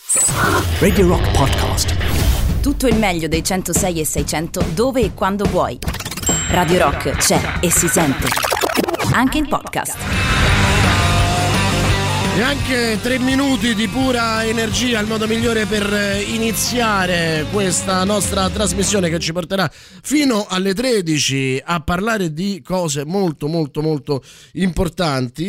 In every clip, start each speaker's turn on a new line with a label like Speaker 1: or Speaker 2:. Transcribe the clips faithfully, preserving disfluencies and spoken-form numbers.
Speaker 1: Radio Rock Podcast.
Speaker 2: Tutto il meglio dei centosei e seicento dove e quando vuoi. Radio Rock c'è e si sente anche in podcast.
Speaker 3: E anche tre minuti di pura energia, il modo migliore per iniziare questa nostra trasmissione che ci porterà fino alle tredici a parlare di cose molto molto molto importanti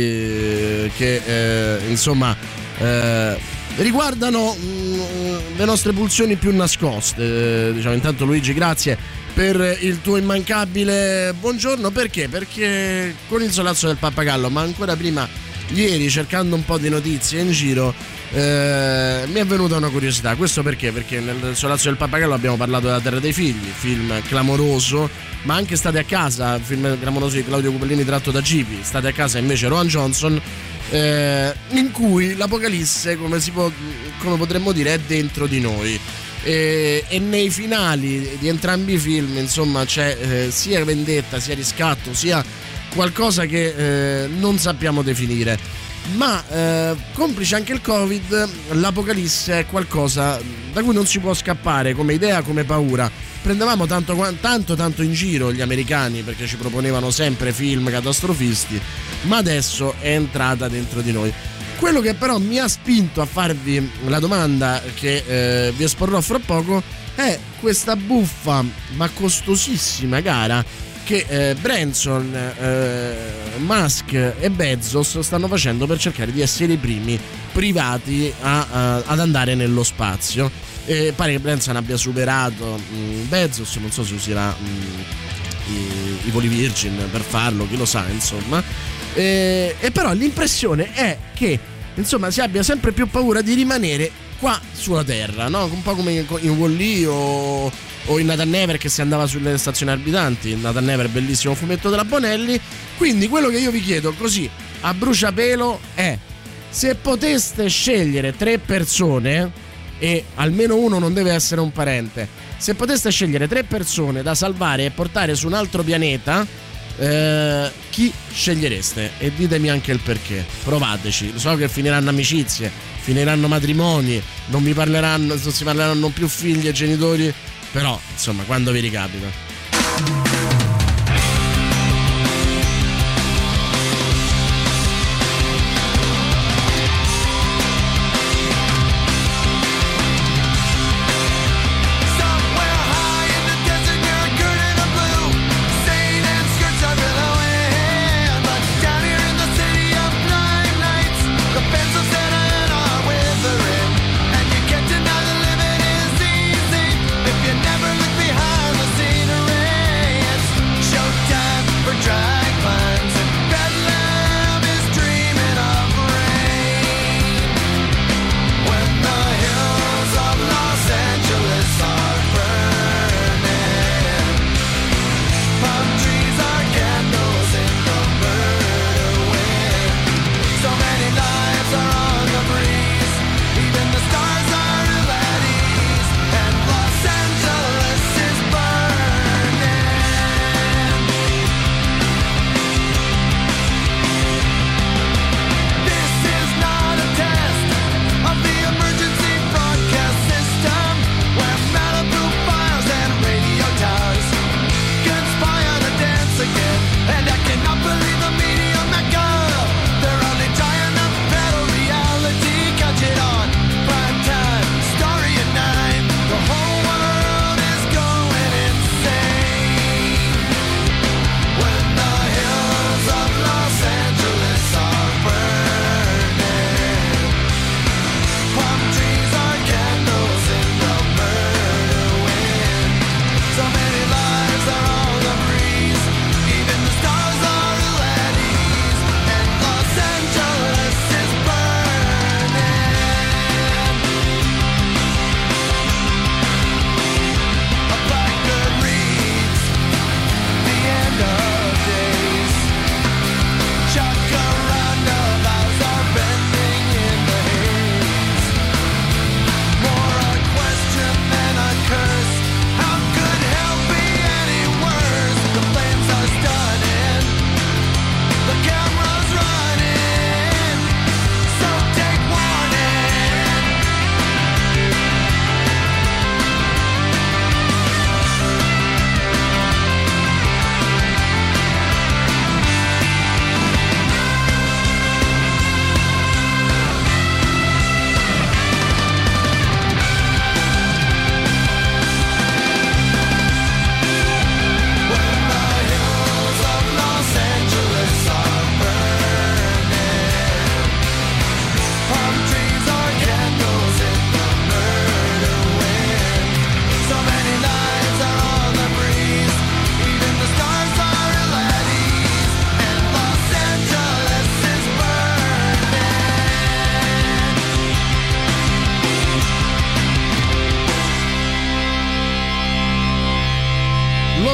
Speaker 3: eh, che eh, insomma eh, riguardano mh, le nostre pulsioni più nascoste. Eh, diciamo, intanto Luigi, grazie per il tuo immancabile buongiorno. Perché? Perché con il solazzo del pappagallo, ma ancora prima ieri, cercando un po' di notizie in giro, eh, mi è venuta una curiosità. Questo perché? Perché nel Solazzo del Pappagallo abbiamo parlato della Terra dei Figli, film clamoroso, ma anche State a casa, film clamoroso di Claudio Cupellini tratto da Gipi. State a casa invece Rowan Johnson, eh, in cui l'Apocalisse, come, si può, come potremmo dire, è dentro di noi. E, e nei finali di entrambi i film, insomma, c'è eh, sia vendetta, sia riscatto, sia qualcosa che eh, non sappiamo definire, ma eh, complice anche il Covid, l'Apocalisse è qualcosa da cui non si può scappare come idea, come paura. Prendevamo tanto tanto tanto in giro gli americani perché ci proponevano sempre film catastrofisti, ma adesso è entrata dentro di noi. Quello che però mi ha spinto a farvi la domanda che eh, vi esporrò fra poco è questa buffa ma costosissima gara che eh, Branson, eh, Musk e Bezos stanno facendo per cercare di essere i primi privati a, a, ad andare nello spazio. E pare che Branson abbia superato mh, Bezos, non so se userà mh, i, i voli Virgin per farlo, chi lo sa, insomma. E, e però l'impressione è che, insomma, si abbia sempre più paura di rimanere qua sulla Terra, no? Un po' come in, in Wall-E o, o in Nathan Never, che si andava sulle stazioni orbitanti. Nathan Never, bellissimo fumetto della Bonelli. Quindi quello che io vi chiedo così a bruciapelo è: se poteste scegliere tre persone, e almeno uno non deve essere un parente, se poteste scegliere tre persone da salvare e portare su un altro pianeta, eh, chi scegliereste? E ditemi anche il perché. Provateci. So che finiranno amicizie, finiranno matrimoni, non vi parleranno, non si parleranno più figli e genitori, però insomma, quando vi ricapita.
Speaker 4: Never look behind the scenery.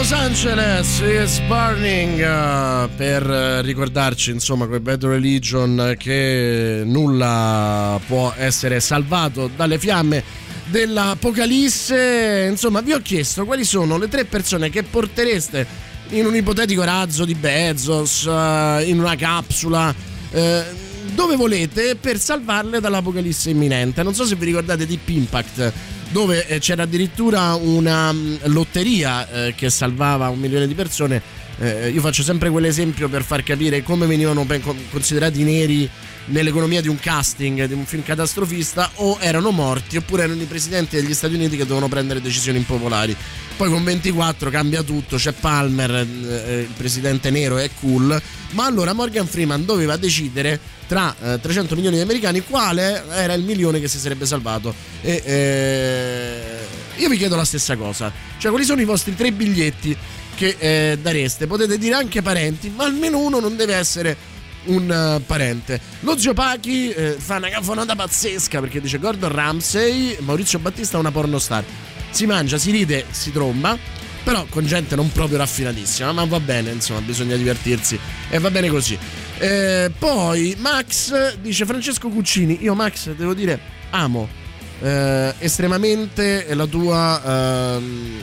Speaker 3: Los Angeles is burning, uh, per ricordarci insomma quei Bad Religion che nulla può essere salvato dalle fiamme dell'Apocalisse. Insomma, vi ho chiesto quali sono le tre persone che portereste in un ipotetico razzo di Bezos, uh, in una capsula, uh, dove volete, per salvarle dall'Apocalisse imminente. Non so se vi ricordate Deep Impact, dove c'era addirittura una lotteria eh, che salvava un milione di persone. Eh, io faccio sempre quell'esempio per far capire come venivano considerati i neri nell'economia di un casting, di un film catastrofista: o erano morti oppure erano i presidenti degli Stati Uniti che dovevano prendere decisioni impopolari. Poi con ventiquattro cambia tutto, c'è Palmer, eh, il presidente nero è cool, ma allora Morgan Freeman doveva decidere tra eh, trecento milioni di americani quale era il milione che si sarebbe salvato. E eh, io vi chiedo la stessa cosa, cioè quali sono i vostri tre biglietti che eh, dareste? Potete dire anche parenti, ma almeno uno non deve essere un uh, parente. Lo zio Pachi eh, fa una cafonata pazzesca perché dice Gordon Ramsay, Maurizio Battista è una pornostar. Si mangia, si ride, si tromba, però con gente non proprio raffinatissima, ma va bene, insomma, bisogna divertirsi e va bene così. Eh, poi Max dice Francesco Cuccini. Io Max devo dire amo eh, estremamente la tua eh,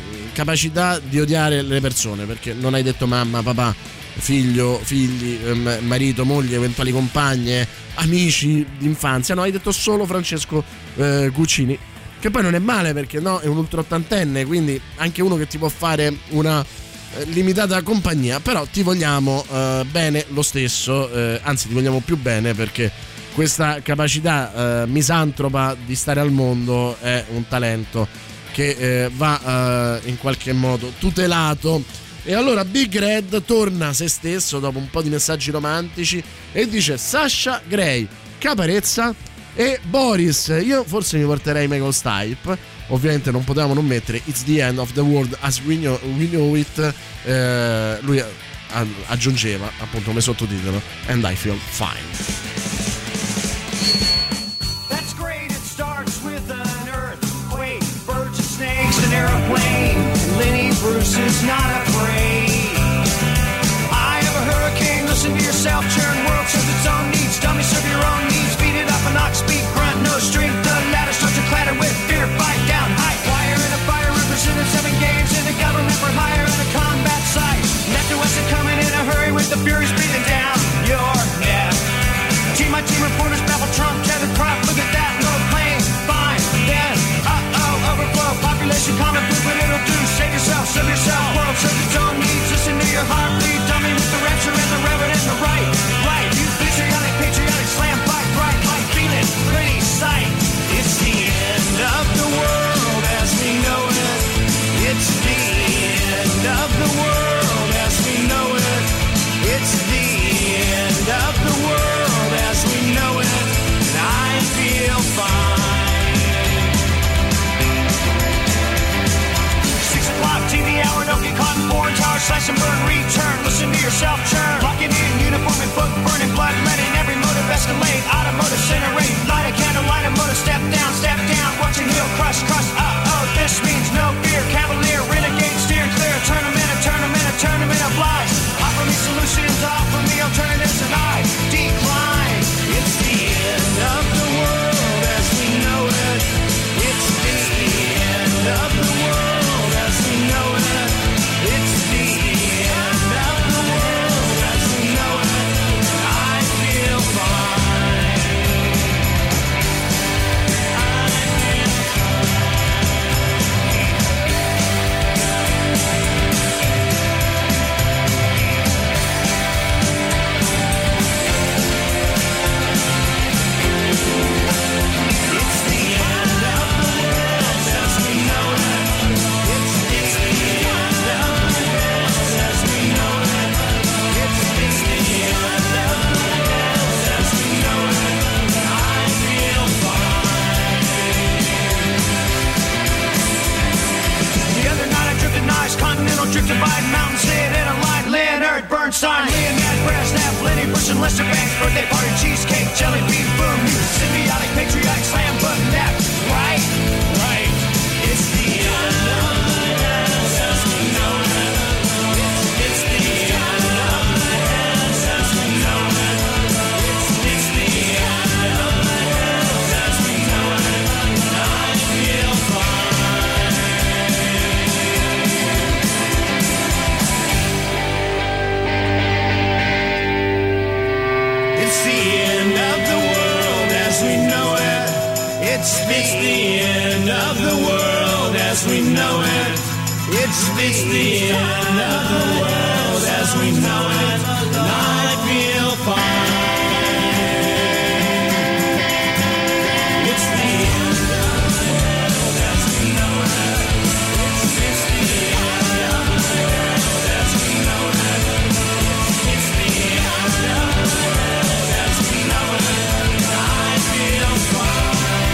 Speaker 3: capacità di odiare le persone, perché non hai detto mamma, papà, figlio, figli, eh, marito, moglie, eventuali compagne, amici d'infanzia. No, hai detto solo Francesco eh, Cuccini, che poi non è male perché no, è un ultra ottantenne, quindi anche uno che ti può fare una eh, limitata compagnia, però ti vogliamo eh, bene lo stesso, eh, anzi ti vogliamo più bene, perché questa capacità eh, misantropa di stare al mondo è un talento che eh, va eh, in qualche modo tutelato. E allora Big Red torna se stesso dopo un po' di messaggi romantici e dice Sasha Grey, Caparezza e Boris. Io forse mi porterei Michael Stipe, ovviamente non potevamo non mettere It's the End of the World as we know, we know it. eh, lui aggiungeva appunto come sottotitolo And I Feel Fine.
Speaker 4: That's great, it starts with an earthquake, birds and snakes, an airplane. Lenny Bruce is not afraid. I have a hurricane, listen to yourself, churn world serves its own needs, dummy serve your own needs, beat it up and knock, speak, grunt, no strength, the ladder starts to clatter with fear, fight down, high wire in a fire, represented seven games in the government for hire in the combat site, left to west and coming in a hurry with the furies breathing down your neck. Team my team reporters babble Trump, Kevin Crop, look at that, no plane, fine, then, uh-oh, overflow, population common food, but it'll do, save yourself, serve yourself, world serves its own needs, listen to your heartbeat, dummy with the rapture and the reverend and the right, right, you patriotic, patriotic, slam, fight, right, like feeling, pretty sight, it's the end of the world as we know it, it's the end of the world as we know it, it's the end of the world as we know it, and I feel fine. Six o'clock T V hour, don't get caught in foreign towers, slash and burn, return, listen to yourself churn, locking in, uniform and book, burning blood, letting every motive escalate, automotive incinerate, light a candle, light a motor, step down, step down, watching heel crush, crush, uh-oh, this means no fear, cavalier, renegade, steer clear, a tournament, a tournament, a tournament of lies, offer me solutions, offer me alternatives, and I decline, it's the end of the world as we know it, it's the end of the world as we know it, it's the end of the world as we know it, and I feel fine, I feel it's the end of the world as we know it, it's the end of the world as we know it, it's the end of the world as we know it, and I feel fine. The other night I drifted nice, continental drifted by mountain, sit in a line, Leonard Bernstein, Leonard Brezhnev, Lenny Bruce and Lester Banks, birthday party, cheesecake, jelly bean, boom, you symbiotic, patriotic, slam, button, left, right, right, it's the end of the world as we know it, It's the end of the world as we know it. It's the end of the world as we know it. And I feel fine. It's the end of the world as we know it. It's the end of the world as we know it. It's the end of the world as we know it. And I feel fine.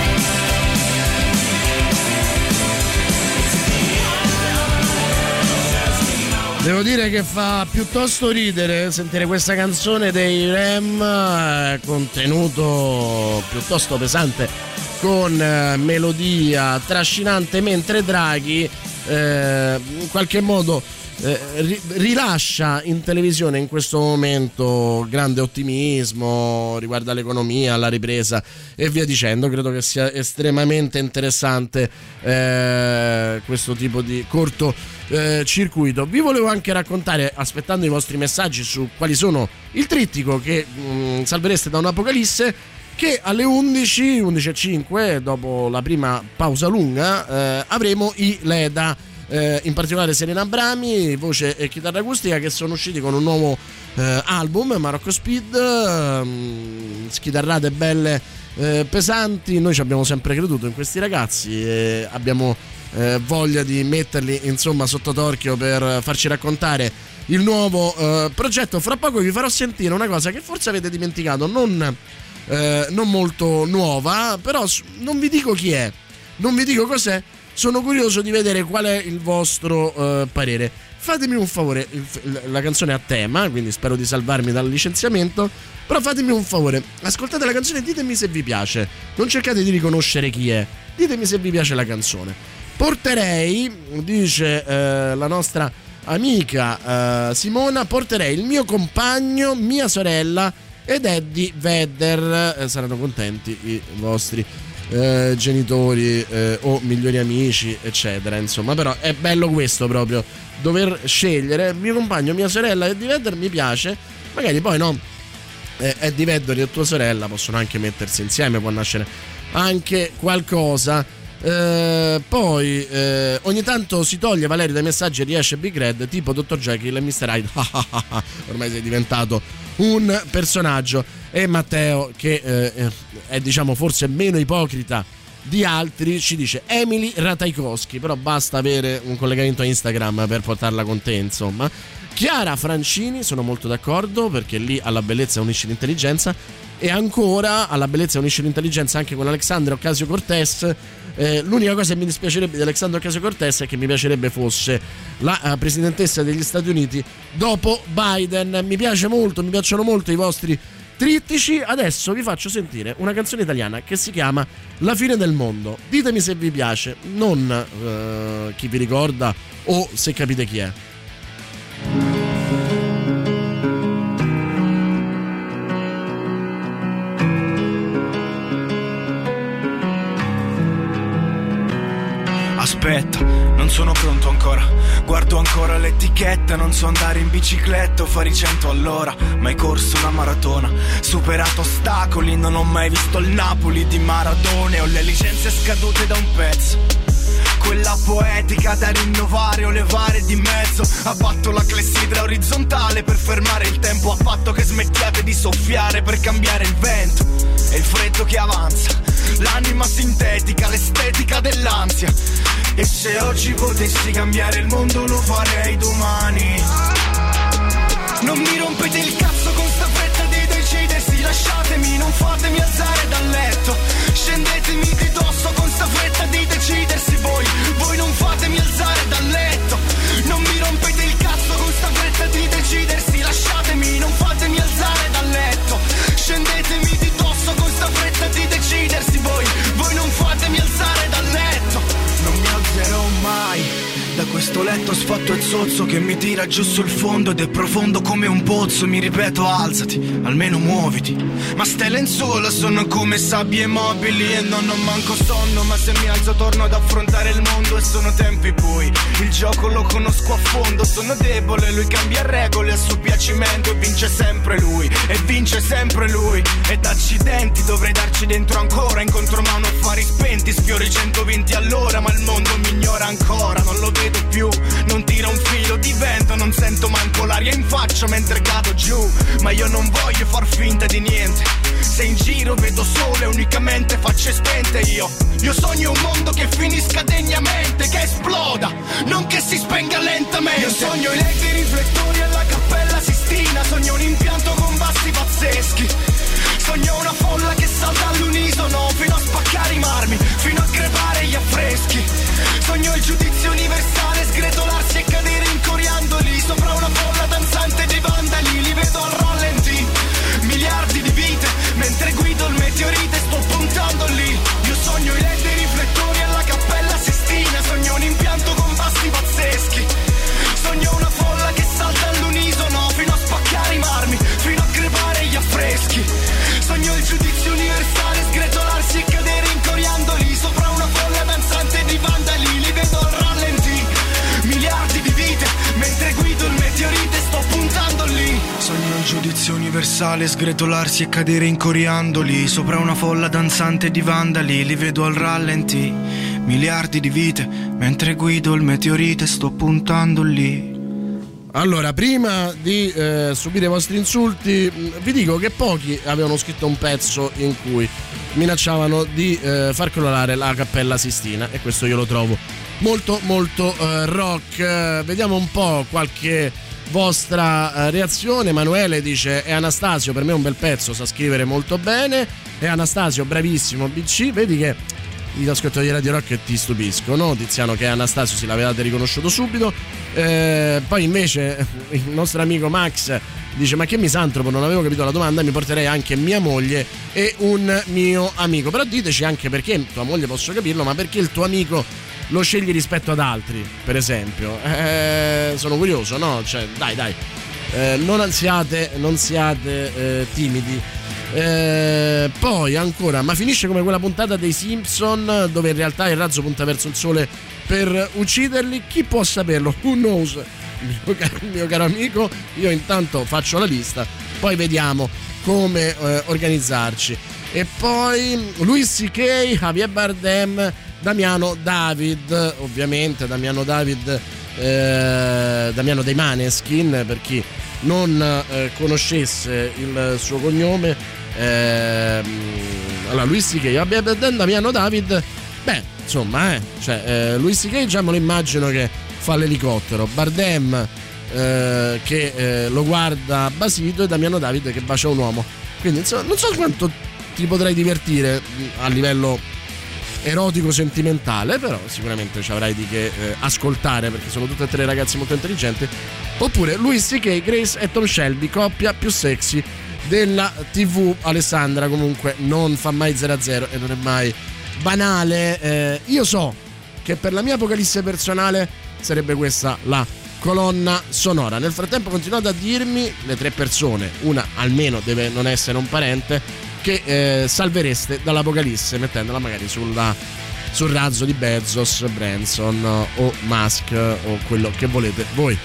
Speaker 3: Devo dire che fa piuttosto ridere sentire questa canzone dei Rem, eh, contenuto piuttosto pesante con eh, melodia trascinante, mentre Draghi eh, in qualche modo eh, ri- rilascia in televisione in questo momento grande ottimismo riguardo all'economia, alla ripresa e via dicendo. Credo che sia estremamente interessante eh, questo tipo di corto Eh, circuito. Vi volevo anche raccontare, aspettando i vostri messaggi, su quali sono il trittico che mh, salvereste da un'apocalisse, che alle undici, undici e cinque, dopo la prima pausa lunga, eh, avremo i Leda, eh, in particolare Serena Abrami, voce e chitarra acustica, che sono usciti con un nuovo eh, album, Marocco Speed, ehm, schitarrate belle, eh, pesanti. Noi ci abbiamo sempre creduto in questi ragazzi e abbiamo Eh, voglia di metterli insomma sotto torchio per farci raccontare il nuovo eh, progetto. Fra poco vi farò sentire una cosa che forse avete dimenticato, non, eh, non molto nuova, però non vi dico chi è, non vi dico cos'è, sono curioso di vedere qual è il vostro eh, parere. Fatemi un favore, il, la canzone è a tema, quindi spero di salvarmi dal licenziamento, però fatemi un favore, ascoltate la canzone e ditemi se vi piace, non cercate di riconoscere chi è, ditemi se vi piace la canzone. Porterei, dice eh, la nostra amica eh, Simona, porterei il mio compagno, mia sorella ed Eddie Vedder. Eh, saranno contenti i vostri eh, genitori eh, o migliori amici, eccetera. Insomma, però è bello questo proprio, dover scegliere mio compagno, mia sorella ed Eddie Vedder. Mi piace, magari poi no, eh, Eddie Vedder e tua sorella possono anche mettersi insieme, può nascere anche qualcosa. Eh, poi eh, ogni tanto si toglie Valerio dai messaggi e riesce Big Red tipo dottor Jekyll e mister Hyde. Ormai sei diventato un personaggio. E Matteo, che eh, è diciamo forse meno ipocrita di altri, ci dice Emily Ratajkowski, però basta avere un collegamento a Instagram per portarla con te, insomma. Chiara Francini, sono molto d'accordo, perché lì alla bellezza unisce l'intelligenza, e ancora alla bellezza unisce l'intelligenza anche con Alexandria Ocasio-Cortez. Eh, l'unica cosa che mi dispiacerebbe di Alexandria Ocasio-Cortez è che mi piacerebbe fosse la uh, presidentessa degli Stati Uniti dopo Biden. Mi piace molto, mi piacciono molto i vostri trittici. Adesso vi faccio sentire una canzone italiana che si chiama La fine del mondo. Ditemi se vi piace, non uh, chi vi ricorda o se capite chi è.
Speaker 5: Aspetta, non sono pronto ancora. Guardo ancora l'etichetta, non so andare in bicicletta o fare i cento all'ora. Mai corso una maratona, superato ostacoli, non ho mai visto il Napoli di Maradona. Ho le licenze scadute da un pezzo, quella poetica da rinnovare o levare di mezzo. Abbatto la clessidra orizzontale per fermare il tempo, a patto che smettiate di soffiare per cambiare il vento. E il freddo che avanza, l'anima sintetica, l'estetica dell'ansia. E se oggi potessi cambiare il mondo lo farei domani. Non mi rompete il cazzo con sta fretta di decidersi, lasciatemi, non fatemi alzare dal letto. Scendetemi di dosso con sta fretta di decidersi, voi, voi non fatemi alzare dal letto. Non mi rompete il cazzo con sta fretta di decidersi, lasciatemi, non fatemi alzare dal letto. Scendetemi di dosso con sta fretta di decidersi, voi, voi non fatemi alzare dal letto. Non mi alzerò mai da questo questo letto sfatto e zozzo che mi tira giù sul fondo ed è profondo come un pozzo. Mi ripeto alzati, almeno muoviti. Ma ste lenzuola sono come sabbie mobili e non ho manco sonno, ma se mi alzo torno ad affrontare il mondo e sono tempi bui. Il gioco lo conosco a fondo, sono debole, lui cambia regole a suo piacimento e vince sempre lui, e vince sempre lui. Ed accidenti, dovrei darci dentro ancora, incontro mano affari spenti, sfiori centoventi all'ora, ma il mondo mi ignora ancora, non lo vedo più, non tira un filo di vento, non sento manco l'aria in faccia mentre cado giù, ma io non voglio far finta di niente, se in giro vedo sole unicamente facce spente. Io, io sogno un mondo che finisca degnamente, che esploda, non che si spenga lentamente. Io sogno i led riflettori alla Cappella Sistina, sogno un impianto con bassi pazzeschi, sogno una folla che salta all'unisono fino a spaccare i marmi, fino a crepare gli affreschi. Sogno il giudizio universale, sgretolarsi e cadere in coriandoli sopra una folla danzante di vandali. Li vedo al rallenti, miliardi di vite, mentre guido il meteorite sto puntando lì. Io sogno i led riflettori alla Cappella Sistina, sogno un impianto con bassi pazzeschi, sogno una folla che salta all'unisono fino a spaccare i marmi, fino a crepare gli affreschi. Sogno il giudizio universale, sgretolarsi e cadere in coriandoli sopra una folla danzante di vandali. Li vedo al rallenti, miliardi di vite, mentre guido il meteorite sto puntando lì. Sogno il giudizio universale, sgretolarsi e cadere in coriandoli sopra una folla danzante di vandali. Li vedo al rallenti, miliardi di vite, mentre guido il meteorite sto puntando lì.
Speaker 3: Allora, prima di eh, subire i vostri insulti, vi dico che pochi avevano scritto un pezzo in cui minacciavano di eh, far crollare la Cappella Sistina, e questo io lo trovo molto molto eh, rock. Eh, vediamo un po' qualche vostra eh, reazione. Emanuele dice: è Anastasio, per me è un bel pezzo, sa scrivere molto bene. È Anastasio, bravissimo. B C, vedi che gli ascoltatori di Radio Rock ti stupiscono. Tiziano, che è Anastasio, se l'avevate riconosciuto subito. Eh, poi invece il nostro amico Max dice: ma che misantropo, non avevo capito la domanda, mi porterei anche mia moglie e un mio amico. Però diteci anche perché, tua moglie posso capirlo, ma perché il tuo amico lo scegli rispetto ad altri, per esempio? Eh, sono curioso, no? Cioè, dai, dai, eh, non siate, non siate eh, timidi. Eh, poi ancora, ma finisce come quella puntata dei Simpson dove in realtà il razzo punta verso il sole per ucciderli? Chi può saperlo? Who knows? Mio caro, mio caro amico, io intanto faccio la lista, poi vediamo come eh, organizzarci. E poi Louis C K, Javier Bardem, Damiano David, ovviamente Damiano David, eh, Damiano dei Maneskin, per chi non eh, conoscesse il suo cognome. Eh, allora, Louis C K, Javier Bardem, Damiano David, beh, insomma, eh, cioè, eh, Louis C K già me lo immagino che fa l'elicottero, Bardem eh, che eh, lo guarda basito, e Damiano David che bacia un uomo. Quindi insomma, non so quanto ti potrai divertire a livello erotico sentimentale, però sicuramente ci avrai di che eh, ascoltare, perché sono tutte e tre ragazzi molto intelligenti. Oppure Louis C K, Grace e Tom Shelby, coppia più sexy della tivù. Alessandra comunque non fa mai zero a zero e non è mai banale. Eh, io so che per la mia apocalisse personale sarebbe questa la colonna sonora. Nel frattempo continuate a dirmi, le tre persone, una almeno deve non essere un parente, che eh, salvereste dall'apocalisse mettendola magari sulla, sul razzo di Bezos, Branson o Musk o quello che volete voi.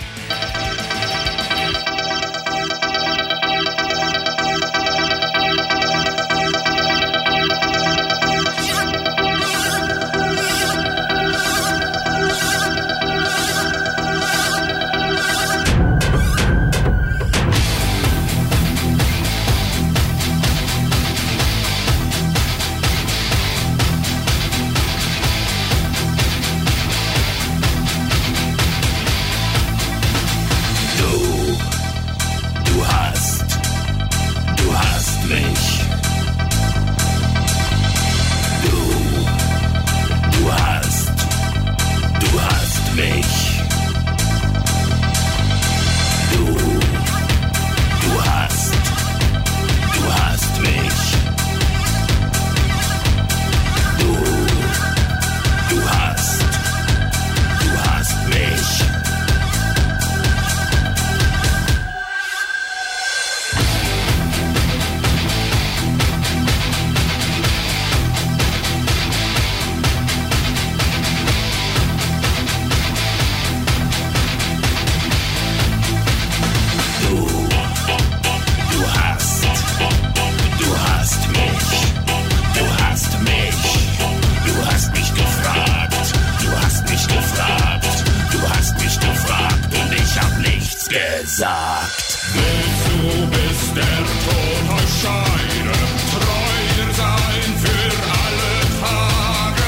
Speaker 6: sagt.
Speaker 7: Willst du bis der Tod euch scheide, treu sein für alle Tage?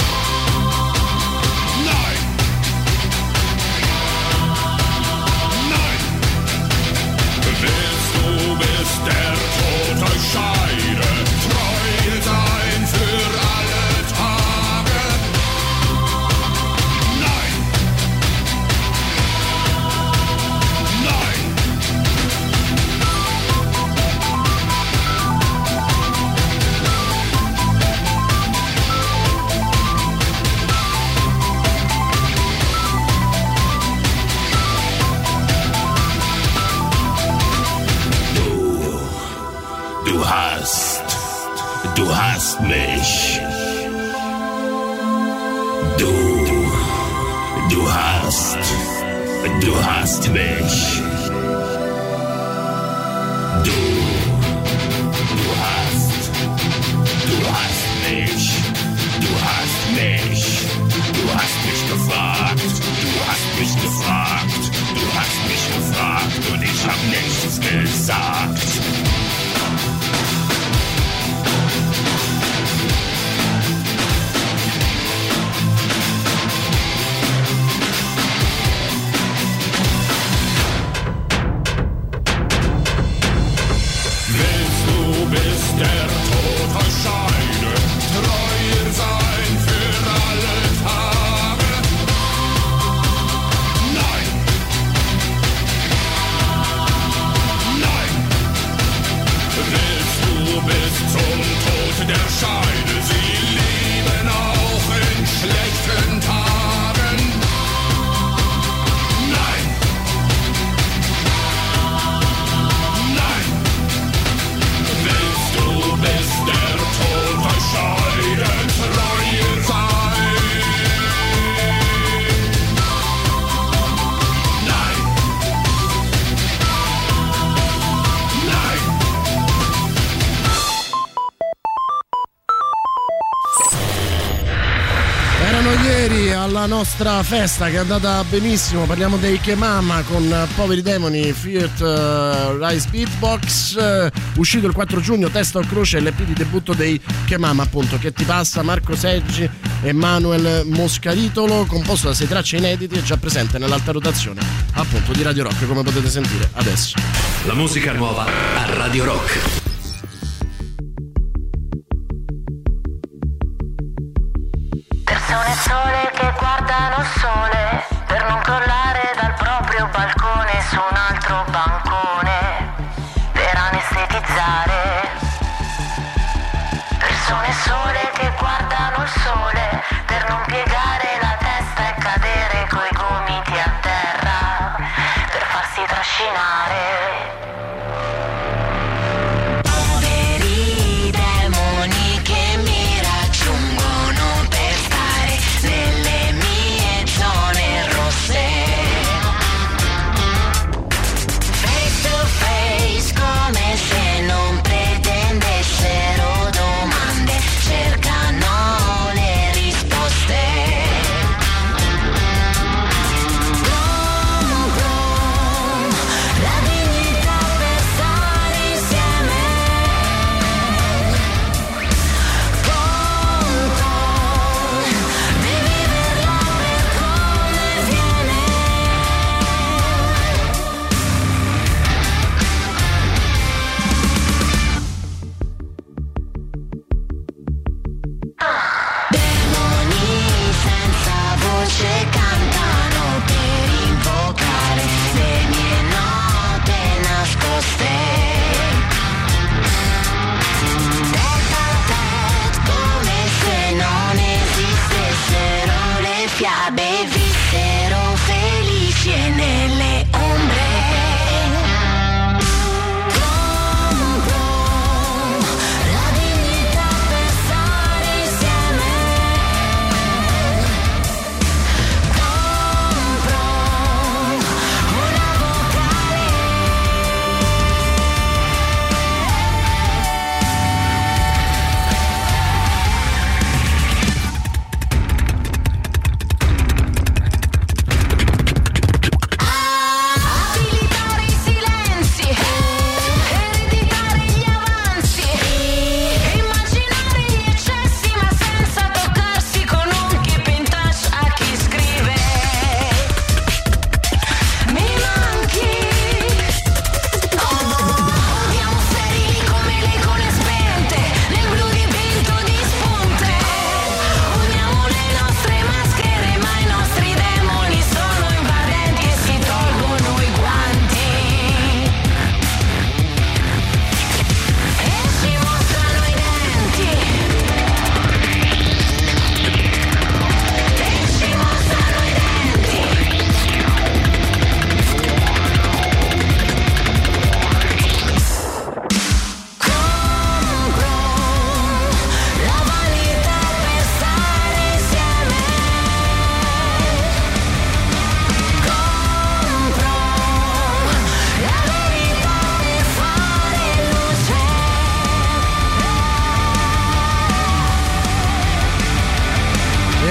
Speaker 7: Nein! Nein! Willst du bis der Tod euch scheide, treu sein für alle Tage? Nein! Nein!
Speaker 6: Du hast, du hast mich. Du, du hast, du hast mich. Du, du hast, du hast mich. Du hast mich. Du hast mich gefragt. Du hast mich gefragt. Du hast mich gefragt und ich hab nichts gesagt.
Speaker 7: Bis der Tod euch scheide, treu sein für alle Tage. Nein! Nein! Willst du bis zum Tod der Scheide sie lieben auch in schlechten Tagen? Nein! Nein! Willst du bis der Tod euch scheide, treu sein? Nein! Nein!
Speaker 3: Erano ieri alla nostra festa che è andata benissimo, parliamo dei Kemama con Poveri Demoni, Fiat uh, Rise Beatbox, uh, uscito il quattro giugno, Testa o Croce, l'E P di debutto dei Kemama appunto, Che ti passa, Marco Seggi e Manuel Moscaritolo, composto da sei tracce inediti e già presente nell'alta rotazione appunto di Radio Rock, come potete sentire adesso.
Speaker 1: La musica nuova a Radio Rock.
Speaker 8: Persone sole che guardano il sole per non crollare dal proprio balcone su un altro bancone per anestetizzare. Persone sole che guardano il sole per non piegare la testa e cadere coi gomiti a terra per farsi trascinare. Poveri demoni che mi raggiungono per stare nelle mie zone rosse. Face to face come se non pretendessero domande, cercano le risposte. Brum, brum, la dignità per stare insieme. Con, con, devi viverla per come viene. Demoni senza voce cantano per invocare le mie note nascoste. Tête a tête come se non esistessero le fiabe, vissero felici e nelle ombre. Brum, brum, la dignità per stare insieme. Brum, brum, una vocale.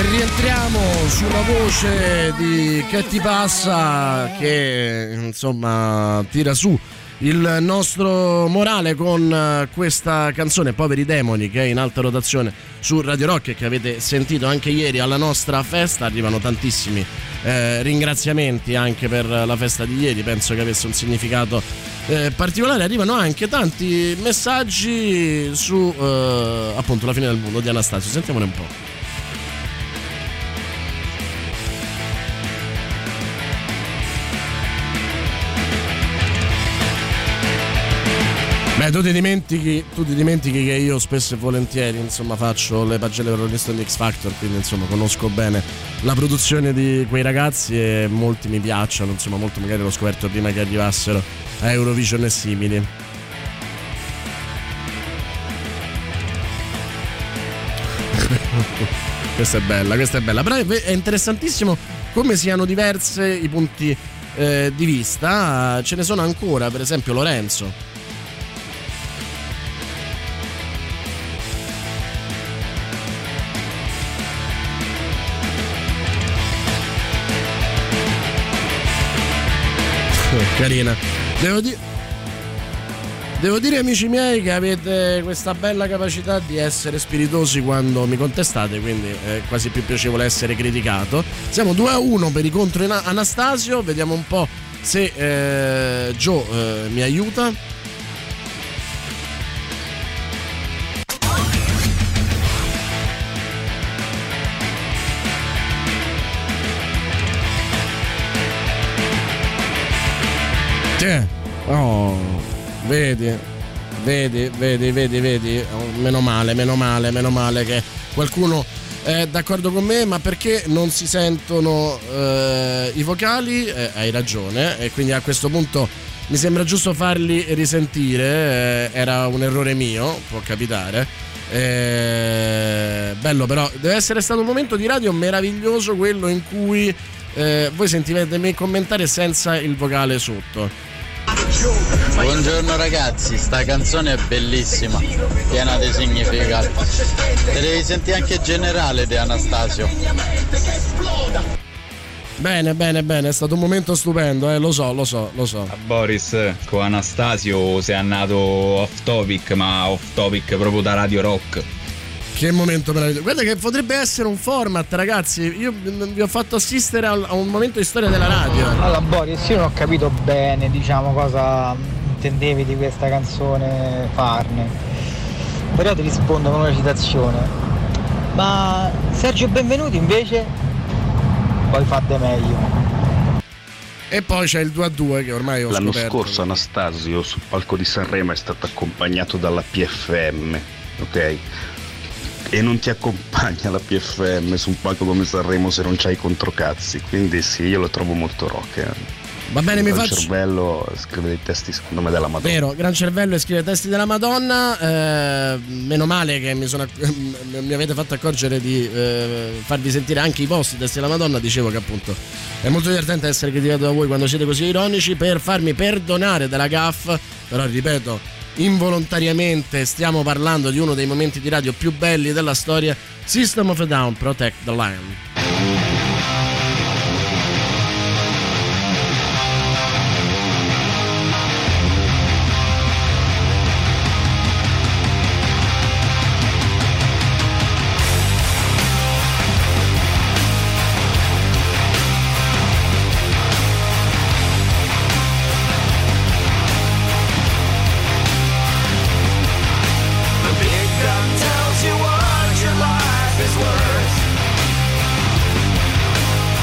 Speaker 3: rientriamo sulla voce di Che ti passa, che insomma tira su il nostro morale con questa canzone Poveri Demoni, che è in alta rotazione su Radio Rock e che avete sentito anche ieri alla nostra festa. Arrivano tantissimi eh, ringraziamenti anche per la festa di ieri, penso che avesse un significato eh, particolare. Arrivano anche tanti messaggi su eh, appunto la fine del mondo di Anastasio, sentiamone un po'. Beh, tu ti dimentichi, tu ti dimentichi che io spesso e volentieri insomma faccio le pagelle per Rolling Stone di X Factor, quindi insomma conosco bene la produzione di quei ragazzi e molti mi piacciono, insomma molto magari l'ho scoperto prima che arrivassero a Eurovision e simili. Questa è bella, questa è bella, però è interessantissimo come siano diverse i punti eh, di vista. Ce ne sono ancora, per esempio Lorenzo. Carina. Devo dire Devo dire amici miei che avete questa bella capacità di essere spiritosi quando mi contestate, quindi è quasi più piacevole essere criticato. Siamo due a uno per i contro Anastasio, vediamo un po' se eh, Joe eh, mi aiuta. Oh, vedi, vedi, vedi, vedi, vedi, oh, meno male, meno male, meno male che qualcuno è d'accordo con me, ma perché non si sentono eh, i vocali? Eh, hai ragione, e quindi a questo punto mi sembra giusto farli risentire, eh, era un errore mio, può capitare. Eh, bello, però deve essere stato un momento di radio meraviglioso quello in cui eh, voi sentivete me commentare senza il vocale sotto.
Speaker 9: Buongiorno ragazzi, sta canzone è bellissima, piena di significato. Te devi sentire anche generale di Anastasio.
Speaker 3: Bene, bene, bene, è stato un momento stupendo, eh, lo so, lo so, lo so.
Speaker 10: A Boris, con Anastasio sei andato off topic, ma off topic proprio da Radio Rock.
Speaker 3: Che momento meraviglioso. Guarda che potrebbe essere un format, ragazzi. Io vi ho fatto assistere a un momento di storia della radio.
Speaker 11: Allora Boris, io non ho capito bene, diciamo, cosa intendevi di questa canzone farne. Però ti rispondo con una citazione. Ma Sergio Benvenuti invece poi fa de meglio.
Speaker 3: E poi c'è il due a due che ormai ho
Speaker 12: L'anno
Speaker 3: scoperto.
Speaker 12: scorso Anastasio sul palco di Sanremo è stato accompagnato dalla P F M, ok? E non ti accompagna la P F M su un palco come Sanremo se non c'hai controcazzi, quindi sì, io lo trovo molto rock. Eh.
Speaker 3: Va bene, mi
Speaker 12: Gran
Speaker 3: faccio.
Speaker 12: cervello scrive dei testi secondo me della Madonna.
Speaker 3: Vero, gran cervello e scrive testi della Madonna. Eh, meno male che mi, sono, mi avete fatto accorgere di eh, farvi sentire anche i vostri testi della Madonna. Dicevo che appunto è molto divertente essere criticato da voi quando siete così ironici, per farmi perdonare della gaffe. Però ripeto, involontariamente stiamo parlando di uno dei momenti di radio più belli della storia. System of a Down, Protect the Line.
Speaker 4: Tells you what your life is worth.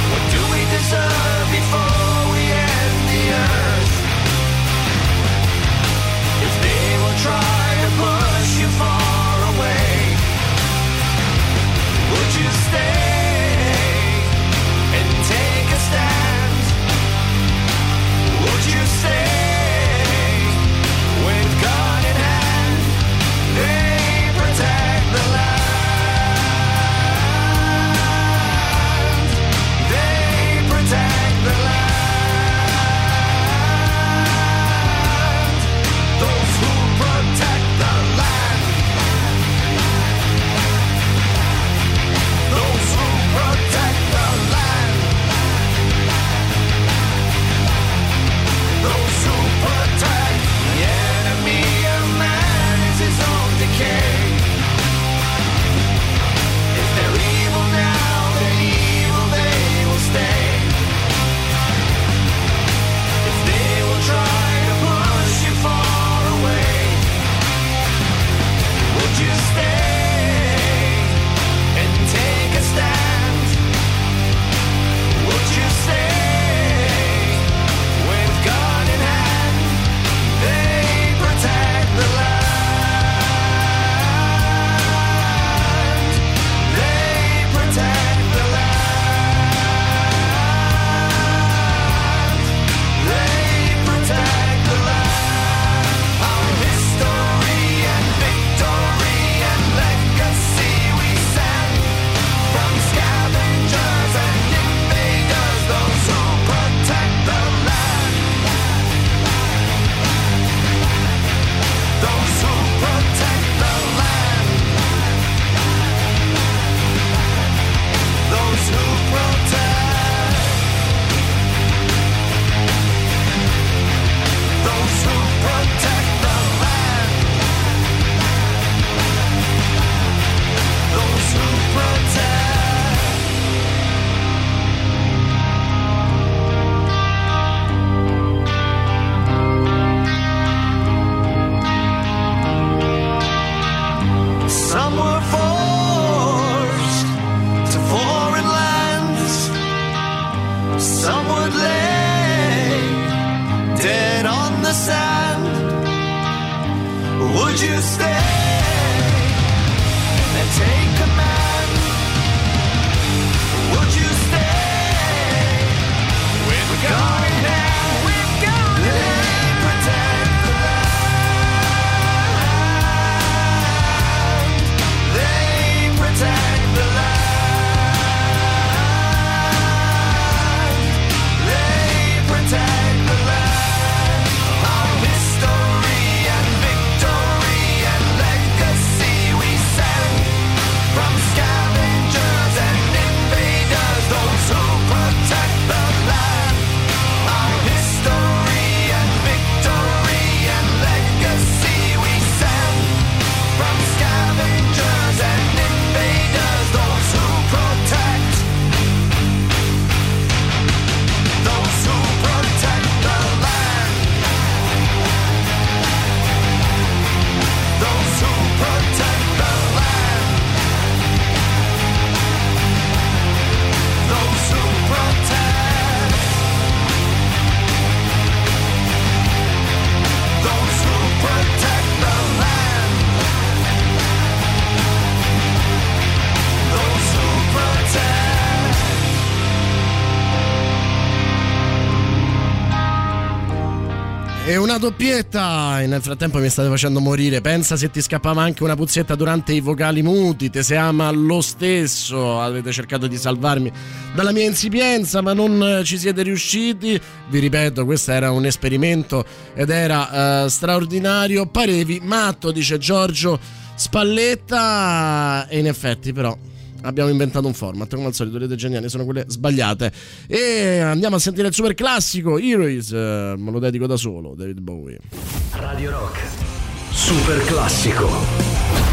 Speaker 3: E una doppietta, nel frattempo mi state facendo morire. Pensa se ti scappava anche una puzzetta durante i vocali muti. Te se ama lo stesso. Avete cercato di salvarmi dalla mia insipienza, ma non ci siete riusciti. Vi ripeto, questo era un esperimento ed era uh, straordinario. Parevi matto, dice Giorgio Spalletta. E in effetti però abbiamo inventato un format, come al solito le idee geniali sono quelle sbagliate. E andiamo a sentire il super classico Heroes, eh, me lo dedico da solo, David Bowie.
Speaker 1: Radio Rock super classico.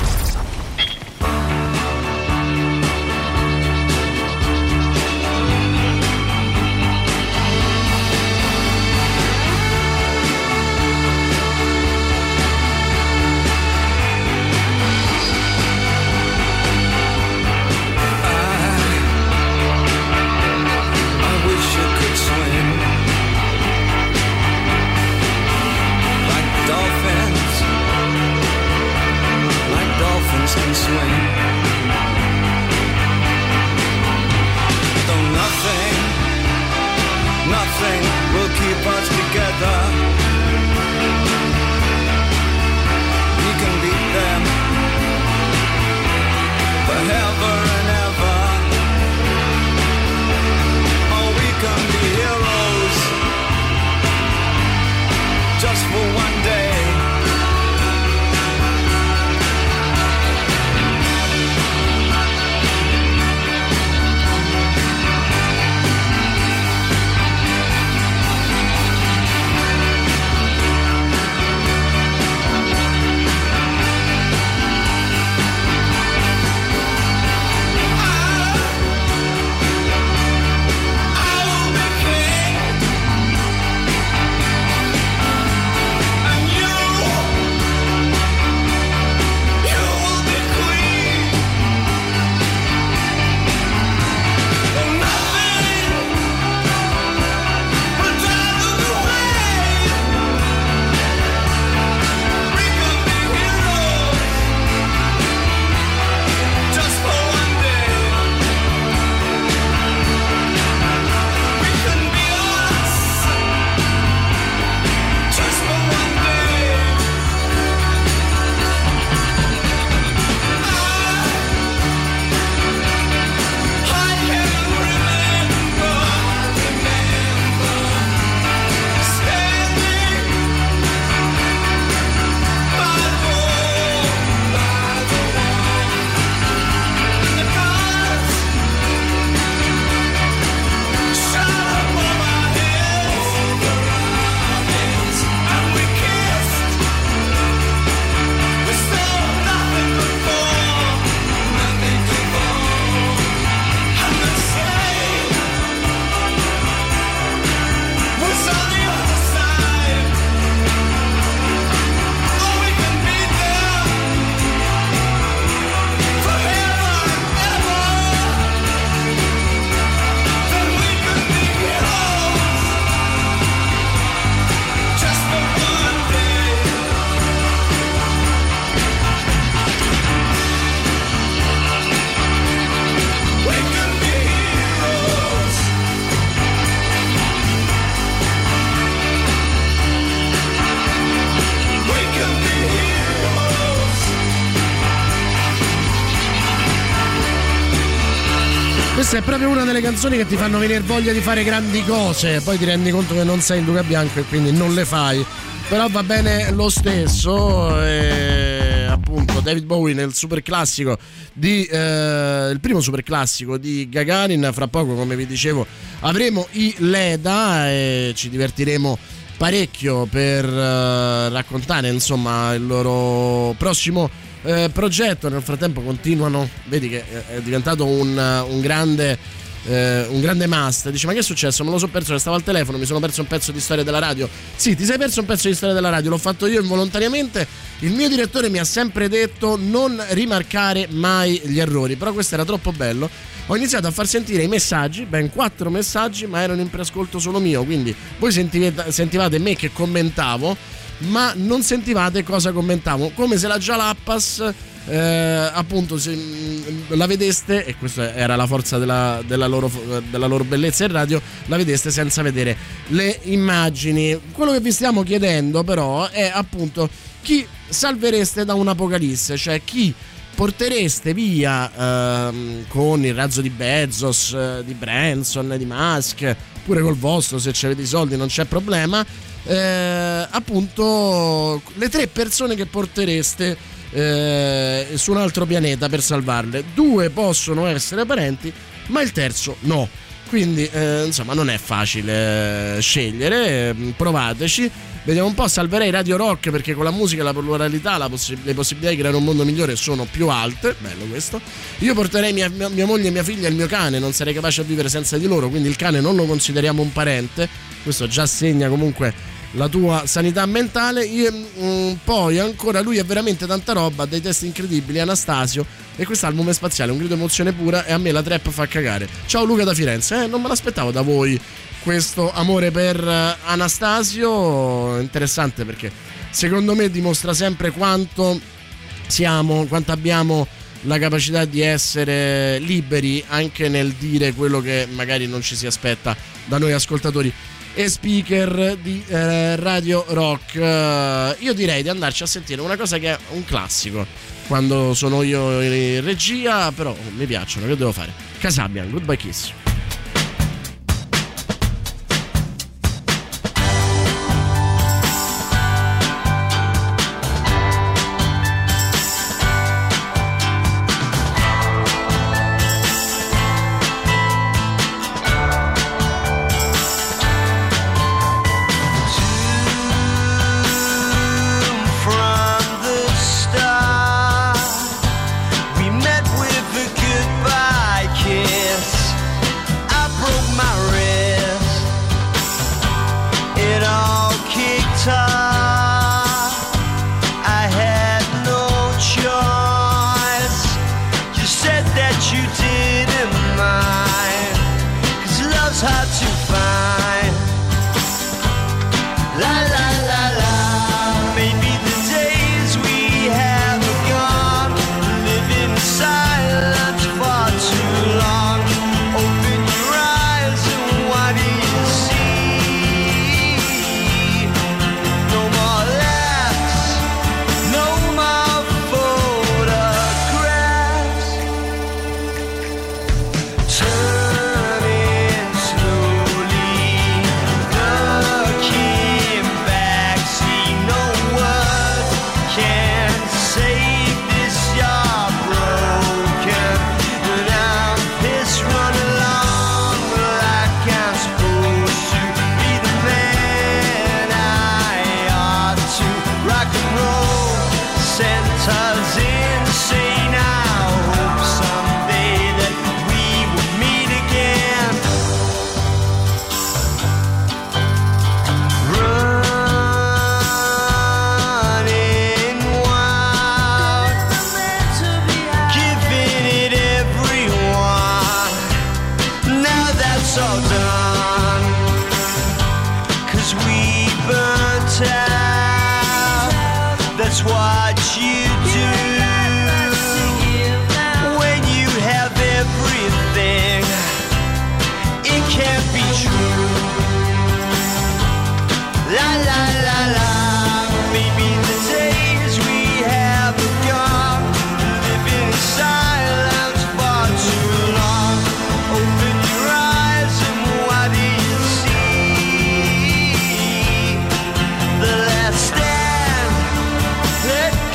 Speaker 13: Can swing. Though nothing, nothing will keep us together. We can beat them forever and ever. Oh, we can be heroes just for one day.
Speaker 3: Questa è proprio una delle canzoni che ti fanno venire voglia di fare grandi cose, poi ti rendi conto che non sei il Luca Bianco e quindi non le fai, però va bene lo stesso. E appunto David Bowie nel super classico di eh, il primo super classico di Gagarin. Fra poco, come vi dicevo, avremo i Leda e ci divertiremo parecchio per eh, raccontare insomma il loro prossimo eh, progetto. Nel frattempo continuano, vedi che è diventato un, un grande eh, un grande must. Dice: ma che è successo? Me lo so perso, stavo al telefono, mi sono perso un pezzo di storia della radio. Sì, ti sei perso un pezzo di storia della radio, l'ho fatto io involontariamente. Il mio direttore mi ha sempre detto non rimarcare mai gli errori, però questo era troppo bello. Ho iniziato a far sentire i messaggi, ben quattro messaggi, ma erano in preascolto solo mio, quindi voi sentivate, sentivate me che commentavo, ma non sentivate cosa commentavo, come se la Jalappas eh, appunto se mh, la vedeste, e questa era la forza della, della, loro, della loro bellezza in radio, la vedeste senza vedere le immagini. Quello che vi stiamo chiedendo però è appunto chi salvereste da un'apocalisse, cioè chi portereste via ehm, con il razzo di Bezos, eh, di Branson, di Musk, pure col vostro, se avete i soldi non c'è problema, eh, appunto le tre persone che portereste eh, su un altro pianeta per salvarle. Due possono essere parenti, ma il terzo no. Quindi eh, insomma non è facile eh, scegliere, eh, provateci. Vediamo un po', salverei Radio Rock perché con la musica, la pluralità, la possi- le possibilità di creare un mondo migliore sono più alte. Bello questo. Io porterei mia, mia, mia moglie, mia figlia e il mio cane, non sarei capace a vivere senza di loro, quindi il cane non lo consideriamo un parente. Questo già segna comunque la tua sanità mentale. Io, mh, poi ancora lui è veramente tanta roba, ha dei testi incredibili, Anastasio, e quest'album è spaziale, un grido emozione pura, e a me la trap fa cagare. Ciao Luca da Firenze. Eh, non me l'aspettavo da voi questo amore per Anastasio. Interessante perché secondo me dimostra sempre quanto siamo, quanto abbiamo la capacità di essere liberi anche nel dire quello che magari non ci si aspetta da noi ascoltatori e speaker di eh, Radio Rock. Uh, io direi di andarci a sentire una cosa che è un classico quando sono io in regia, però mi piacciono, che devo fare? Kasabian, Goodbye Kiss.
Speaker 4: Let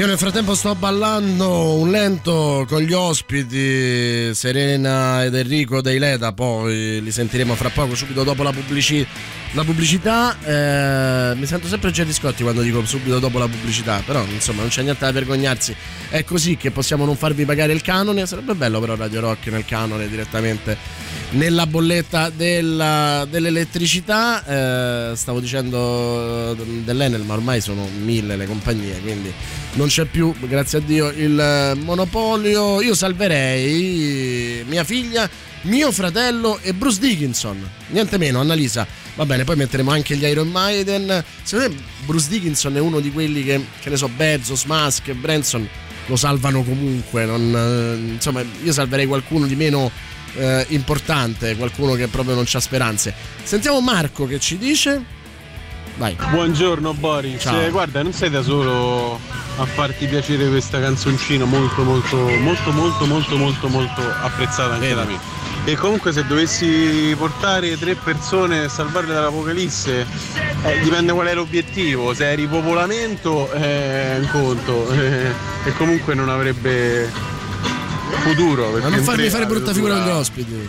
Speaker 3: Io nel frattempo sto ballando un lento con gli ospiti Serena ed Enrico dei Leda, poi li sentiremo fra poco, subito dopo la, pubblici- la pubblicità. Eh, mi sento sempre Gerry Scotti quando dico subito dopo la pubblicità, però insomma non c'è niente da vergognarsi, è così che possiamo non farvi pagare il canone. Sarebbe bello però Radio Rock nel canone direttamente nella bolletta della, dell'elettricità. Eh, stavo dicendo dell'Enel, ma ormai sono mille le compagnie, quindi non c'è più, grazie a Dio, il monopolio. Io salverei mia figlia, mio fratello e Bruce Dickinson, niente meno. Annalisa, va bene, poi metteremo anche gli Iron Maiden. Secondo me Bruce Dickinson è uno di quelli che, che ne so, Bezos, Musk, Branson lo salvano comunque, non, insomma io salverei qualcuno di meno eh, importante, qualcuno che proprio non c'ha speranze. Sentiamo Marco che ci dice. Vai.
Speaker 14: Buongiorno Boris.
Speaker 3: Ciao.
Speaker 14: Eh, guarda, non sei da solo a farti piacere questa canzoncina molto molto molto molto molto molto molto apprezzata anche
Speaker 3: Vero.
Speaker 14: da me. E comunque se dovessi portare tre persone a salvarle dall'apocalisse, eh, dipende qual è l'obiettivo. Se è ripopolamento è un conto, eh, e comunque non avrebbe futuro.
Speaker 3: Ma non farmi fare brutta figura agli ospiti.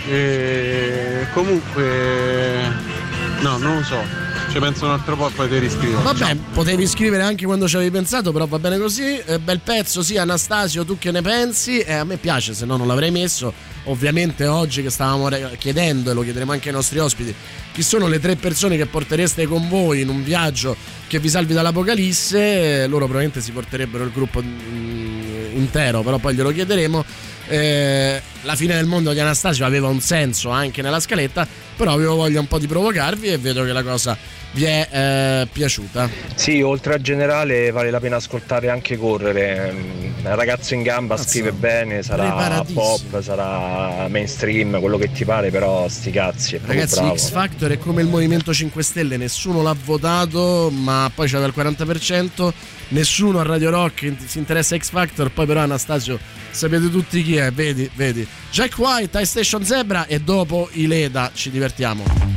Speaker 14: E comunque no, non lo so. Ci penso un altro po' e poi ti riscrivo.
Speaker 3: Vabbè,
Speaker 14: Ciao.
Speaker 3: potevi scrivere anche quando ci avevi pensato, però va bene così. Eh, bel pezzo, sì, Anastasio, tu che ne pensi? Eh, a me piace, se no non l'avrei messo. Ovviamente oggi che stavamo chiedendo, e lo chiederemo anche ai nostri ospiti, chi sono le tre persone che portereste con voi in un viaggio che vi salvi dall'apocalisse, eh, loro probabilmente si porterebbero il gruppo mm, intero, però poi glielo chiederemo. Eh, la fine del mondo di Anastasio aveva un senso anche nella scaletta, però avevo voglia un po' di provocarvi e vedo che la cosa vi è eh, piaciuta.
Speaker 15: Sì, oltre al generale vale la pena ascoltare anche Correre. Il ragazzo in gamba
Speaker 3: Cazzo.
Speaker 15: scrive bene, sarà
Speaker 3: Preparatissimo.
Speaker 15: pop, sarà mainstream, quello che ti pare, però sti cazzi, è proprio
Speaker 3: Ragazzi,
Speaker 15: bravo.
Speaker 3: X Factor è come il Movimento cinque Stelle, nessuno l'ha votato, ma poi c'aveva il quaranta per cento, nessuno a Radio Rock si interessa a X Factor, poi però Anastasio sapete tutti chi è, vedi, vedi. Jack White, High Station Zebra e dopo i Leda, ci divertiamo.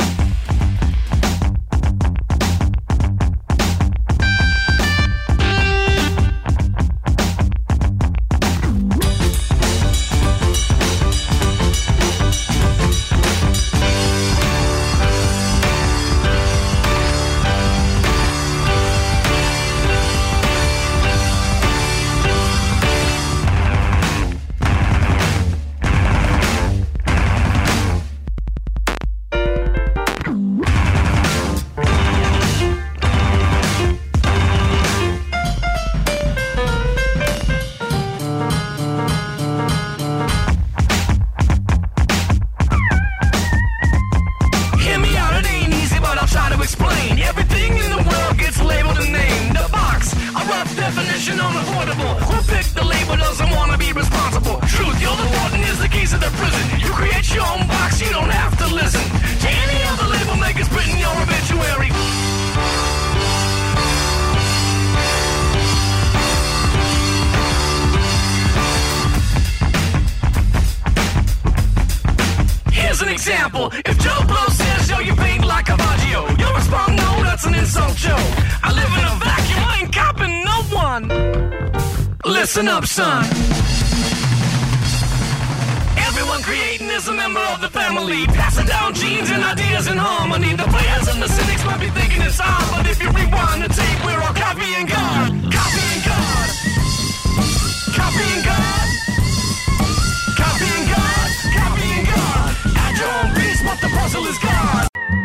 Speaker 16: Listen up, son. Everyone creating is a member of the family, passing down genes and ideas in harmony. The players and the cynics might be thinking it's odd, but if you rewind the tape, we're all copying God, copying God, copying God, copying God, copying God. At your own pace, but the puzzle is God.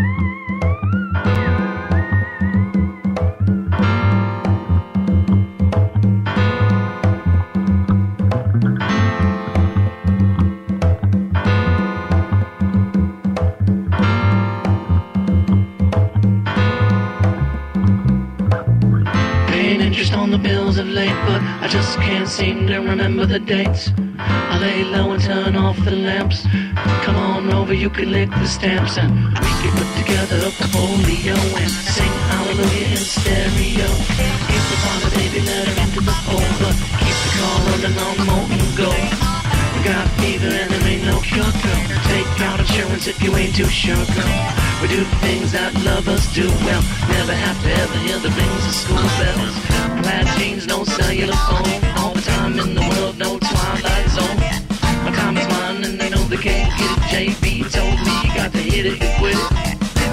Speaker 17: But I just can't seem to remember the dates. I lay low and turn off the lamps. Come on over, you can lick the stamps, and we can put together a polio and sing hallelujah in stereo. Give the father, baby, let her into the fold, but keep the car running on molten gold. We got fever and there ain't no cure, girl. Take out a chair silence if you ain't too sure, girl. We do things that lovers do well. Never have to ever hear the rings of school bells. Plaid jeans, no cellular phone. All the time in the world, no twilight zone. My time is mine and they know they can't get it. J B told me you got to hit it and quit it.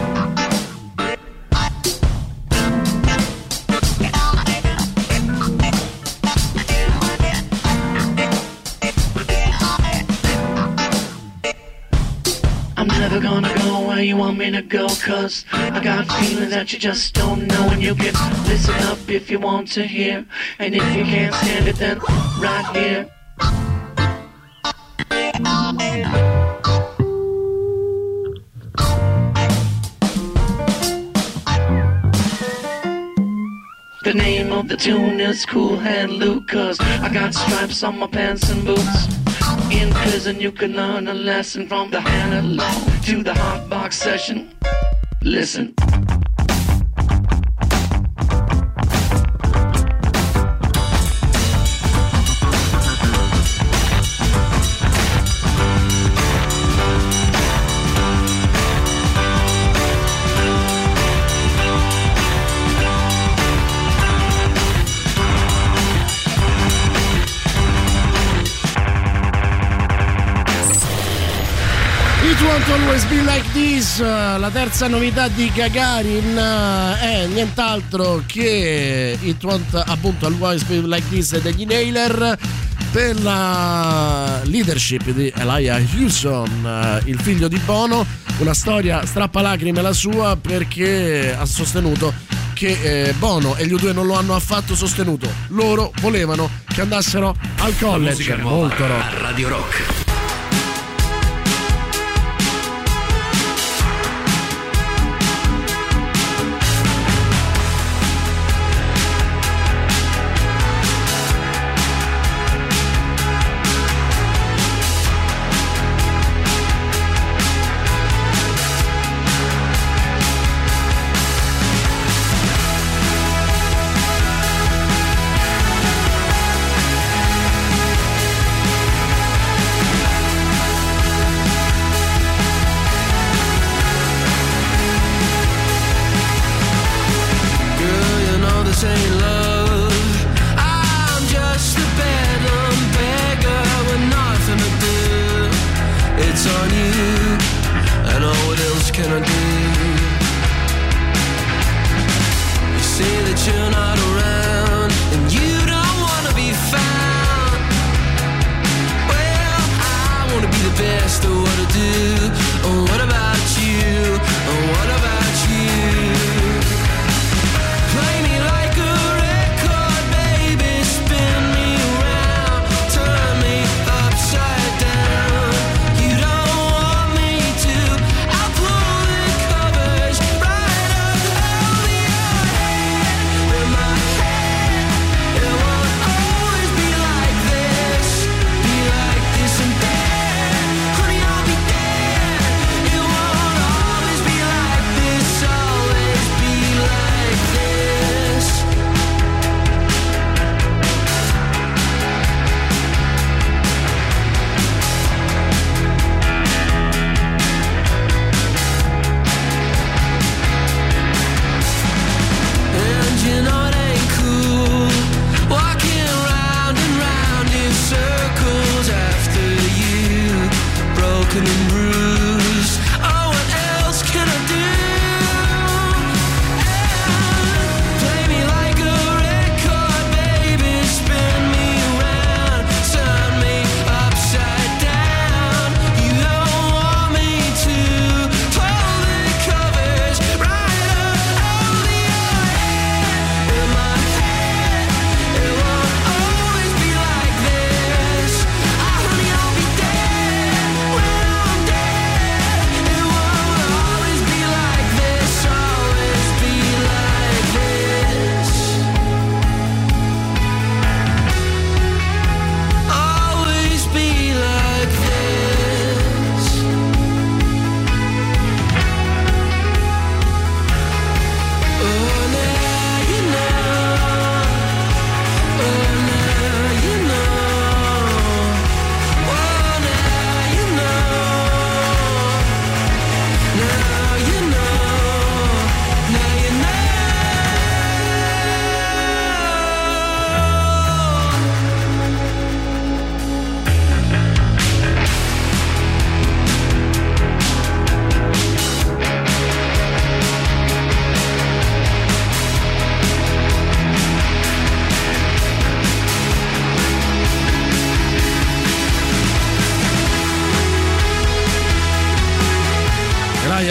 Speaker 17: I'm never gonna go where you want me to go, cause I got feelings that you just don't know. And you can listen up if you want to hear, and if you can't stand it, then right here. The name of the tune is Cool Hand Luke, cause I got stripes on my pants and boots. In prison you can learn a lesson, from the analog to the hot box session. Listen.
Speaker 3: It Won't Always Be Like This, la terza novità di Gagarin è nient'altro che It Won't appunto Always Be Like This degli Nailer, per la leadership di Elijah Hewson, il figlio di Bono. Una storia strappalacrime la sua, perché ha sostenuto che eh, Bono e gli U due non lo hanno affatto sostenuto. Loro volevano che andassero al college. Molto rock.
Speaker 1: A Radio Rock.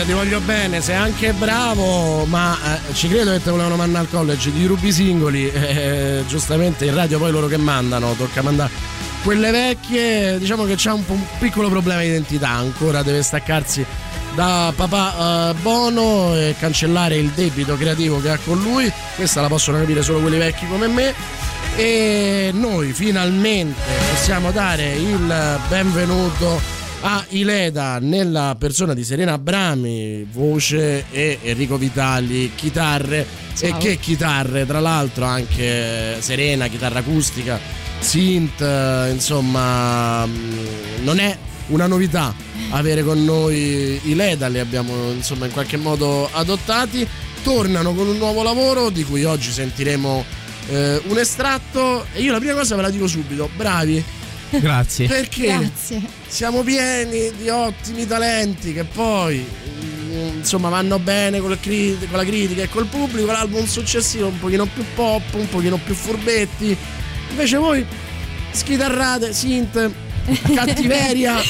Speaker 3: ti voglio bene, sei anche bravo, ma eh, ci credo che te volevano mandare al college, di rubi singoli, eh, giustamente in radio poi loro che mandano, tocca mandare quelle vecchie. Diciamo che c'ha un, po', un piccolo problema di identità, ancora deve staccarsi da papà uh, Bono e cancellare il debito creativo che ha con lui. Questa la possono capire solo quelli vecchi come me. E noi finalmente possiamo dare il benvenuto a Ileda nella persona di Serena Abrami, voce, e Enrico Vitali, chitarre. Ciao. E che chitarre, tra l'altro anche Serena, chitarra acustica, synth, insomma non è una novità avere con noi Ileda, li abbiamo insomma in qualche modo adottati. Tornano con un nuovo lavoro di cui oggi sentiremo eh, un estratto, e io la prima cosa ve la dico subito: bravi.
Speaker 18: Grazie.
Speaker 3: Perché
Speaker 19: Grazie.
Speaker 3: Siamo pieni di ottimi talenti che poi insomma vanno bene con, crit- con la critica e col pubblico. L'album successivo un pochino più pop, un pochino più furbetti, invece voi schitarrate, synth, cattiveria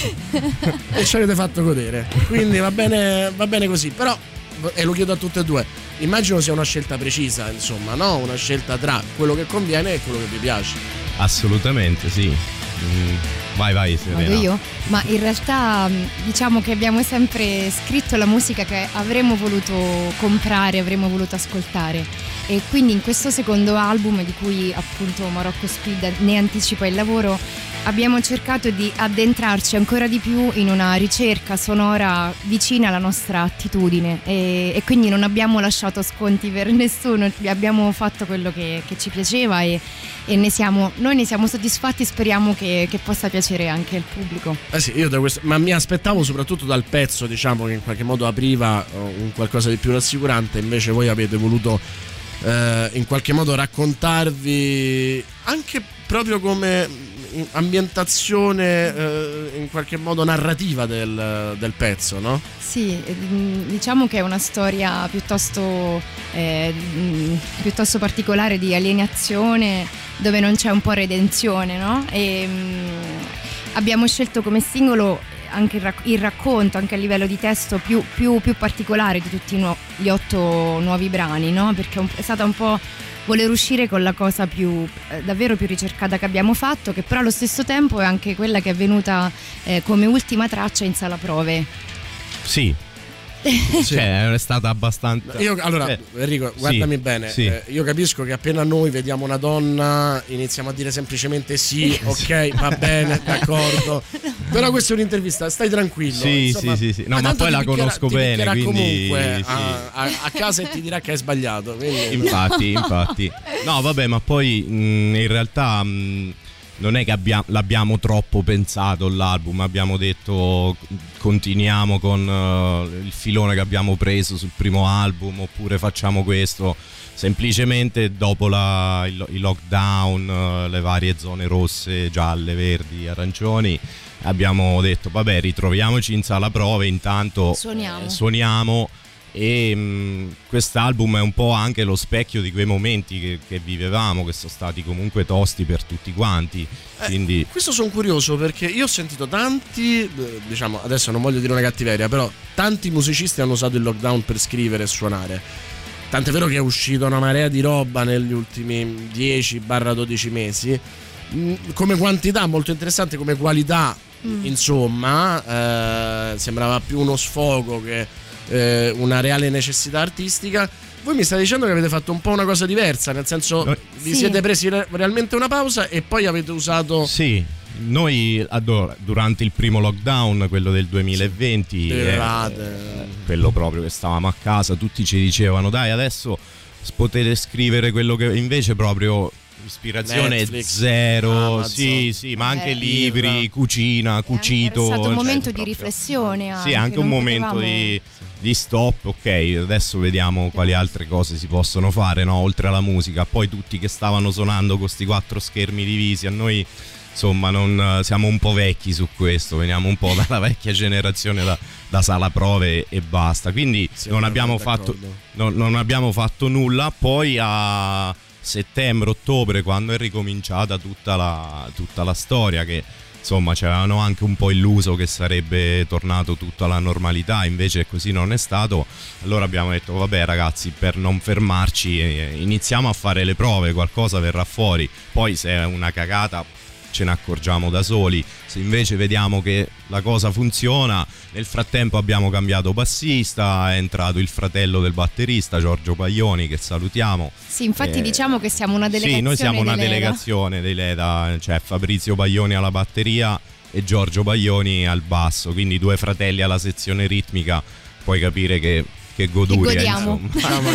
Speaker 3: e ci avete fatto godere, quindi va bene, va bene così. Però, e lo chiedo a tutte e due, immagino sia una scelta precisa, insomma, no? Una scelta tra quello che conviene e quello che vi piace.
Speaker 18: Assolutamente sì. Mm, vai vai Serena.
Speaker 19: Vado io? Ma in realtà diciamo che abbiamo sempre scritto la musica che avremmo voluto comprare, avremmo voluto ascoltare, e quindi in questo secondo album, di cui appunto Morocco Speed ne anticipa il lavoro, abbiamo cercato di addentrarci ancora di più in una ricerca sonora vicina alla nostra attitudine, e, e quindi non abbiamo lasciato sconti per nessuno, abbiamo fatto quello che, che ci piaceva, e, e ne siamo, noi ne siamo soddisfatti. Speriamo che, che possa piacere anche al pubblico.
Speaker 3: Eh sì, io da questo, ma mi aspettavo soprattutto dal pezzo, diciamo, che in qualche modo apriva un qualcosa di più rassicurante, invece voi avete voluto eh, in qualche modo raccontarvi anche proprio come ambientazione eh, in qualche modo narrativa del, del pezzo, no?
Speaker 19: Sì, diciamo che è una storia piuttosto eh, piuttosto particolare di alienazione, dove non c'è un po' redenzione, no? E mh, abbiamo scelto come singolo anche il, rac- il racconto, anche a livello di testo, più, più, più particolare di tutti nu- gli otto nuovi brani, no? Perché è stata un po' voler uscire con la cosa più eh, davvero più ricercata che abbiamo fatto, che però allo stesso tempo è anche quella che è venuta eh, come ultima traccia in sala prove.
Speaker 18: Sì. Cioè, è stata abbastanza.
Speaker 3: Io, allora, eh, Enrico, guardami
Speaker 18: sì,
Speaker 3: bene.
Speaker 18: Sì.
Speaker 3: Eh, io capisco che appena noi vediamo una donna iniziamo a dire semplicemente sì, ok, va bene, d'accordo. Però questa è un'intervista, stai tranquillo.
Speaker 18: Sì,
Speaker 3: insomma,
Speaker 18: sì, sì, sì. No, ma poi la conosco bene, quindi
Speaker 3: comunque
Speaker 18: sì.
Speaker 3: a, a, a casa e ti dirà che hai sbagliato. Quindi...
Speaker 18: Infatti, infatti. No, vabbè, ma poi mh, in realtà mh, non è che abbia, l'abbiamo troppo pensato l'album, abbiamo detto continuiamo con uh, il filone che abbiamo preso sul primo album, oppure facciamo questo. Semplicemente dopo la, il, il lockdown, uh, le varie zone rosse, gialle, verdi, arancioni, abbiamo detto vabbè, ritroviamoci in sala prove, intanto
Speaker 19: suoniamo,
Speaker 18: eh, suoniamo e mh, quest'album è un po' anche lo specchio di quei momenti che, che vivevamo, che sono stati comunque tosti per tutti quanti. Quindi...
Speaker 3: Eh, questo sono curioso, perché io ho sentito tanti, diciamo, adesso non voglio dire una cattiveria, però tanti musicisti hanno usato il lockdown per scrivere e suonare. Tant'è vero che è uscita una marea di roba negli ultimi dieci dodici mesi, come quantità molto interessante, come qualità mm. insomma eh, sembrava più uno sfogo che eh, una reale necessità artistica. Voi mi state dicendo che avete fatto un po' una cosa diversa, nel senso no, vi sì. siete presi re- realmente una pausa e poi avete usato...
Speaker 18: Sì, noi ador- durante il primo lockdown, quello del duemilaventi, eh, quello proprio che stavamo a casa, tutti ci dicevano dai adesso potete scrivere quello che invece proprio... ispirazione Netflix, zero, Amazon, sì, sì, ma anche eh, libri, birra. cucina, cucito.
Speaker 19: È stato un momento
Speaker 18: cioè,
Speaker 19: di riflessione. Anche,
Speaker 18: sì, anche un momento
Speaker 19: potevamo...
Speaker 18: di, di stop. Ok, adesso vediamo quali altre cose si possono fare, no? Oltre alla musica. Poi tutti che stavano suonando con questi quattro schermi divisi, a noi insomma non siamo un po' vecchi su questo, veniamo un po' dalla vecchia generazione da, da sala prove e basta. Quindi non abbiamo fatto non, non abbiamo fatto nulla. Poi a settembre, ottobre, quando è ricominciata tutta la, tutta la storia, che insomma ci avevano anche un po' illuso che sarebbe tornato tutto alla normalità, invece così non è stato. Allora abbiamo detto vabbè ragazzi, per non fermarci eh, iniziamo a fare le prove, qualcosa verrà fuori, poi se è una cagata ce ne accorgiamo da soli, se invece vediamo che la cosa funziona. Nel frattempo abbiamo cambiato bassista, è entrato il fratello del batterista Giorgio Paglioni, che salutiamo.
Speaker 19: Sì, infatti
Speaker 18: eh,
Speaker 19: diciamo che siamo una delegazione.
Speaker 18: Sì, noi siamo una
Speaker 19: dei Leda.
Speaker 18: delegazione dei Leda, cioè Fabrizio Paglioni alla batteria e Giorgio Paglioni al basso, quindi due fratelli alla sezione ritmica, puoi capire che che goduria,
Speaker 19: che godiamo.
Speaker 3: Diciamo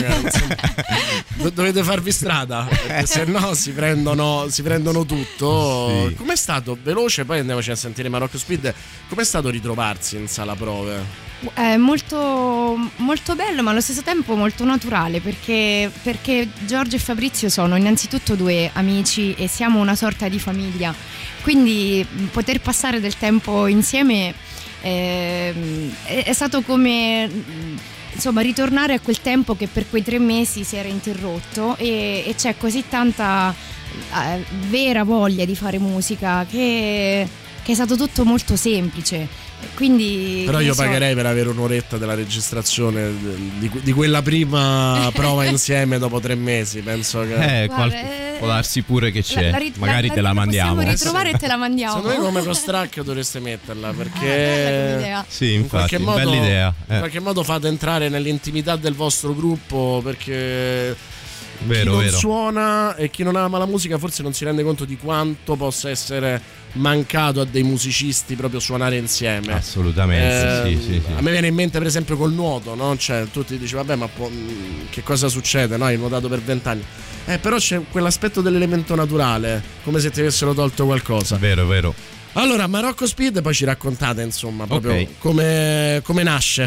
Speaker 3: che, dovete farvi strada, perché se no si prendono, si prendono tutto. Sì. Com'è stato, veloce, poi andiamoci a sentire Marocco Speed, com'è stato ritrovarsi in sala prove?
Speaker 19: È molto, molto bello, ma allo stesso tempo molto naturale, perché, perché Giorgio e Fabrizio sono innanzitutto due amici e siamo una sorta di famiglia, quindi poter passare del tempo insieme eh, è, è stato come... insomma ritornare a quel tempo che per quei tre mesi si era interrotto, e, e c'è così tanta eh, vera voglia di fare musica che, che è stato tutto molto semplice. Quindi
Speaker 3: però io
Speaker 19: so,
Speaker 3: pagherei per avere un'oretta della registrazione di, di quella prima prova insieme dopo tre mesi, penso che
Speaker 18: eh,
Speaker 19: Guarda,
Speaker 18: qual-
Speaker 19: eh,
Speaker 18: può darsi pure che c'è,
Speaker 19: la, la,
Speaker 18: magari
Speaker 19: la,
Speaker 18: te la,
Speaker 19: la
Speaker 18: mandiamo.
Speaker 19: possiamo ritrovare e te la mandiamo.
Speaker 3: Secondo me come con Stracchio dovreste metterla,
Speaker 19: Ah,
Speaker 3: perché
Speaker 19: bella come idea.
Speaker 18: Sì,
Speaker 3: in
Speaker 18: infatti,
Speaker 3: qualche modo,
Speaker 18: bella idea. Eh.
Speaker 3: in qualche modo fate entrare nell'intimità del vostro gruppo, perché
Speaker 18: Vero,
Speaker 3: chi non
Speaker 18: vero.
Speaker 3: suona e chi non ama la musica forse non si rende conto di quanto possa essere mancato a dei musicisti proprio suonare insieme.
Speaker 18: Assolutamente,
Speaker 3: Eh,
Speaker 18: sì, sì, sì.
Speaker 3: A me viene in mente per esempio col nuoto, no? Cioè tu ti dici vabbè, ma può- che cosa succede? No, hai nuotato per vent'anni. Eh, però c'è quell'aspetto dell'elemento naturale, come se ti avessero tolto qualcosa.
Speaker 18: Vero, vero.
Speaker 3: Allora, Marocco Speed, poi ci raccontate insomma proprio
Speaker 18: Ok.
Speaker 3: come, come nasce.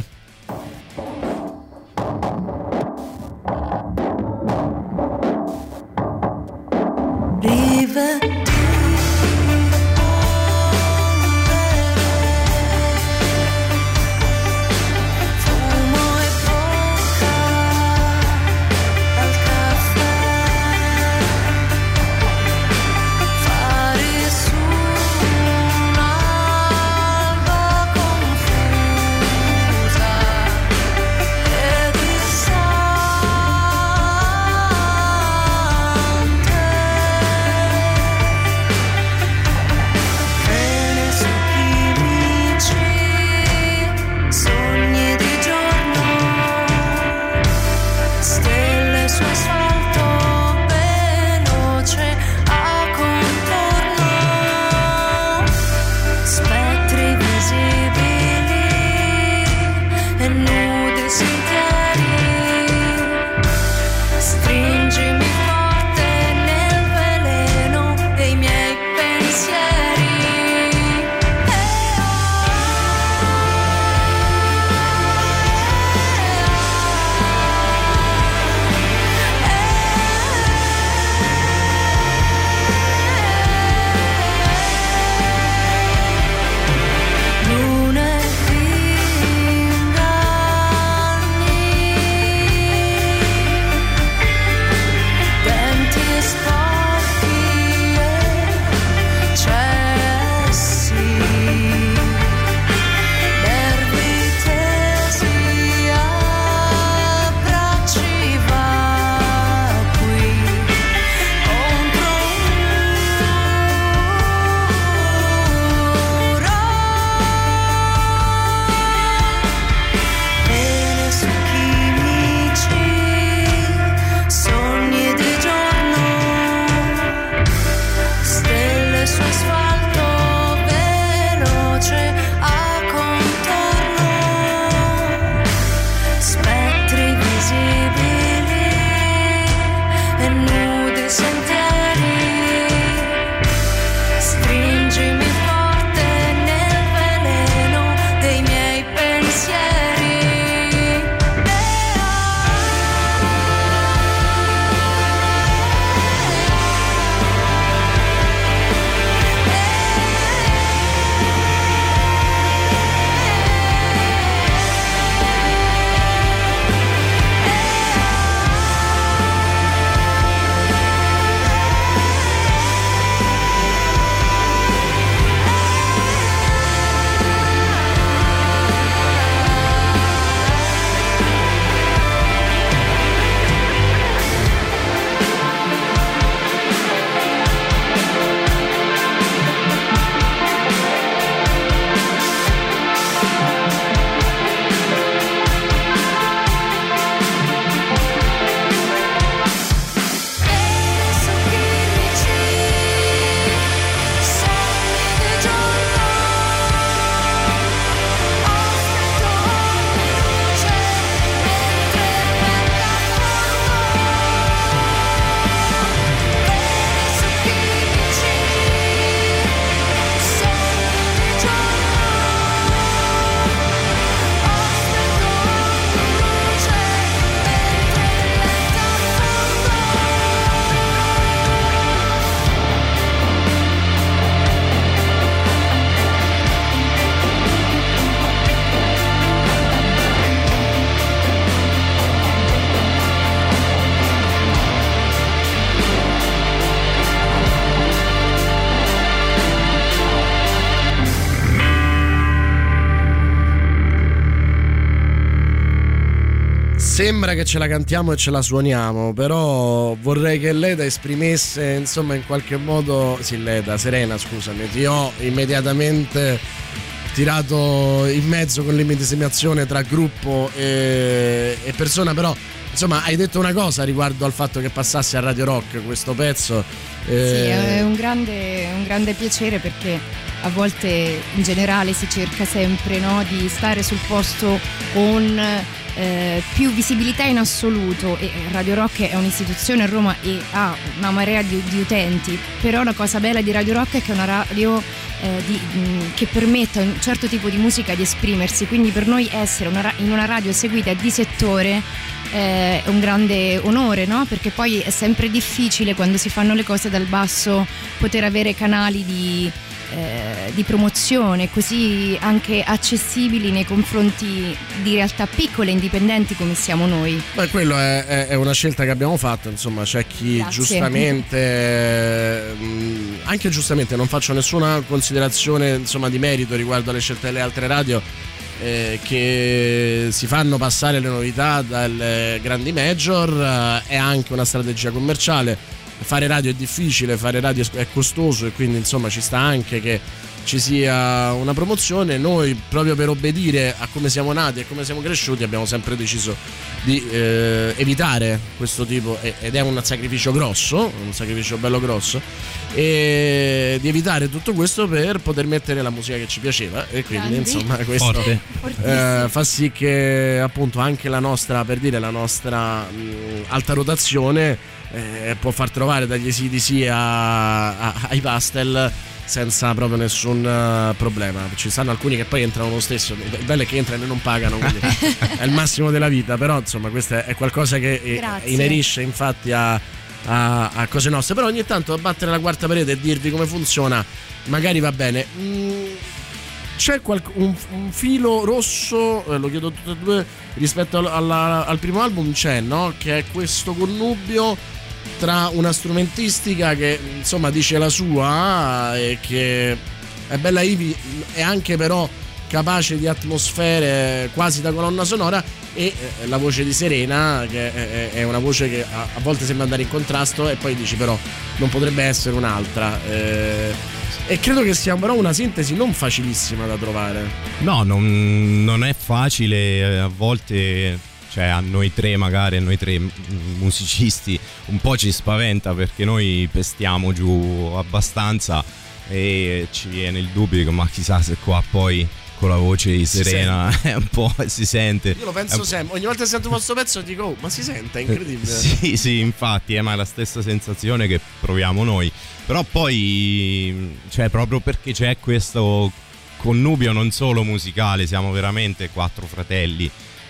Speaker 4: Fumo e bocca al caffè, fare su un'alba confusa.
Speaker 3: Sembra che ce la cantiamo e ce la suoniamo, però vorrei che Leda esprimesse, insomma, in qualche modo. Sì, Leda, Serena, scusami, ti ho immediatamente tirato in mezzo con l'immedesimazione tra gruppo e, e persona, però insomma hai detto una cosa riguardo al fatto che passasse a Radio Rock questo pezzo. Eh...
Speaker 19: Sì, è un grande, un grande piacere, perché a volte in generale si cerca sempre, no, di stare sul posto con eh, più visibilità in assoluto, e Radio Rock è un'istituzione a Roma e ha una marea di, di utenti, però la cosa bella di Radio Rock è che è una radio eh, di, mh, che permette a un certo tipo di musica di esprimersi, quindi per noi essere una, in una radio seguita di settore è un grande onore, no? Perché poi è sempre difficile, quando si fanno le cose dal basso, poter avere canali di, eh, di promozione così anche accessibili nei confronti di realtà piccole e indipendenti come siamo noi.
Speaker 3: Beh, quello è, è, è una scelta che abbiamo fatto, insomma, c'è chi
Speaker 19: Grazie.
Speaker 3: giustamente mh, anche giustamente, non faccio nessuna considerazione, insomma, di merito riguardo alle scelte delle altre radio, Eh, che si fanno passare le novità dalle grandi major. Eh, è anche una strategia commerciale. Fare radio è difficile, fare radio è costoso, e quindi insomma ci sta anche che ci sia una promozione. Noi, proprio per obbedire a come siamo nati e come siamo cresciuti, abbiamo sempre deciso di eh, evitare questo tipo, ed è un sacrificio grosso, un sacrificio bello grosso, e di evitare tutto questo per poter mettere la musica che ci piaceva, e quindi
Speaker 19: Grandi.
Speaker 3: insomma questo eh, fa sì che appunto anche la nostra, per dire, la nostra mh, alta rotazione eh, può far trovare dagli A C D C a, a, ai Pastel senza proprio nessun uh, problema. Ci stanno alcuni che poi entrano lo stesso, il bello è che entrano e non pagano, quindi è il massimo della vita, però insomma questo è qualcosa che
Speaker 19: Grazie.
Speaker 3: inerisce infatti a, a, a cose nostre. Però ogni tanto abbattere la quarta parete e dirvi come funziona magari va bene. mm, C'è qual- un, un filo rosso, eh, lo chiedo a tutte e due, rispetto al, alla, al primo album c'è, no? Che è questo connubio tra una strumentistica che insomma dice la sua e che è bella ivi, e anche però capace di atmosfere quasi da colonna sonora, e eh, la voce di Serena che è, è una voce che a, a volte sembra andare in contrasto, e poi dici però non potrebbe essere un'altra, eh, e credo che sia però una sintesi non facilissima da trovare.
Speaker 18: No, non, non è facile, a volte, cioè a noi tre magari, a noi tre musicisti un po' ci spaventa, perché noi pestiamo giù abbastanza e ci viene il dubbio che ma chissà se qua poi con la voce di Serena è un po' si sente.
Speaker 3: Io lo penso sempre, ogni volta che sento questo pezzo dico oh, ma si sente, è incredibile.
Speaker 18: Sì, sì, infatti, eh, ma è la stessa sensazione che proviamo noi. Però poi, cioè, proprio perché c'è questo connubio non solo musicale, siamo veramente quattro fratelli,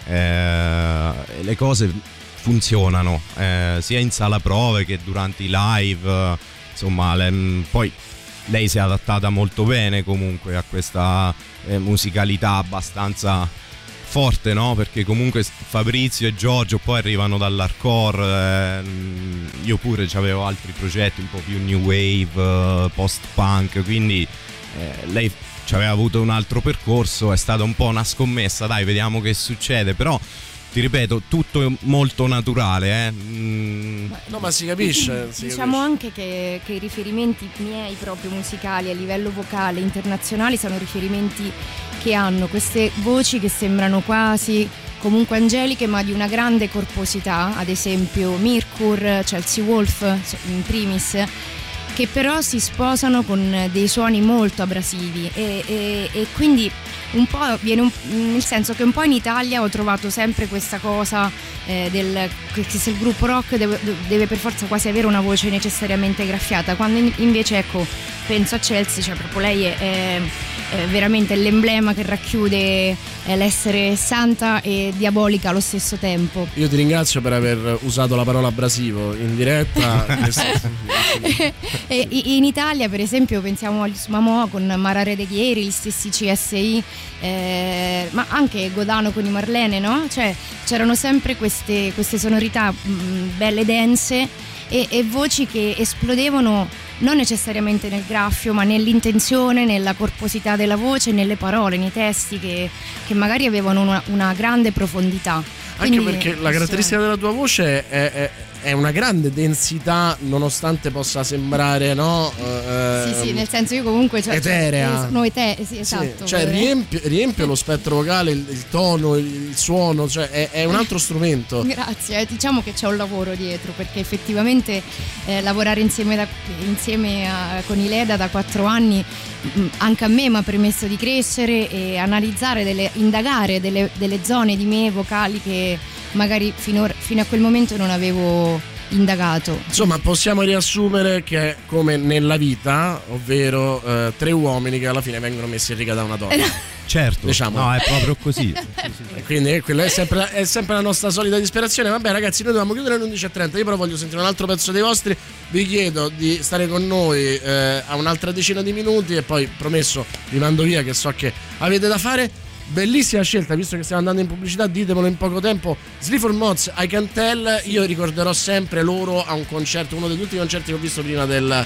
Speaker 18: eh, le cose funzionano, eh, sia in sala prove che durante i live, eh, insomma, le, poi lei si è adattata molto bene comunque a questa eh, musicalità abbastanza forte, no? Perché comunque Fabrizio e Giorgio poi arrivano dall'hardcore, eh, io pure avevo altri progetti un po' più new wave, eh, post-punk, quindi eh, lei ci aveva avuto un altro percorso, è stata un po' una scommessa, dai, vediamo che succede, però ti ripeto, tutto molto naturale, eh. Mm.
Speaker 3: No, ma si capisce, si
Speaker 19: diciamo
Speaker 3: capisce.
Speaker 19: anche che, che i riferimenti miei proprio musicali a livello vocale internazionali sono riferimenti che hanno queste voci che sembrano quasi comunque angeliche, ma di una grande corposità, ad esempio Mirkur, Chelsea Wolf in primis, che però si sposano con dei suoni molto abrasivi, e, e, e quindi un po' viene un, nel senso che un po' in Italia ho trovato sempre questa cosa eh, del che se il gruppo rock deve, deve per forza quasi avere una voce necessariamente graffiata, quando in, invece ecco penso a Chelsea, cioè proprio lei è, è, è veramente l'emblema che racchiude eh, l'essere santa e diabolica allo stesso tempo.
Speaker 3: Io ti ringrazio per aver usato la parola abrasivo in diretta.
Speaker 19: E in Italia per esempio pensiamo agli Sumamoa con Mara Redeghieri, gli stessi C S I, eh, ma anche Godano con i Marlene, no? Cioè c'erano sempre queste, queste sonorità mh, belle dense e, e voci che esplodevano non necessariamente nel graffio, ma nell'intenzione, nella corposità della voce, nelle parole, nei testi che, che magari avevano una, una grande profondità.
Speaker 3: Anche
Speaker 19: Quindi,
Speaker 3: perché la caratteristica della tua voce è, è, è una grande densità, nonostante possa sembrare, no?
Speaker 19: Sì,
Speaker 3: Eh,
Speaker 19: sì, nel senso io comunque cioè,
Speaker 3: eterea.
Speaker 19: Sono ete- sì, esatto.
Speaker 3: Sì, cioè riempie, riempie lo spettro vocale, il, il tono, il, il suono, cioè è, è un altro strumento.
Speaker 19: Grazie, eh, diciamo che c'è un lavoro dietro, perché effettivamente eh, lavorare insieme, da, insieme a, con i Leda da quattro anni mh, anche a me mi ha permesso di crescere e analizzare, delle, indagare delle, delle zone di me vocali che magari finora, fino a quel momento non avevo indagato.
Speaker 3: Insomma, possiamo riassumere che è come nella vita, ovvero eh, tre uomini che alla fine vengono messi in riga da una donna.
Speaker 18: Certo,
Speaker 3: diciamo.
Speaker 18: no, è proprio così.
Speaker 3: E quindi quella è sempre, è sempre la nostra solita disperazione. Vabbè ragazzi, noi dobbiamo chiudere alle undici e trenta. Io però voglio sentire un altro pezzo dei vostri. Vi chiedo di stare con noi eh, a un'altra decina di minuti e poi, promesso, vi mando via, che so che avete da fare. Bellissima scelta, visto che stiamo andando in pubblicità, ditemelo in poco tempo. Sleaford Mods, I Can Tell. Io ricorderò sempre loro a un concerto, uno degli ultimi concerti che ho visto prima del,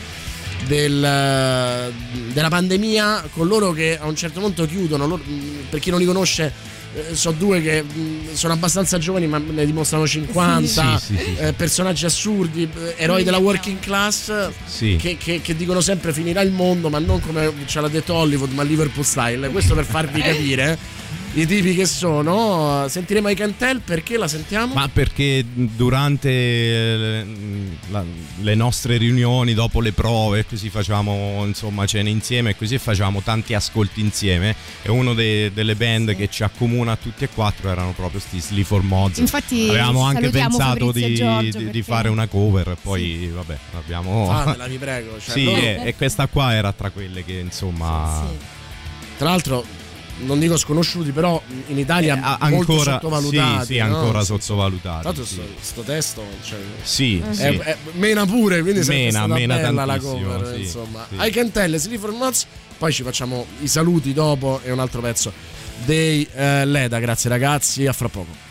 Speaker 3: del, della pandemia, con loro che a un certo punto chiudono. Loro, per chi non li conosce, eh, so due che mh, sono abbastanza giovani ma ne dimostrano cinquanta,
Speaker 18: sì, sì, sì, sì.
Speaker 3: Eh, personaggi assurdi, eh, eroi della working class,
Speaker 18: sì.
Speaker 3: che, che, che dicono sempre finirà il mondo, ma non come ce l'ha detto Hollywood, ma Liverpool style. Questo per farvi capire i tipi che sono. Sentiremo I Can Tell. Perché la sentiamo?
Speaker 18: Ma perché durante le, la, le nostre riunioni, dopo le prove, così facciamo insomma cene insieme e così facciamo tanti ascolti insieme. E uno de, delle band sì. che ci accomuna a tutti e quattro erano proprio sti Sleaford Mods.
Speaker 19: Infatti
Speaker 18: avevamo anche pensato di,
Speaker 19: Giorgio,
Speaker 18: di,
Speaker 19: perché...
Speaker 18: di fare una cover e poi sì. vabbè abbiamo
Speaker 3: fatela, vi prego, cioè,
Speaker 18: sì
Speaker 3: loro...
Speaker 18: e, e questa qua era tra quelle che insomma
Speaker 19: sì, sì.
Speaker 3: Tra l'altro non dico sconosciuti, però in Italia eh,
Speaker 18: ancora,
Speaker 3: molto sottovalutati.
Speaker 18: Sì, sì,
Speaker 3: no?
Speaker 18: ancora
Speaker 3: sì,
Speaker 18: sottovalutati.
Speaker 3: Tra l'altro
Speaker 18: sì.
Speaker 3: sto testo, cioè,
Speaker 18: sì,
Speaker 3: è,
Speaker 18: sì.
Speaker 3: È, è, mena pure, quindi
Speaker 18: mena,
Speaker 3: è
Speaker 18: mena
Speaker 3: bella la
Speaker 18: tantissimo,
Speaker 3: cover,
Speaker 18: sì,
Speaker 3: insomma.
Speaker 18: sì.
Speaker 3: I Can Tell, Sleaford Mods, poi ci facciamo i saluti dopo e un altro pezzo dei eh, Leda. Grazie ragazzi, a fra poco.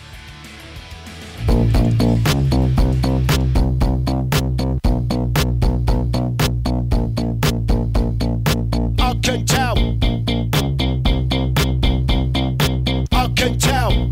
Speaker 20: I can tell. I can tell.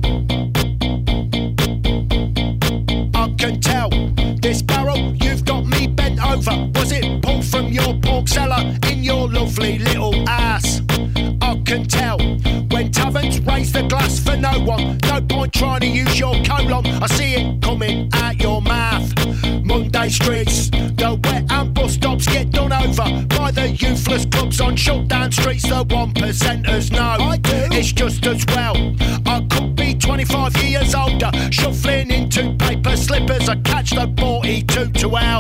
Speaker 20: I can tell. This barrel you've got me bent over. Was it pulled from your pork cellar in your lovely little ass? I can tell. When taverns raise the glass for no one, no point trying to use your colon. I see it coming out your mouth. Monday streets, the wet and bus stops get done over by the youthless clubs on shutdown streets. The one percenters know I do. It's just as well. I could be twenty-five years older, shuffling into paper slippers. I catch the forty-two to hell.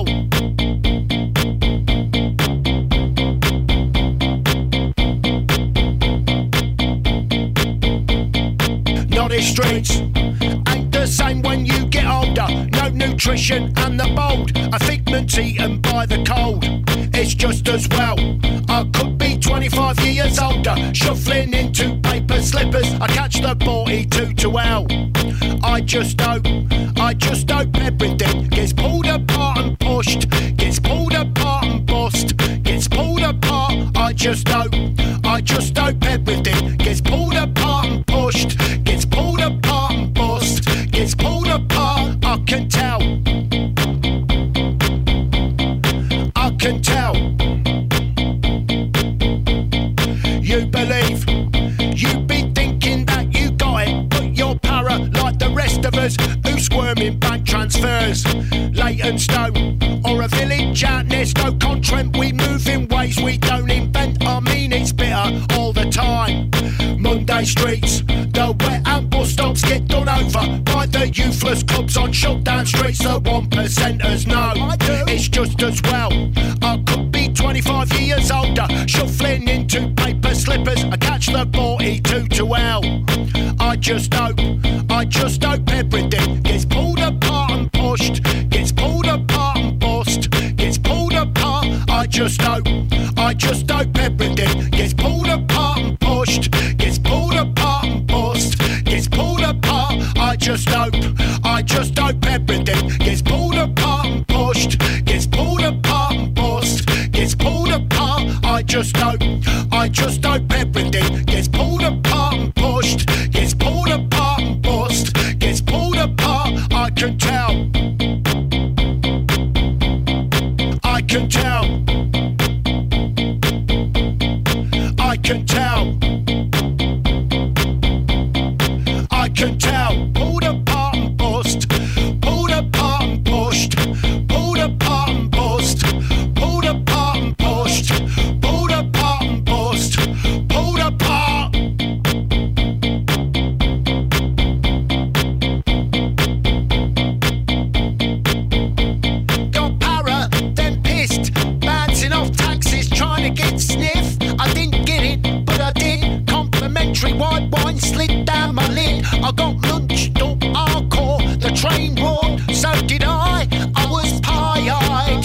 Speaker 20: Naughty streets ain't the same when you get older. No nutrition and the bold, a figment eaten by the cold. It's just as well. I could be twenty-five years older, shuffling into paper slippers. I catch the forty-two to hell. I just hope, I just hope everything gets pulled apart and pushed, gets pulled apart and bust, gets pulled apart. I just hope, I just hope everything gets pulled apart and pushed, gets pulled apart and bust, gets pulled apart. I can tell. I can tell. You believe, you be thinking that you got it, but you're para like the rest of us who squirm in bank transfers. Leytonstone or a village out near Stoke-on-Trent, we move in ways we don't invent. I mean it's bitter all the time. Monday streets, the wet and bus stops get done over by the youthless clubs on shutdown streets. The one percenters know it's just as well. I could be twenty-five years older, shuffling into paper slippers. I catch the forty-two to hell. I just hope, I just hope everything gets pulled apart and pushed, gets pulled apart and bust, gets pulled apart. I just hope, I just hope everything gets pulled apart and pushed, gets pulled apart and bust, gets pulled apart. I just hope, I just hope everything gets pulled apart and pushed, gets pulled apart and bust, gets pulled apart. I just hope, I just hope everything gets pulled apart and pushed, gets pulled apart and bust, gets pulled apart. can tell. I can tell. Pulled apart and pushed. Pulled apart and pushed. Pulled apart and pushed. Pulled apart and pushed. Pulled apart and pushed. Pulled apart. Got para, then pissed. Bouncing off taxis, trying to get sniff. I didn't get it, but I did. Complimentary white wine slid down my lid. I got lunched up hardcore. The train roared, so did I. I was pie-eyed.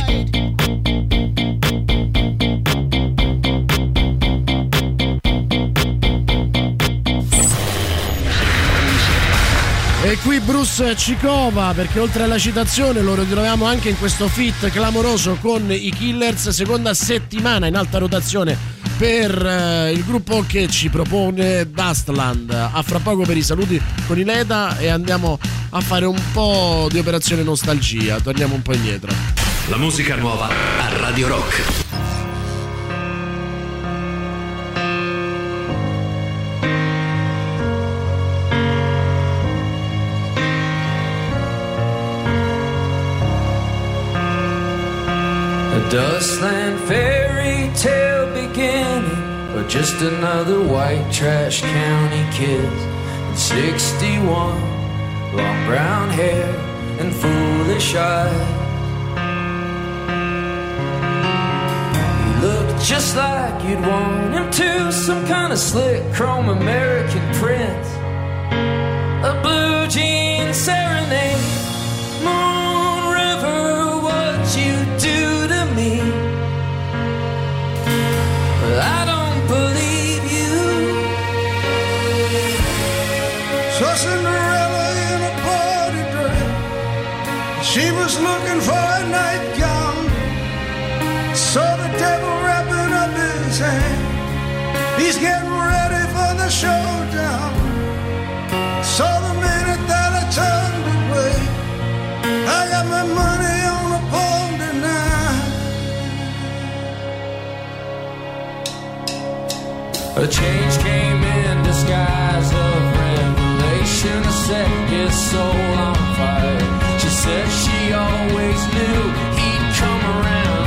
Speaker 3: E qui Bruce ci cova, perché oltre alla citazione lo ritroviamo anche in questo feat clamoroso con i Killers, seconda settimana in alta rotazione per eh, il gruppo che ci propone Dustland. A fra poco per i saluti con Ileta e andiamo a fare un po' di operazione nostalgia, torniamo un po' indietro.
Speaker 1: La musica nuova a Radio Rock.
Speaker 21: A Dustland fairy tale beginning, or just another white trash county kid. In sixty-one, long brown hair and foolish eyes. He looked just like you'd want him to, some kind of slick chrome American prince. A blue jean serenade, Moon River, what you do to me. I don't believe you.
Speaker 22: Saw Cinderella in a party dress. She was looking for a nightgown. Saw the devil wrapping up his hand. He's getting ready for the showdown. Saw the minute that I turned away. I got my money on the pawn tonight.
Speaker 21: A change came in disguise of revelation. A set his soul on fire. She said she always knew he'd come around.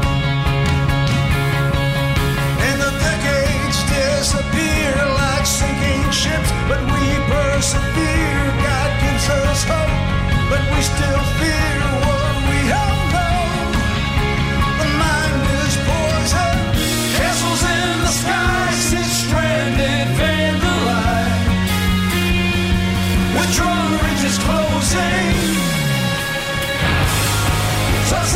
Speaker 22: And the decades disappear like sinking ships, but we persevere. God gives us hope, but we still fear what we don't know. The mind is poison.
Speaker 21: Castles in the sky sit stranded vandalized. Withdrawn ridges closing. So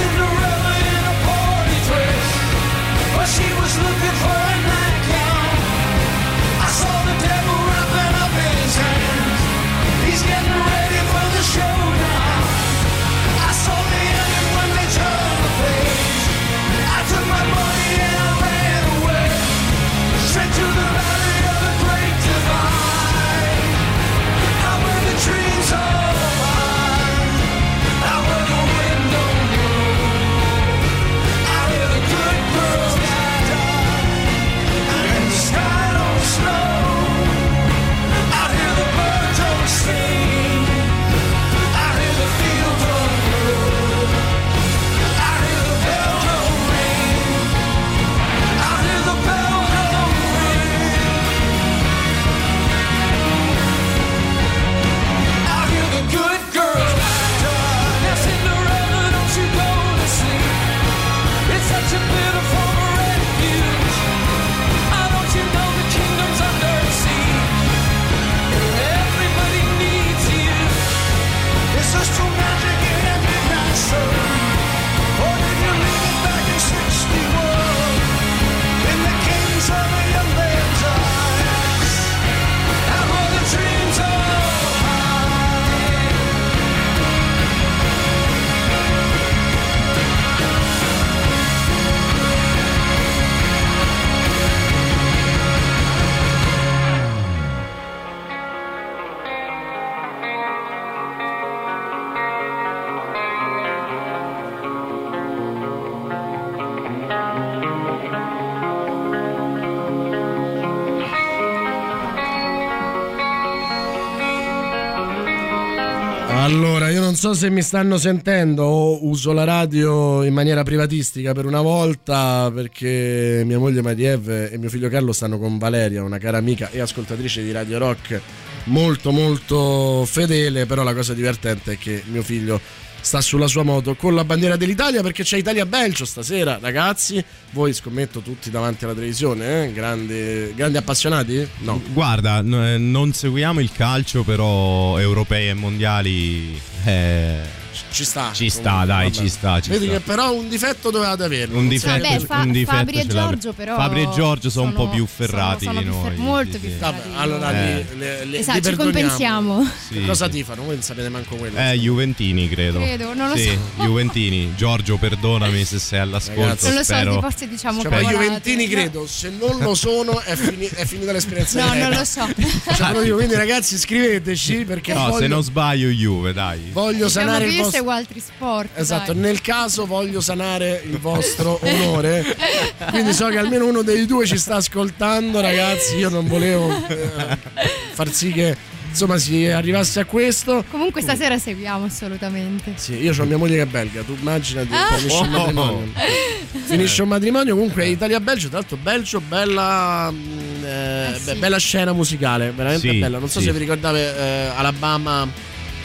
Speaker 3: Allora, io non so se mi stanno sentendo o uso la radio in maniera privatistica per una volta, perché mia moglie Madiev e mio figlio Carlo stanno con Valeria, una cara amica e ascoltatrice di Radio Rock molto molto fedele, però la cosa divertente è che mio figlio sta sulla sua moto con la bandiera dell'Italia, perché c'è Italia-Belgio stasera, ragazzi. Voi scommetto tutti davanti alla televisione, eh? grandi, grandi appassionati? No.
Speaker 18: Guarda, n- non seguiamo il calcio, però europei e mondiali eh,
Speaker 3: ci sta.
Speaker 18: Ci sta, dai, ci sta, ci
Speaker 3: Vedi
Speaker 18: sta.
Speaker 3: che però un difetto dovevate averlo.
Speaker 18: Un difetto,
Speaker 19: Vabbè, fa-
Speaker 18: un difetto
Speaker 19: Fabri e
Speaker 18: ce l'avrà.
Speaker 19: Giorgio però
Speaker 18: Fabri e Giorgio sono, un po' più ferrati
Speaker 19: sono, sono
Speaker 18: di
Speaker 19: più fer-
Speaker 18: noi.
Speaker 19: molto
Speaker 18: sì,
Speaker 19: più
Speaker 18: sì.
Speaker 19: ferrati.
Speaker 3: Vabbè, allora
Speaker 18: Eh.
Speaker 3: li, le, le,
Speaker 19: Esatto,
Speaker 3: li
Speaker 19: ci
Speaker 3: perdoniamo.
Speaker 19: compensiamo.
Speaker 18: Sì,
Speaker 3: Cosa
Speaker 18: sì.
Speaker 3: tifano? Voi non sapete manco quello.
Speaker 18: Eh, Juventini credo.
Speaker 19: Credo, non lo
Speaker 18: sì,
Speaker 19: so.
Speaker 18: Juventini. Giorgio, perdonami se sei all'ascolto.
Speaker 3: Ragazzi,
Speaker 19: Non lo so,
Speaker 18: spero.
Speaker 19: forse diciamo
Speaker 3: Cioè, poi
Speaker 19: cavolate.
Speaker 3: Juventini credo, se non lo sono è, fini- è finita l'esperienza.
Speaker 19: No,
Speaker 3: diretta.
Speaker 19: non lo so.
Speaker 3: Cioè, lo dico, quindi ragazzi scriveteci, perché
Speaker 18: No,
Speaker 3: voglio,
Speaker 18: se non sbaglio Juve, dai.
Speaker 3: voglio
Speaker 19: Diciamo
Speaker 3: sanare
Speaker 19: che
Speaker 3: il
Speaker 19: io
Speaker 3: vostro...
Speaker 19: seguo altri sport.
Speaker 3: Esatto,
Speaker 19: dai.
Speaker 3: nel caso voglio sanare il vostro onore, quindi so che almeno uno dei due ci sta ascoltando, ragazzi. Io non volevo eh, far sì che insomma si arrivasse a questo.
Speaker 19: Comunque stasera seguiamo assolutamente.
Speaker 3: Sì, io ho mia moglie che è belga, tu immaginati,
Speaker 19: Ah.
Speaker 3: finisce un matrimonio. Finisce un matrimonio, comunque Italia-Belgio, tra l'altro Belgio, bella, mh, eh,
Speaker 19: Eh sì.
Speaker 3: be- bella scena musicale, veramente
Speaker 18: Sì,
Speaker 3: bella. Non so
Speaker 18: sì.
Speaker 3: se vi ricordate eh, Alabama,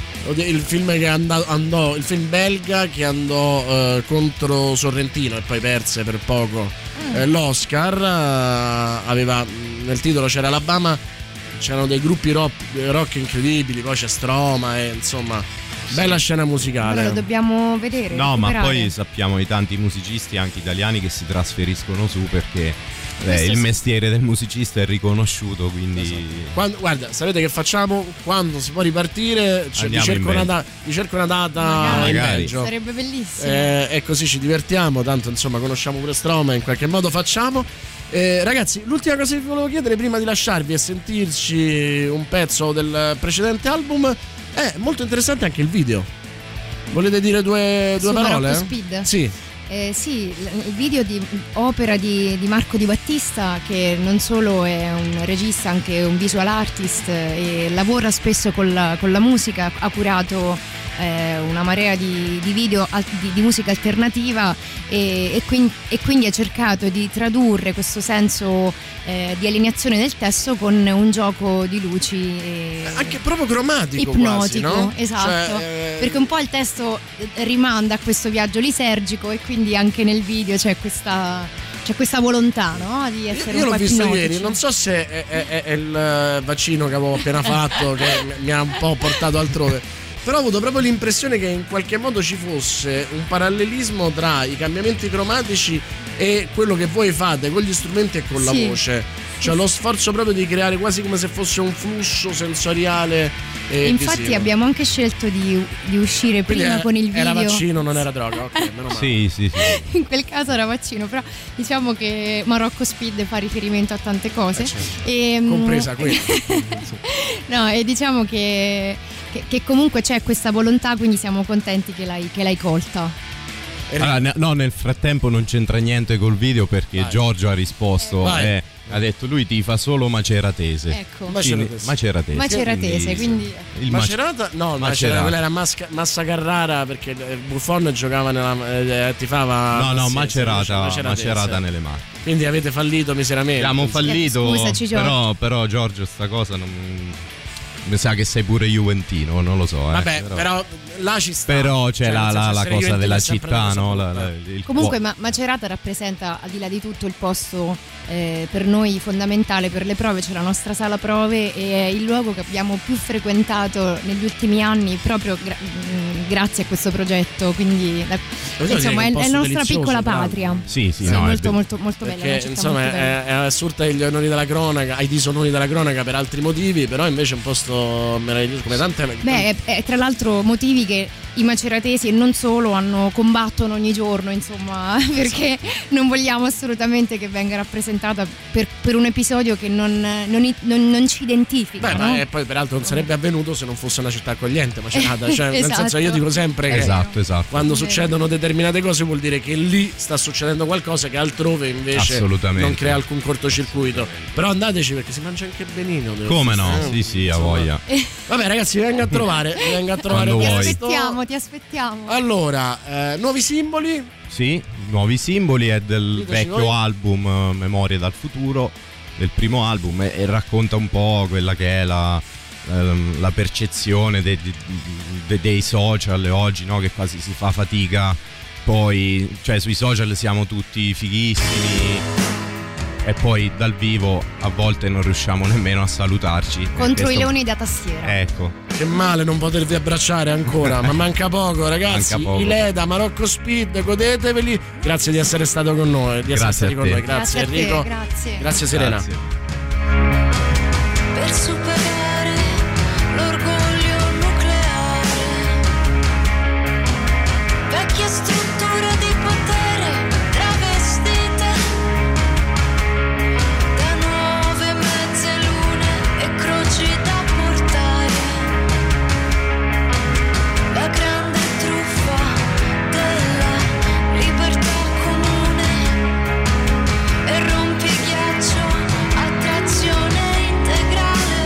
Speaker 3: il film che andò, andò il film belga che andò eh, contro Sorrentino e poi perse per poco eh, l'Oscar, eh, aveva nel titolo c'era Alabama, c'erano dei gruppi rock, rock incredibili, poi c'è Stroma e insomma bella scena musicale.
Speaker 19: Allora lo dobbiamo vedere.
Speaker 18: No, ma
Speaker 19: recuperare.
Speaker 18: poi sappiamo di tanti musicisti anche italiani che si trasferiscono su perché eh,
Speaker 19: Questo
Speaker 18: il
Speaker 19: sì.
Speaker 18: mestiere del musicista è riconosciuto, quindi
Speaker 3: Quando, guarda, sapete che facciamo? Quando si può ripartire, cioè, vi,
Speaker 18: Andiamo
Speaker 3: cerco
Speaker 18: in
Speaker 3: una
Speaker 18: Belgio.
Speaker 3: da- vi cerco una data
Speaker 19: Magari.
Speaker 3: in
Speaker 18: Magari.
Speaker 3: Belgio.
Speaker 19: Sarebbe bellissimo.
Speaker 3: Eh, e così ci divertiamo, tanto insomma conosciamo pure Stroma, in qualche modo facciamo. Eh, ragazzi, l'ultima cosa che vi volevo chiedere prima di lasciarvi e sentirci un pezzo del precedente album, è molto interessante anche il video. Volete dire due, due
Speaker 19: Su
Speaker 3: parole?
Speaker 19: Marocco Speed?
Speaker 3: Sì.
Speaker 19: Eh, sì, l- il video di opera di, di Marco Di Battista, che non solo è un regista, anche un visual artist e lavora spesso con la, con la musica, ha curato eh, una marea di, di video al- di, di musica alternativa e, e, quin- e quindi ha cercato di tradurre questo senso eh, di allineazione del testo con un gioco di luci e
Speaker 3: Anche proprio cromatico quasi,
Speaker 19: ipnotico,
Speaker 3: no?
Speaker 19: esatto,
Speaker 3: Cioè, eh,
Speaker 19: perché un po' il testo eh, rimanda a questo viaggio lisergico e quindi anche nel video c'è questa, c'è questa volontà, no? Di essere
Speaker 3: Io
Speaker 19: un
Speaker 3: l'ho
Speaker 19: po'
Speaker 3: visto
Speaker 19: ipnotici.
Speaker 3: ieri, non so se è, è- è- è il vaccino che avevo appena fatto che mi ha un po' portato altrove, però ho avuto proprio l'impressione che in qualche modo ci fosse un parallelismo tra i cambiamenti cromatici e quello che voi fate con gli strumenti e con la
Speaker 19: Sì.
Speaker 3: voce. Cioè lo sforzo proprio di creare quasi come se fosse un flusso sensoriale e
Speaker 19: Infatti
Speaker 3: visivo.
Speaker 19: abbiamo anche scelto di, di uscire
Speaker 3: Quindi
Speaker 19: prima
Speaker 3: era-
Speaker 19: con il video.
Speaker 3: Era vaccino, non era droga, ok, meno male.
Speaker 18: sì, sì, sì.
Speaker 19: In quel caso era vaccino, però diciamo che Marocco Speed fa riferimento a tante cose.
Speaker 3: Eh, certo.
Speaker 19: E, mm,
Speaker 3: Compresa quella.
Speaker 19: No, e diciamo che, che, che comunque c'è questa volontà, quindi siamo contenti che l'hai, che l'hai colta.
Speaker 18: Allora, ne- no, nel frattempo non c'entra niente col video perché
Speaker 3: Vai.
Speaker 18: Giorgio ha risposto,
Speaker 3: Vai.
Speaker 18: eh, ha detto lui ti fa solo Maceratese.
Speaker 19: Ecco.
Speaker 18: Quindi-
Speaker 3: Maceratese.
Speaker 18: Maceratese.
Speaker 19: Maceratese, quindi
Speaker 18: il Mace-
Speaker 3: Macerata? No, Macerata,
Speaker 18: Macerata.
Speaker 3: quella era Masca- Massa Carrara perché il Buffon giocava nella eh, tifava
Speaker 18: No, no,
Speaker 3: sì,
Speaker 18: Macerata,
Speaker 3: sì, Maceratese.
Speaker 18: Macerata nelle Marche.
Speaker 3: Quindi avete fallito miseramente.
Speaker 18: Abbiamo fallito,
Speaker 19: Scusaci, Giorgio.
Speaker 18: però, però Giorgio sta cosa non mi sa che sei pure juventino, non lo so, eh.
Speaker 3: Vabbè, però, là ci sta.
Speaker 18: Però c'è
Speaker 3: Cioè,
Speaker 18: la,
Speaker 3: nel
Speaker 18: la-
Speaker 3: senso,
Speaker 18: la
Speaker 3: essere
Speaker 18: cosa
Speaker 3: juventino
Speaker 18: della
Speaker 3: è sempre una
Speaker 18: città,
Speaker 3: cosa
Speaker 18: no?
Speaker 3: brutta.
Speaker 18: La- la- il
Speaker 19: Comunque
Speaker 18: cuo-
Speaker 19: Ma- Macerata rappresenta, al di là di tutto, il posto eh, per noi fondamentale per le prove. C'è la nostra sala prove e è il luogo che abbiamo più frequentato negli ultimi anni proprio gra- mh, grazie a questo progetto, quindi la-
Speaker 3: Lo so,
Speaker 19: insomma
Speaker 3: che
Speaker 19: è,
Speaker 3: un
Speaker 19: è
Speaker 3: posto
Speaker 19: la nostra
Speaker 3: delizioso,
Speaker 19: piccola
Speaker 3: tra l'altro.
Speaker 19: patria.
Speaker 18: Sì, sì,
Speaker 19: Sì,
Speaker 18: no, è
Speaker 19: molto,
Speaker 18: be-
Speaker 19: molto, molto bella,
Speaker 3: Perché
Speaker 19: una città
Speaker 3: insomma
Speaker 19: molto bella.
Speaker 3: è, è assurda agli onori della cronaca, ai disonori della cronaca per altri motivi, però invece è un posto meraviglioso come tante.
Speaker 19: Beh, è, è tra l'altro motivi che i maceratesi e non solo hanno combattono ogni giorno, insomma, perché non vogliamo assolutamente che venga rappresentata per, per un episodio che non, non, non, non ci identifica.
Speaker 3: Beh,
Speaker 19: no?
Speaker 3: ma e poi peraltro non sarebbe avvenuto se non fosse una città accogliente, Macerata, cioè,
Speaker 19: Esatto.
Speaker 3: nel senso, io dico sempre che
Speaker 18: Esatto, esatto.
Speaker 3: quando
Speaker 19: Vero.
Speaker 3: succedono determinate cose vuol dire che lì sta succedendo qualcosa che altrove invece
Speaker 18: Assolutamente.
Speaker 3: non crea alcun cortocircuito. Però andateci perché si mangia anche benino. devo
Speaker 18: Come
Speaker 3: dire.
Speaker 18: no?
Speaker 3: Eh,
Speaker 18: Sì, sì, a
Speaker 3: insomma.
Speaker 18: voglia.
Speaker 3: Vabbè ragazzi, vi vengo a trovare, vi vengo a trovare
Speaker 18: Quando
Speaker 19: Ti
Speaker 18: vuoi.
Speaker 3: presto.
Speaker 19: aspettiamo, ti aspettiamo.
Speaker 3: Allora, eh, nuovi simboli.
Speaker 18: Sì, nuovi simboli è del
Speaker 3: Diteci
Speaker 18: vecchio
Speaker 3: voi.
Speaker 18: album eh, Memorie dal futuro, del primo album, e, e racconta un po' quella che è la, ehm, la percezione de- de- de- dei social oggi, no? Che quasi si fa fatica. Poi, cioè, sui social siamo tutti fighissimi e poi dal vivo a volte non riusciamo nemmeno a salutarci.
Speaker 19: Contro
Speaker 18: Questo-
Speaker 19: i leoni da tastiera.
Speaker 18: Ecco.
Speaker 3: Che male non potervi abbracciare ancora, ma manca poco ragazzi.
Speaker 18: Manca poco.
Speaker 3: Ileda, Marocco Speed, godeteveli. Grazie di essere stato con noi, di essere
Speaker 18: Grazie
Speaker 3: stati
Speaker 18: a
Speaker 3: con
Speaker 18: te.
Speaker 3: noi. Grazie,
Speaker 19: Grazie a te,
Speaker 3: Enrico.
Speaker 19: grazie.
Speaker 3: Grazie Serena.
Speaker 18: Grazie.
Speaker 8: Per superare l'orgoglio nucleare, vecchia struttura di potere travestite da nuove mezze lune e croci da portare, la grande truffa della libertà comune e rompighiaccio a trazione integrale.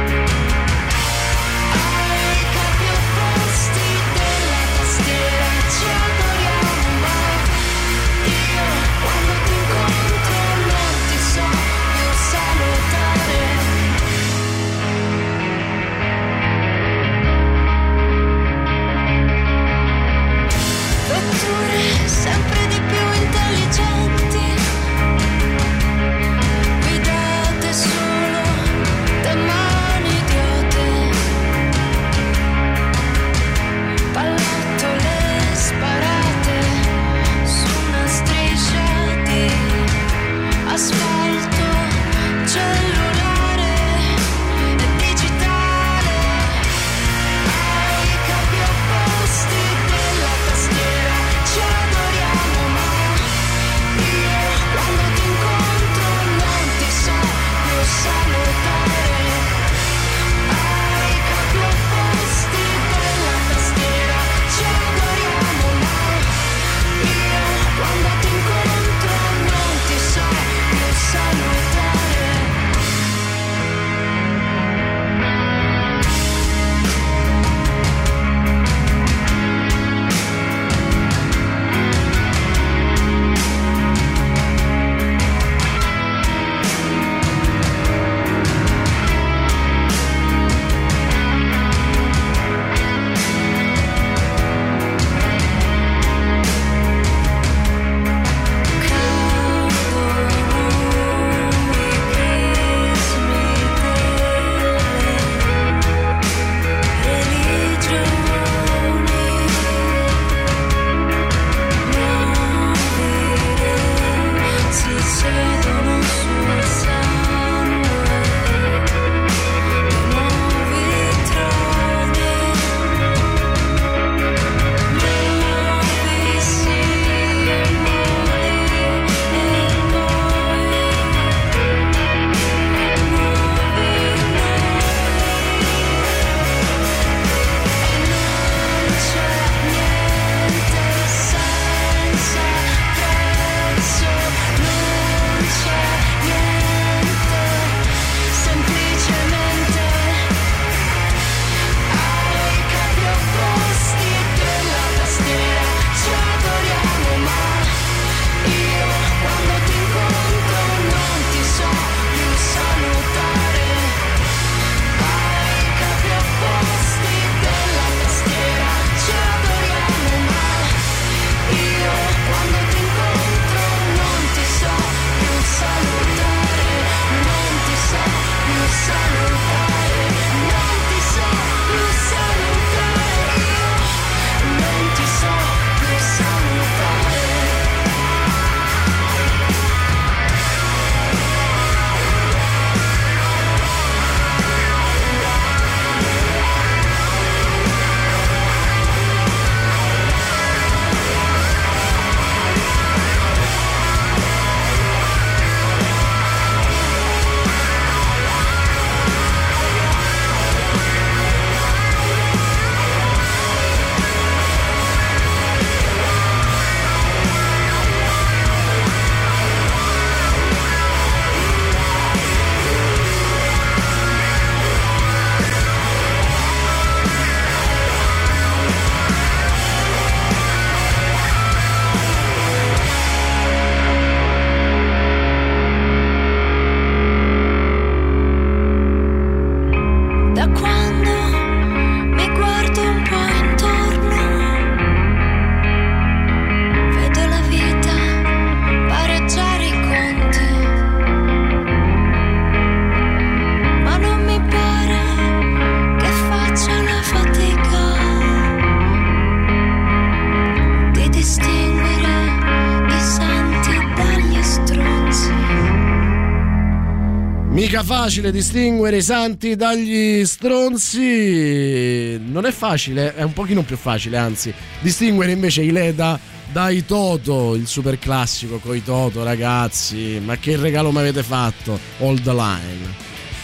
Speaker 8: Ai capi opposti della tastiera
Speaker 3: Mica facile distinguere i santi dagli stronzi. Non è facile, è un pochino più facile, anzi, distinguere invece i Leda dai Toto, il super classico coi Toto, ragazzi. Ma che regalo mi avete fatto? Hold the line.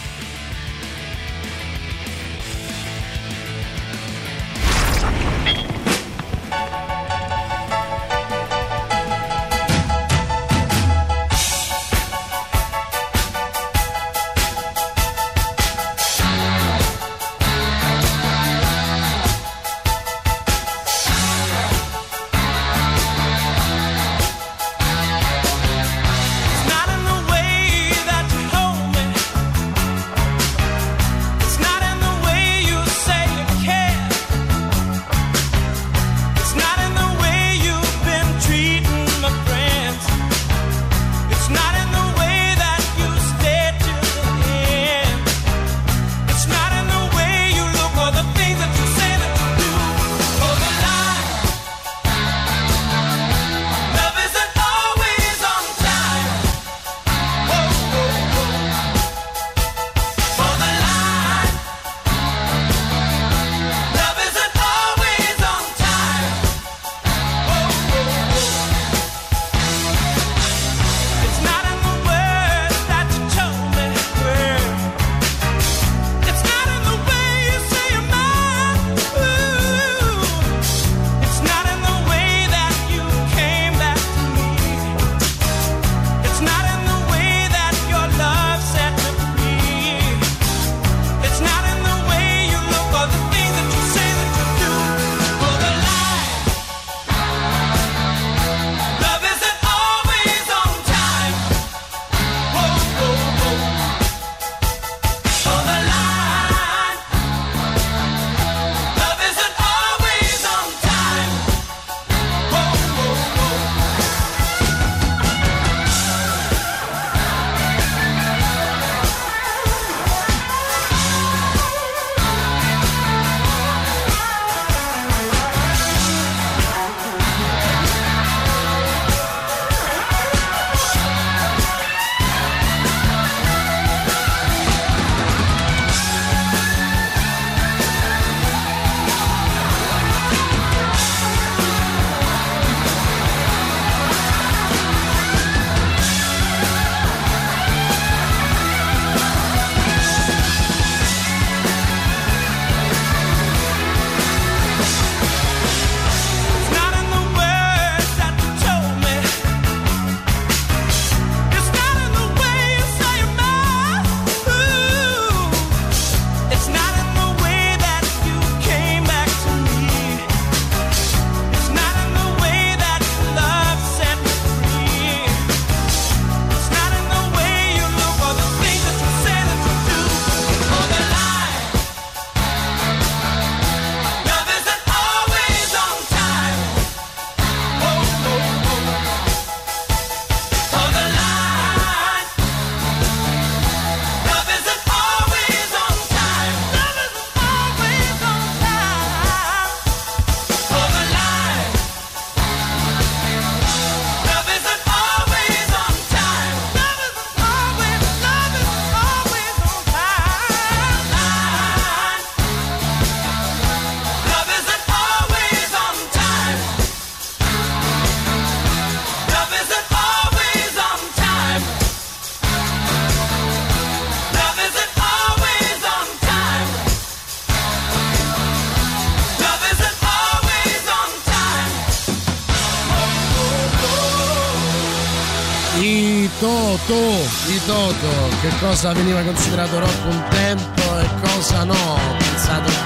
Speaker 3: I Toto, i Toto, che cosa veniva considerato rock un tempo e cosa no, pensate un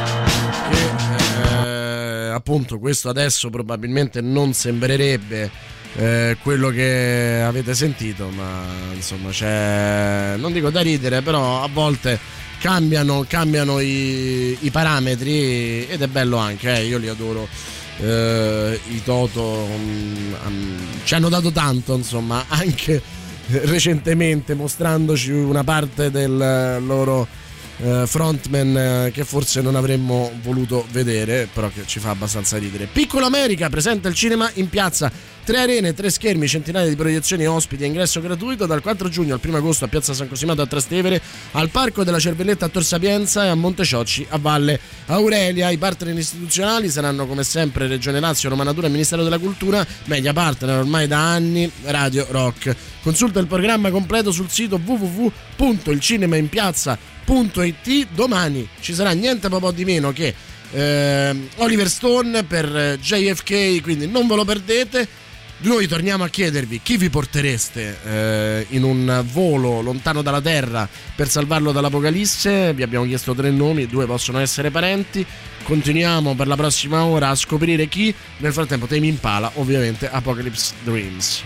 Speaker 3: po', che eh, appunto questo adesso probabilmente non sembrerebbe eh, quello che avete sentito, ma insomma c'è, non dico da ridere, però a volte cambiano, cambiano i, i parametri ed è bello anche, eh, io li adoro. Uh, i Toto um, um, ci hanno dato tanto, insomma, anche recentemente, mostrandoci una parte del loro uh, frontman uh, che forse non avremmo voluto vedere, però che ci fa abbastanza ridere. Piccola America presenta il cinema in piazza tre arene, tre schermi, centinaia di proiezioni, ospiti e ingresso gratuito dal quattro giugno al primo agosto a Piazza San Cosimato a Trastevere, al Parco della Cervelletta a Tor Sapienza e a Monteciocci a Valle Aurelia. I partner istituzionali saranno come sempre Regione Lazio, Romanatura e Ministero della Cultura, media partner ormai da anni Radio Rock. Consulta il programma completo sul sito w w w punto il cinema in piazza punto i t. Domani ci sarà niente po' di meno che eh, Oliver Stone per J F K, quindi non ve lo perdete. Noi torniamo a chiedervi chi vi portereste eh, in un volo lontano dalla Terra per salvarlo dall'apocalisse. Vi abbiamo chiesto tre nomi, due possono essere parenti. Continuiamo per la prossima ora a scoprire chi. Nel frattempo Tame Impala, ovviamente Apocalypse Dreams.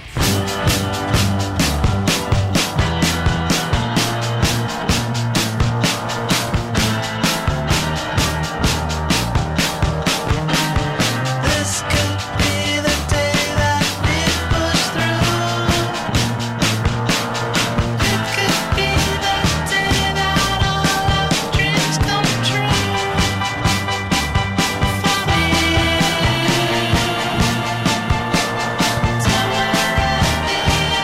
Speaker 2: Tell me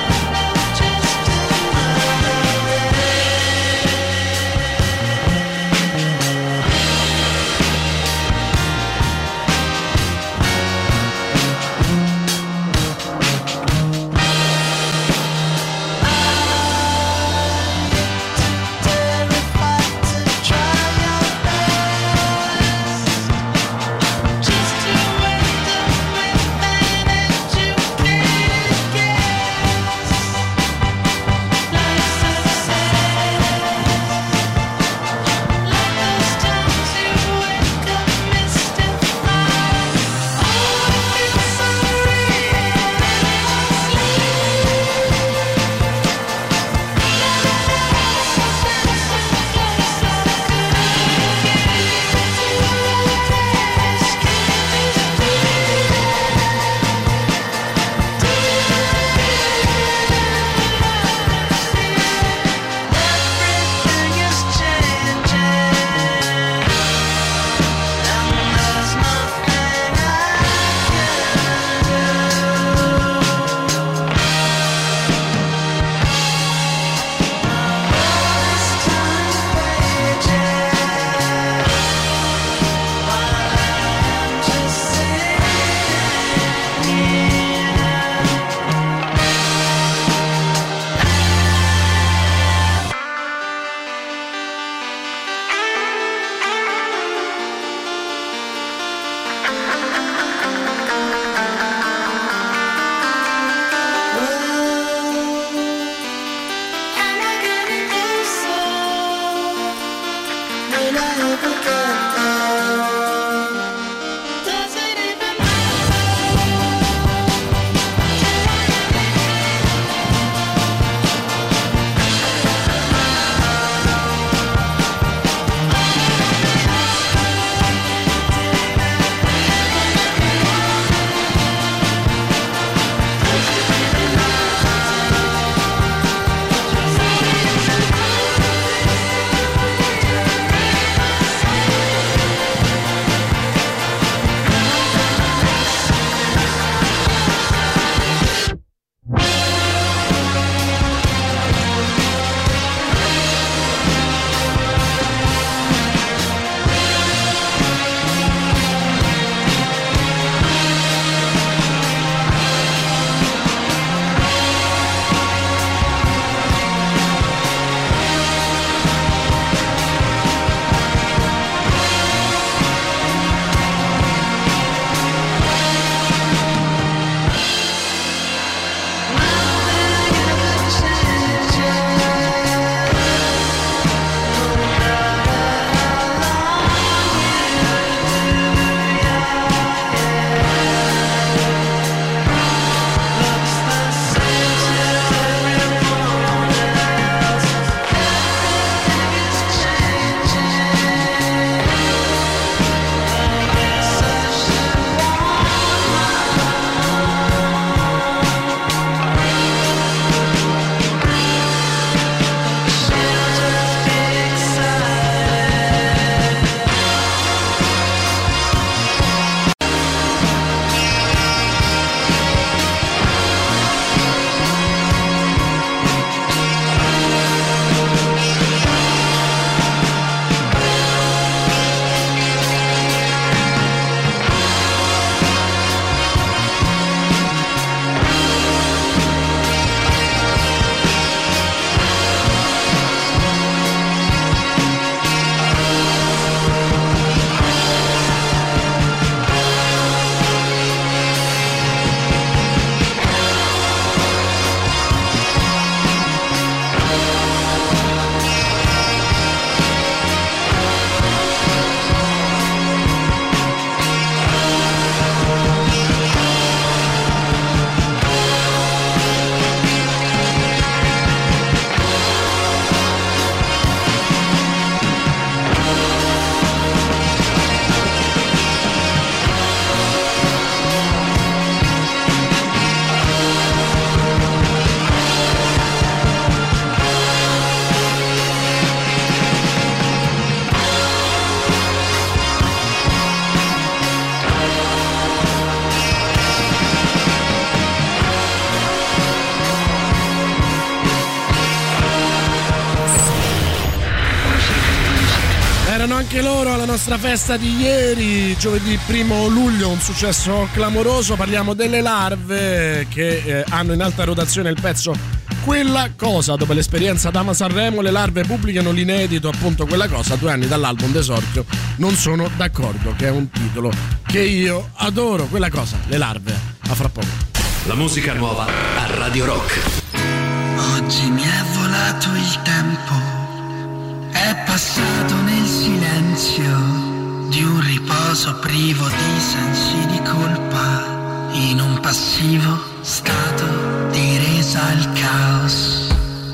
Speaker 3: c'erano anche loro alla nostra festa di ieri, giovedì primo luglio, un successo clamoroso. Parliamo delle Larve che eh, hanno in alta rotazione il pezzo Quella Cosa. Dopo l'esperienza d'Ama Sanremo, le Larve pubblicano l'inedito, appunto Quella Cosa, due anni dall'album d'esordio Non sono d'accordo, che è un titolo che io adoro. Quella Cosa, le Larve, a fra poco.
Speaker 1: La musica nuova a Radio Rock.
Speaker 2: Oggi mi è volato il tempo, è passato nel silenzio di un riposo privo di sensi di colpa, in un passivo stato di resa al caos.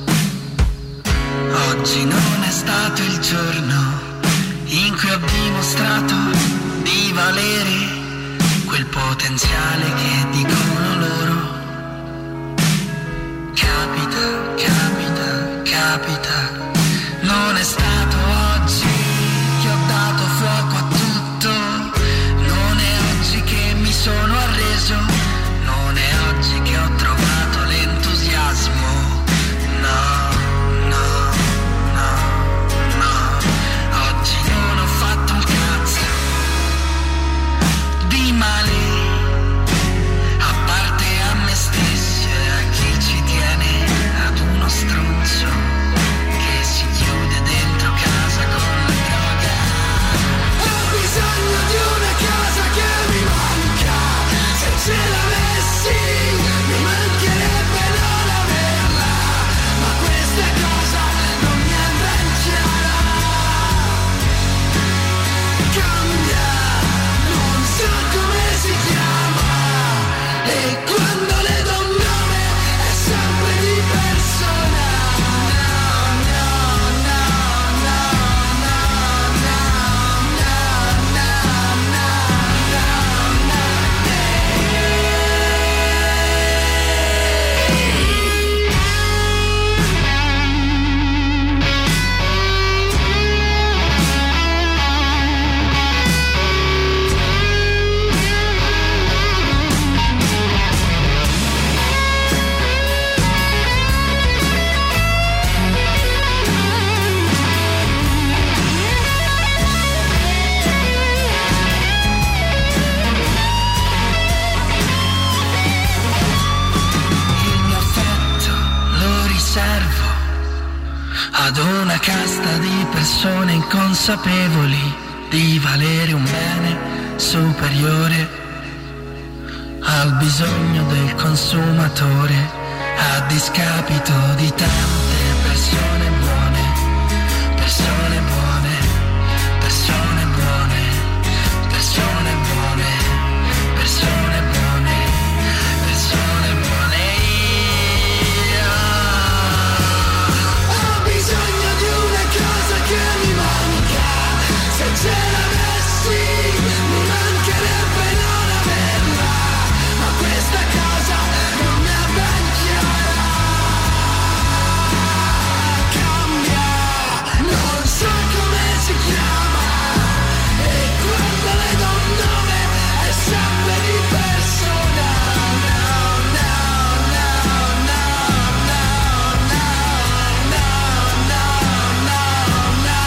Speaker 2: Oggi non è stato il giorno in cui ho dimostrato di valere quel potenziale che dicono loro. Capita, capita, capita. Non è stato oggi che ho dato fuoco a tutto, non è oggi che mi sono arreso, non è oggi che ho trovato l'entusiasmo. No, no, no, no. Oggi non ho fatto un cazzo di male, a parte a me stesso e a chi ci tiene ad uno stronzo che si chiude dentro casa con la droga. Ho bisogno di una cosa che mi manca, se ce l'avessi mi mancherebbe non averla, ma questa cosa non mi andrà in chiara. Cambia, non so come si chiama, e quando le do un nome è sempre di persona. Ad una casta di persone inconsapevoli di valere un bene superiore al bisogno del consumatore, a discapito di tante persone buone, persone buone, persone buone, persone buone, persone buone, persone buone. Se ce l'avessi mi mancherebbe non averla, ma questa cosa non mi è ben chiara. Cambia, non so come si chiama, e quando le do un nome è sempre di persona. No, no, no, no, no, no, no, no, no, no.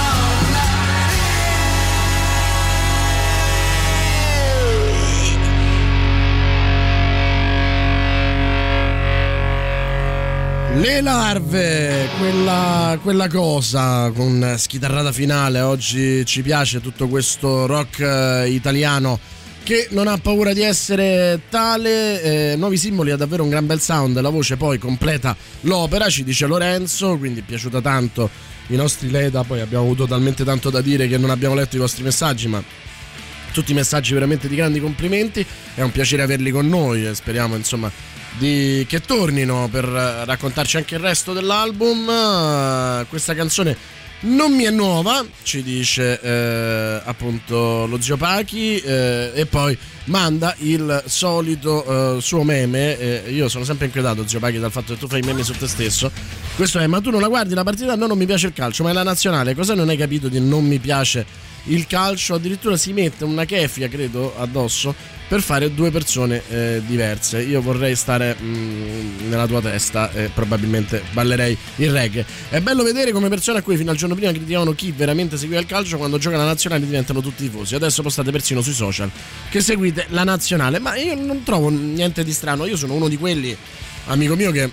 Speaker 3: Le Larve, quella, quella cosa con schitarrata finale. Oggi ci piace tutto questo rock eh, italiano che non ha paura di essere tale. Eh, nuovi simboli, ha davvero un gran bel sound, la voce poi completa l'opera, ci dice Lorenzo, quindi è piaciuta tanto i nostri Leda. Poi abbiamo avuto talmente tanto da dire che non abbiamo letto i vostri messaggi, ma tutti messaggi veramente di grandi complimenti, è un piacere averli con noi e speriamo insomma di che tornino per raccontarci anche il resto dell'album. Questa canzone non mi è nuova, ci dice eh, appunto lo zio Pachi, eh, e poi manda il solito uh, suo meme. Eh, io sono sempre inquietato, zio Paghi, dal fatto che tu fai meme su te stesso. Questo è: ma tu non la guardi la partita? No, non mi piace il calcio, ma è la nazionale. Cosa non hai capito di non mi piace il calcio? Addirittura si mette una keffia, credo, addosso per fare due persone eh, diverse. Io vorrei stare mh, nella tua testa e probabilmente ballerei il reggae. È bello vedere come persone a cui fino al giorno prima criticavano chi veramente seguiva il calcio, quando gioca la nazionale diventano tutti tifosi. Adesso postate persino sui social che seguite la nazionale. Ma io non trovo niente di strano. Io sono uno di quelli, amico mio, che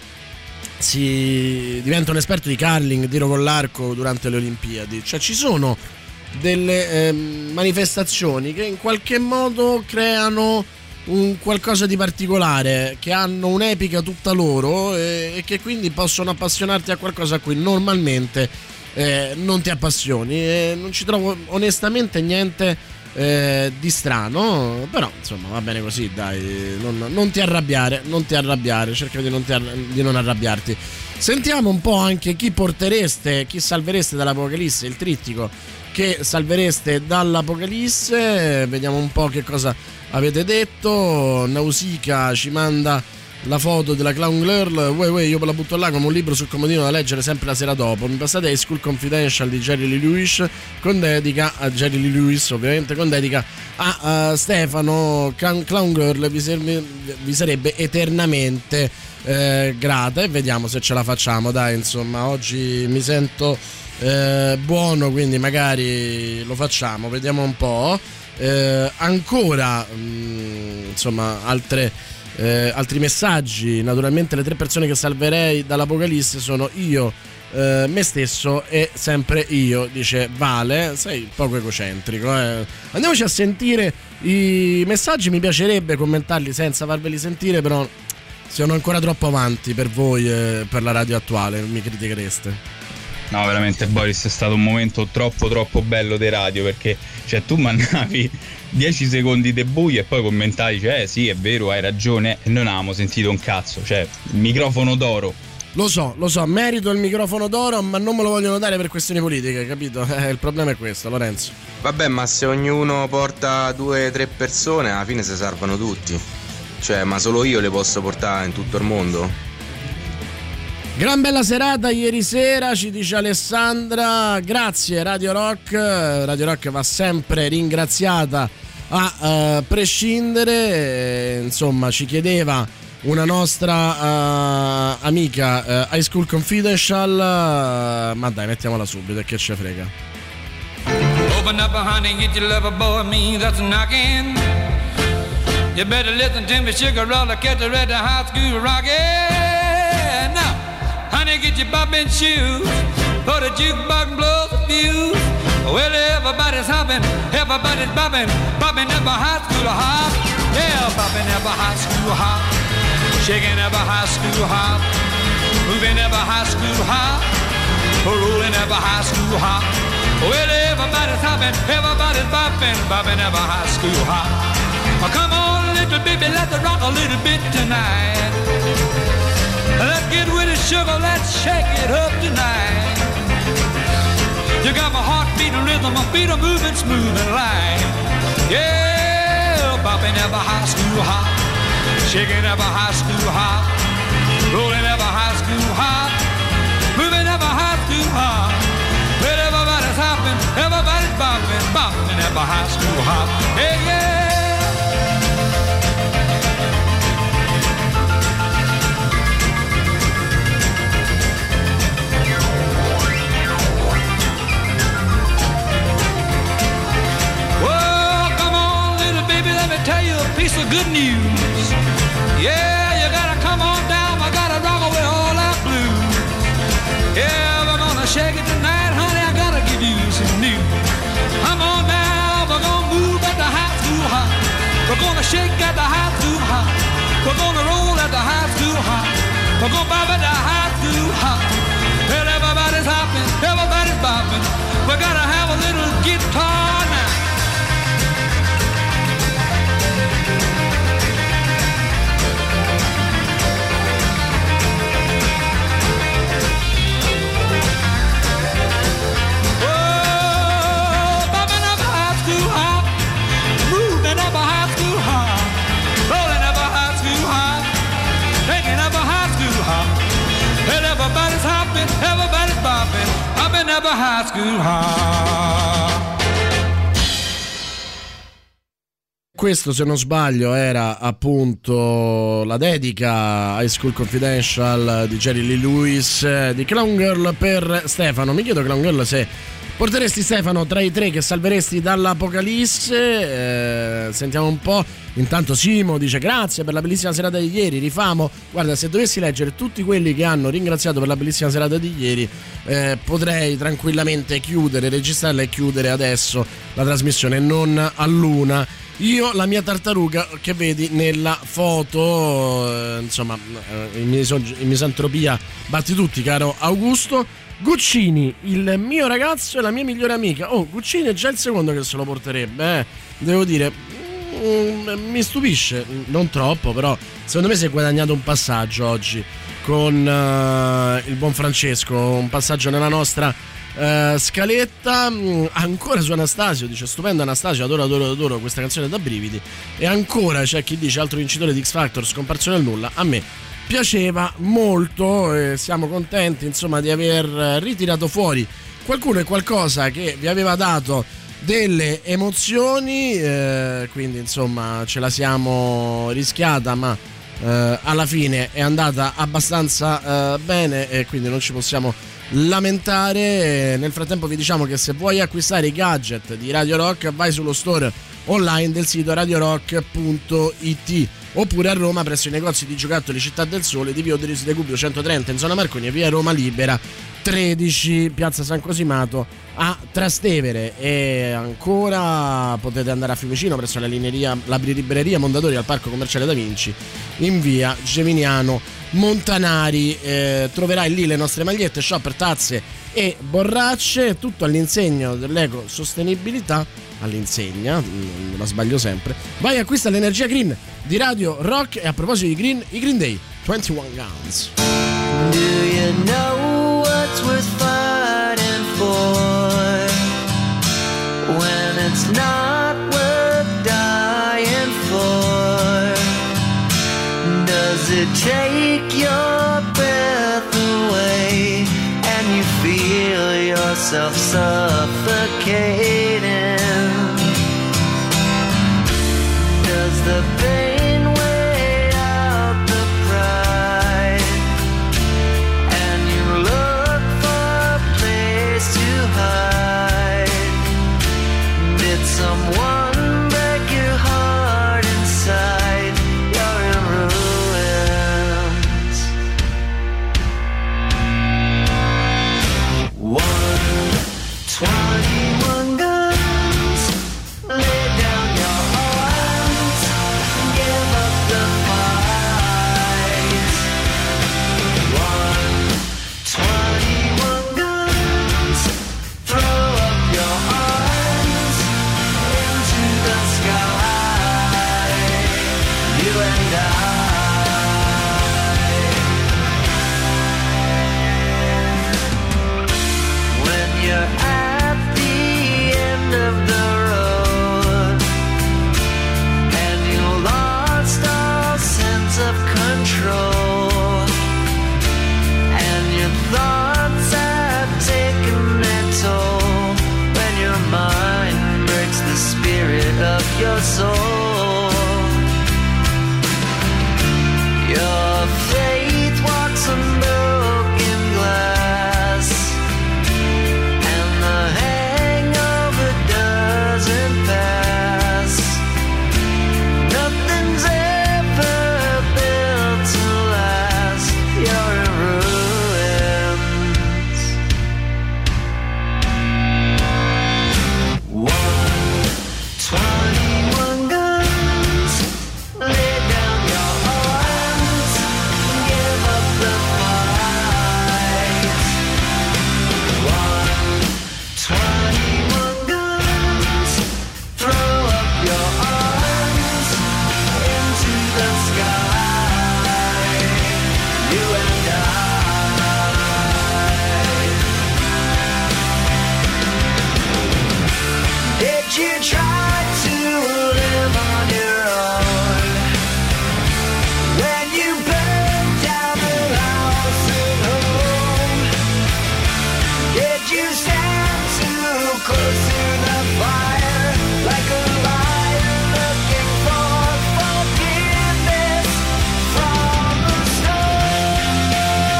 Speaker 3: si diventa un esperto di curling, tiro con l'arco durante le Olimpiadi. Cioè ci sono delle eh, manifestazioni che in qualche modo creano un qualcosa di particolare, che hanno un'epica tutta loro e, e che quindi possono appassionarti a qualcosa a cui normalmente eh, non ti appassioni. E non ci trovo onestamente niente eh, di strano, però insomma va bene così, dai, non, non ti arrabbiare, non ti arrabbiare, cerca di non, ti arra- di non arrabbiarti. Sentiamo un po' anche chi portereste, chi salvereste dall'Apocalisse, il trittico che salvereste dall'Apocalisse. Vediamo un po' che cosa avete detto. Nausicaa ci manda la foto della Clown Girl. Uè, uè, io ve la butto là come un libro sul comodino da leggere sempre la sera dopo. Mi passate High School Confidential di Jerry Lee Lewis, con dedica a Jerry Lee Lewis, ovviamente, con dedica a uh, Stefano. Clown Girl vi, serve, vi sarebbe eternamente eh, grata, e vediamo se ce la facciamo. Dai, insomma, oggi mi sento Eh, buono, quindi magari lo facciamo, vediamo un po'. Eh, ancora mh, insomma altre, eh, altri messaggi. Naturalmente le tre persone che salverei dall'Apocalisse sono io, eh, me stesso e sempre io, dice Vale. Sei poco egocentrico, eh. Andiamoci a sentire i messaggi. Mi piacerebbe commentarli senza farveli sentire, però sono ancora troppo avanti per voi e per la radio attuale, mi critichereste.
Speaker 10: No, veramente Boris, è stato un momento troppo troppo bello di radio, perché cioè tu mandavi dieci secondi di buio e poi commentavi, cioè eh, sì, è vero, hai ragione, e non avevamo sentito un cazzo, cioè microfono d'oro.
Speaker 3: Lo so, lo so, merito il microfono d'oro, ma non me lo vogliono dare per questioni politiche, capito? Eh, il problema è questo, Lorenzo.
Speaker 5: Vabbè, ma se ognuno porta due o tre persone, alla fine si salvano tutti. Cioè, ma solo io le posso portare in tutto il mondo?
Speaker 3: Gran bella serata ieri sera, ci dice Alessandra. Grazie Radio Rock. Radio Rock va sempre ringraziata a uh, prescindere. E, insomma, ci chiedeva una nostra uh, amica uh, High School Confidential, uh, ma dai, mettiamola subito, e che ce frega.
Speaker 21: Open up, honey, get your lover boy, me that's knocking. You better listen to me, sugar roller, catch the red high school rockin'. Now, honey, get your bobbin' shoes, for the jukebox blows the fuse. Well, everybody's hopping, everybody's bobbing, bobbing up a high school hop. Yeah, bobbing up a high school hop, shaking up a high school hop, moving up a high school hop, rolling up a high school hop. Well, everybody's hopping, everybody's bobbing, bobbing up a high school hop. Oh, come on, little baby, let's rock a little bit tonight. Let's get with it, sugar, let's shake it up tonight. You got my heart beating rhythm, my feet are moving smooth and light. Yeah, bopping up a high school hop, shaking up a high school hop, rolling up a high school hop, moving up a high school hop. Well, everybody's hopping, everybody's bopping, bopping up a high school hop. Hey, yeah. Tell you a piece of good news. Yeah, you gotta come on down, I gotta rock away all that blues. Yeah, we're gonna shake it tonight, honey, I gotta give you some news. Come on down, we're gonna move at the high school hop. We're gonna shake at the high school hop. We're gonna roll at the high school hop. We're gonna bob at the high school hop. Well, everybody's hopping, everybody's bopping. We gotta have a little guitar now. Up a high school hop, never high school hard.
Speaker 3: Questo, se non sbaglio, era appunto la dedica High School Confidential di Jerry Lee Lewis di Clown Girl per Stefano. Mi chiedo, Clown Girl, se porteresti Stefano tra i tre che salveresti dall'apocalisse. Eh, sentiamo un po'. Intanto Simo dice: grazie per la bellissima serata di ieri. Rifamo, guarda, se dovessi leggere tutti quelli che hanno ringraziato per la bellissima serata di ieri, eh, potrei tranquillamente chiudere, registrarla e chiudere adesso la trasmissione, non all'una. Io, la mia tartaruga che vedi nella foto, eh, insomma, eh, in, misog- in misantropia batti tutti, caro Augusto. Guccini, il mio ragazzo e la mia migliore amica. Oh, Guccini è già il secondo che se lo porterebbe, eh. Devo dire, mm, mi stupisce, non troppo, però secondo me si è guadagnato un passaggio oggi con uh, il buon Francesco, un passaggio nella nostra Uh, scaletta. mm, ancora su Anastasio, dice: stupendo Anastasio, adoro adoro adoro questa canzone da brividi. E ancora c'è chi dice: altro vincitore di X Factor scomparso nel nulla. A me piaceva molto e siamo contenti, insomma, di aver ritirato fuori qualcuno e qualcosa che vi aveva dato delle emozioni, eh, quindi insomma ce la siamo rischiata, ma eh, alla fine è andata abbastanza eh, bene e quindi non ci possiamo lamentare. Nel frattempo vi diciamo che se vuoi acquistare i gadget di Radio Rock, vai sullo store online del sito radio rock punto it, oppure a Roma presso i negozi di giocattoli Città del Sole di via Odoris de Gubbio centotrenta in zona Marconi e via Roma Libera tredici, piazza San Cosimato a Trastevere. E ancora potete andare a Fiumicino presso la linea, la libreria Mondadori al Parco Commerciale Da Vinci in via Geminiano Montanari. Eh, troverai lì le nostre magliette, shopper, tazze e borracce, tutto all'insegno dell'ecosostenibilità, all'insegna, non la sbaglio sempre. Vai, acquista l'energia green di Radio Rock. E a proposito di green, i Green Day, ventuno Guns.
Speaker 21: Do you know what's worth fighting for when it's not worth dying for? Does it take your breath away and you feel yourself suffocating? Does the pain weigh out the pride and you look for a place to hide? Did someone break your heart inside? You're in ruins. One, twenty-one guns, lay down your arms, give up the fight. One, twenty-one guns, throw up your arms into the sky. You and I. When you're at the end of the road and you lost all sense of control and your thoughts have taken their toll, when your mind breaks the spirit of your soul, your faith walks on broken glass and the hangover doesn't pass. Nothing's ever built to last. You're in ruins. One, twenty-one guns, lay down your arms, give up the fight. One, twenty-one guns, throw up your arms into the sky. You and I. Did you try to live on your own when you burned down the house at home? Did you
Speaker 4: you stand too close to the fire, like a liar looking for forgiveness from the storm.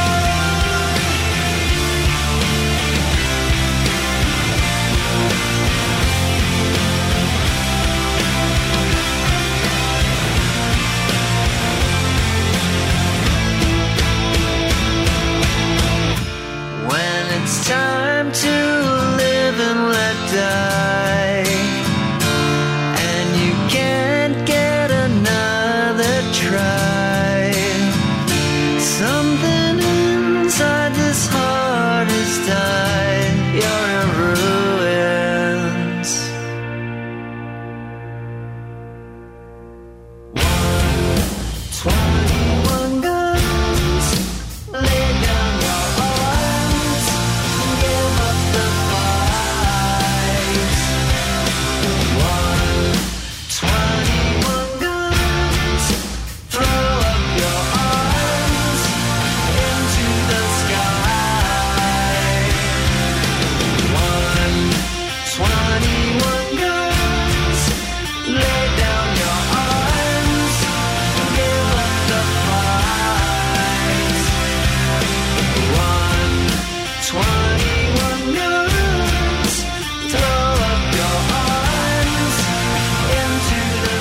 Speaker 4: When it's time to live and let die, and you can't get another try, something inside this heart has died. You're in ruins. Twenty-one guns, lay down your arms, give up the fight. One, twenty-one guns, throw up your arms into the sky. One, twenty-one guns, lay down your arms, give up the fight. One, twenty-one guns, throw up your arms into the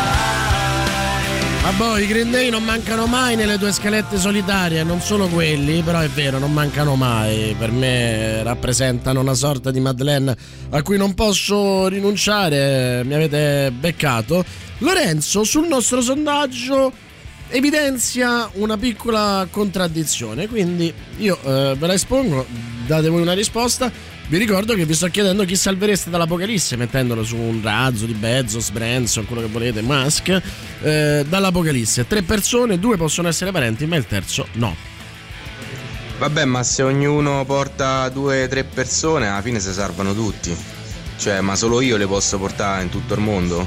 Speaker 4: sky.
Speaker 3: Ma boh, i Green Day non mancano mai nelle tue scalette solitarie, non solo quelli, però è vero, non mancano mai. Per me rappresentano una sorta di Madeleine a cui non posso rinunciare. Mi avete beccato. Lorenzo, sul nostro sondaggio evidenzia una piccola contraddizione, quindi io eh, ve la espongo, date voi una risposta. Vi ricordo che vi sto chiedendo chi salvereste dall'Apocalisse, mettendolo su un razzo di Bezos, Branson, quello che volete, Musk, eh, dall'Apocalisse. Tre persone, due possono essere parenti, ma il terzo no.
Speaker 5: Vabbè, ma se ognuno porta due o tre persone, alla fine si salvano tutti. Cioè, ma solo io le posso portare in tutto il mondo?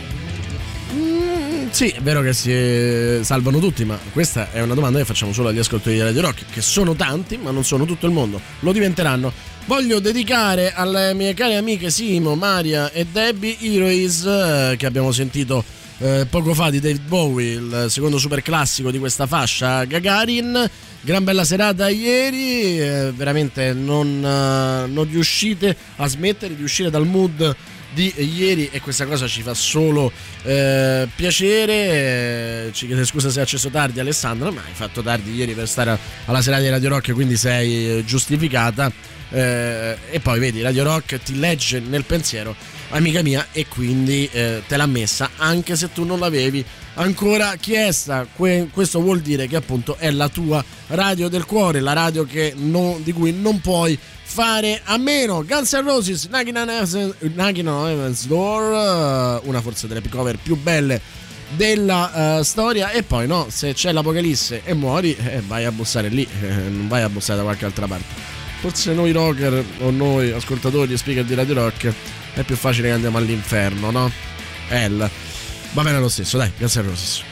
Speaker 3: Mm, sì, è vero che si salvano tutti, ma questa è una domanda che facciamo solo agli ascoltatori di Radio Rock, che sono tanti, ma non sono tutto il mondo. Lo diventeranno. Voglio dedicare alle mie care amiche Simo, Maria e Debbie Heroes, eh, che abbiamo sentito eh, poco fa, di David Bowie, il secondo super classico di questa fascia, Gagarin. Gran bella serata ieri, eh, veramente non, eh, non riuscite a smettere di uscire dal mood di ieri, e questa cosa ci fa solo eh, piacere. Ci chiede scusa se è acceso tardi, Alessandra, ma hai fatto tardi ieri per stare alla serata di Radio Rock, quindi sei giustificata. Eh, e poi vedi, Radio Rock ti legge nel pensiero, amica mia, e quindi eh, te l'ha messa anche se tu non l'avevi ancora chiesta. Que- questo vuol dire che appunto è la tua radio del cuore, la radio che non, di cui non puoi fare a meno. Guns N' Roses, Knocking on Heaven's Door, una forse delle cover più belle della uh, storia. E poi no, se c'è l'Apocalisse e muori, eh, vai a bussare lì, eh, non vai a bussare da qualche altra parte. Forse noi rocker o noi ascoltatori e speaker di Radio Rock è più facile che andiamo all'inferno, no? Hell. Va bene lo stesso, dai, Guns N' Roses.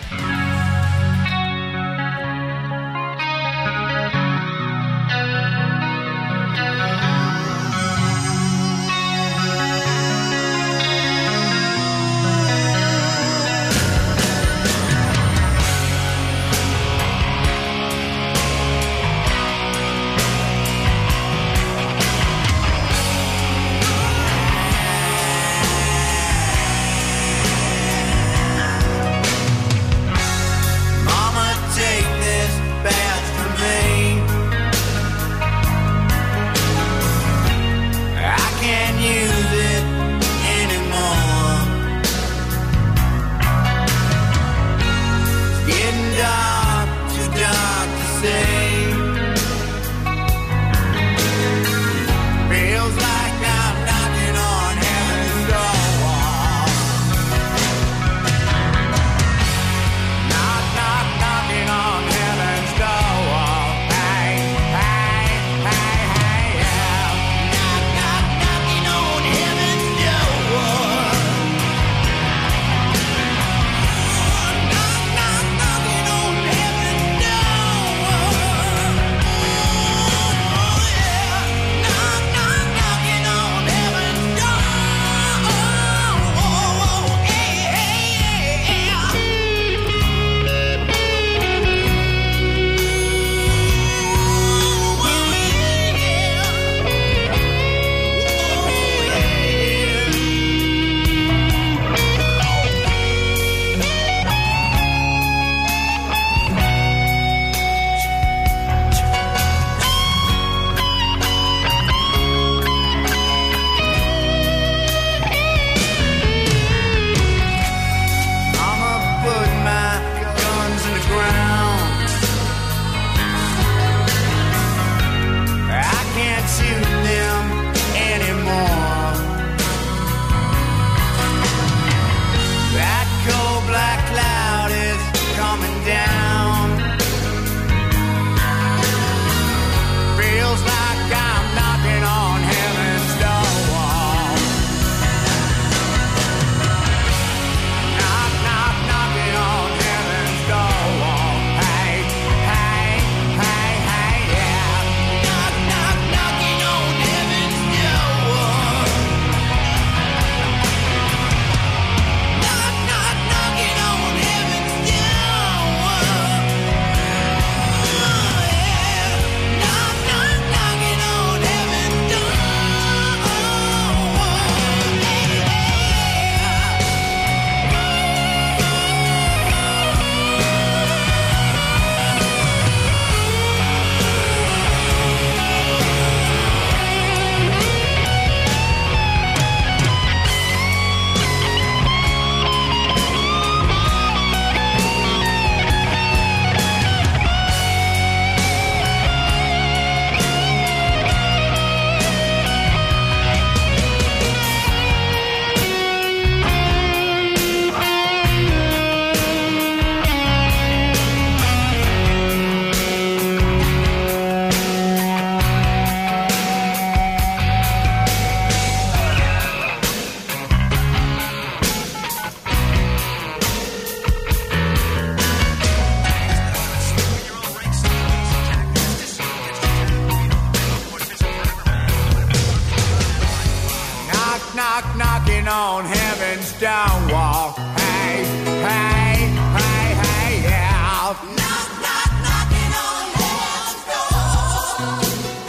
Speaker 4: knocking on heaven's down wall. Hey, hey, hey, hey, yeah. Knock, knock, knocking on heaven's door.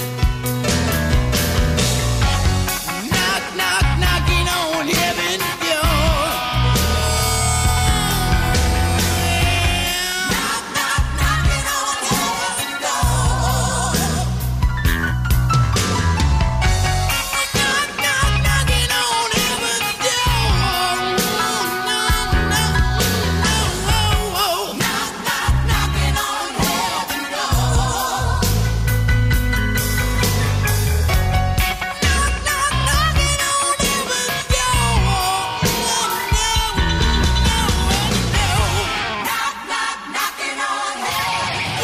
Speaker 4: Knock, knock, knocking on heaven's door. Knock, knock, knocking on heaven's door. Knock, knock, knocking on heaven's door. No, no, no, no, knock, knock, knocking on heaven's door. Knock, knock, knocking on heaven's door. Knock, knock, knocking on heaven's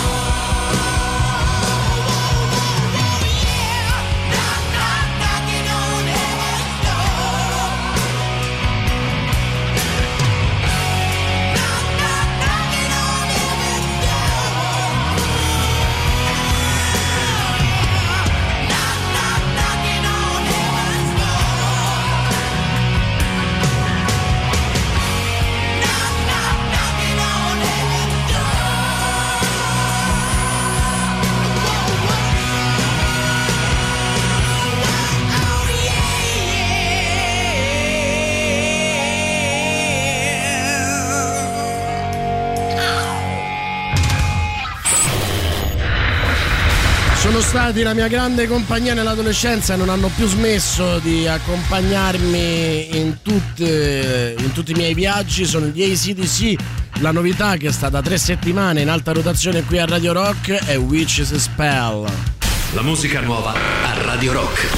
Speaker 3: Sono stati la mia grande compagnia nell'adolescenza e non hanno più smesso di accompagnarmi in, tutte, in tutti i miei viaggi. Sono gli A C D C. La novità che sta da tre settimane in alta rotazione qui a Radio Rock è Witch's Spell.
Speaker 1: La musica nuova a Radio Rock.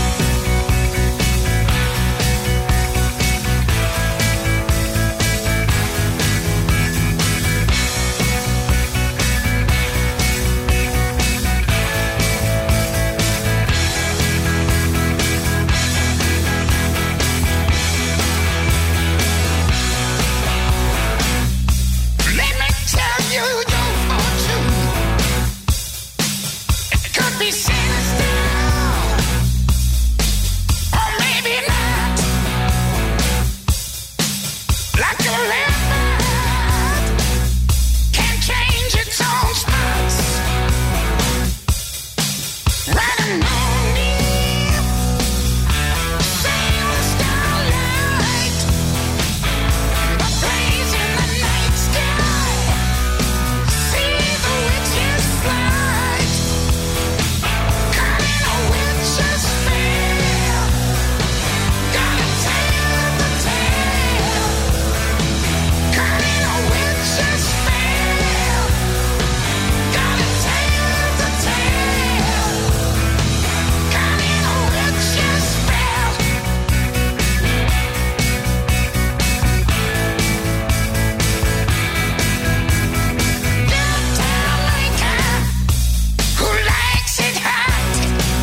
Speaker 4: Let me tell you your fortune. It could be sinister, or maybe not. Like a leopard can change its own spots. Riding on me, sailor starlight, a blaze in the night sky. See the witch's flight, caught in a witch's spell. Gotta tell the tale, caught in a witch's spell. Gotta tell the tale, caught in a witch's spell. Who likes it hot,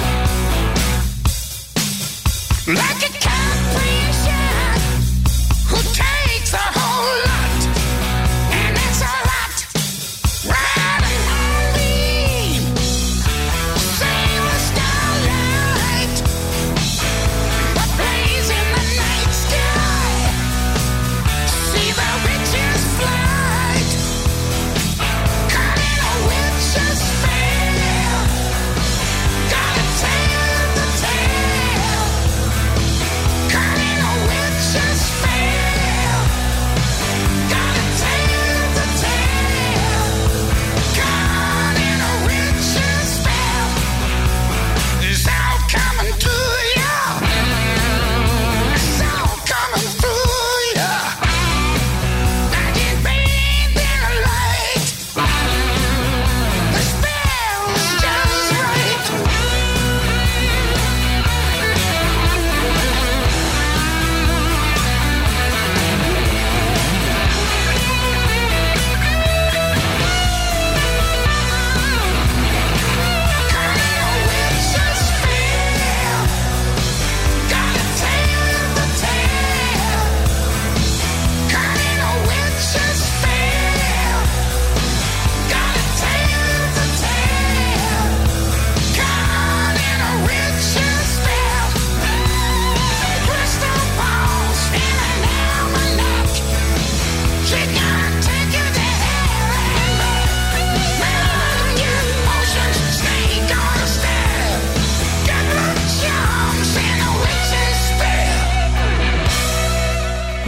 Speaker 4: like a capricious, who takes a whole lot, and it's a lot, riding on me, sailor starlight, a blaze in the night sky, see the witch's flight, caught in a witch's spell. Gotta tell the tale,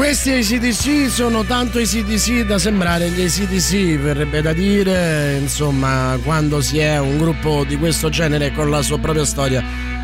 Speaker 3: Questi A C D C sono tanto A C D C da sembrare gli A C D C, verrebbe da dire, insomma, quando si è un gruppo di questo genere con la sua propria storia,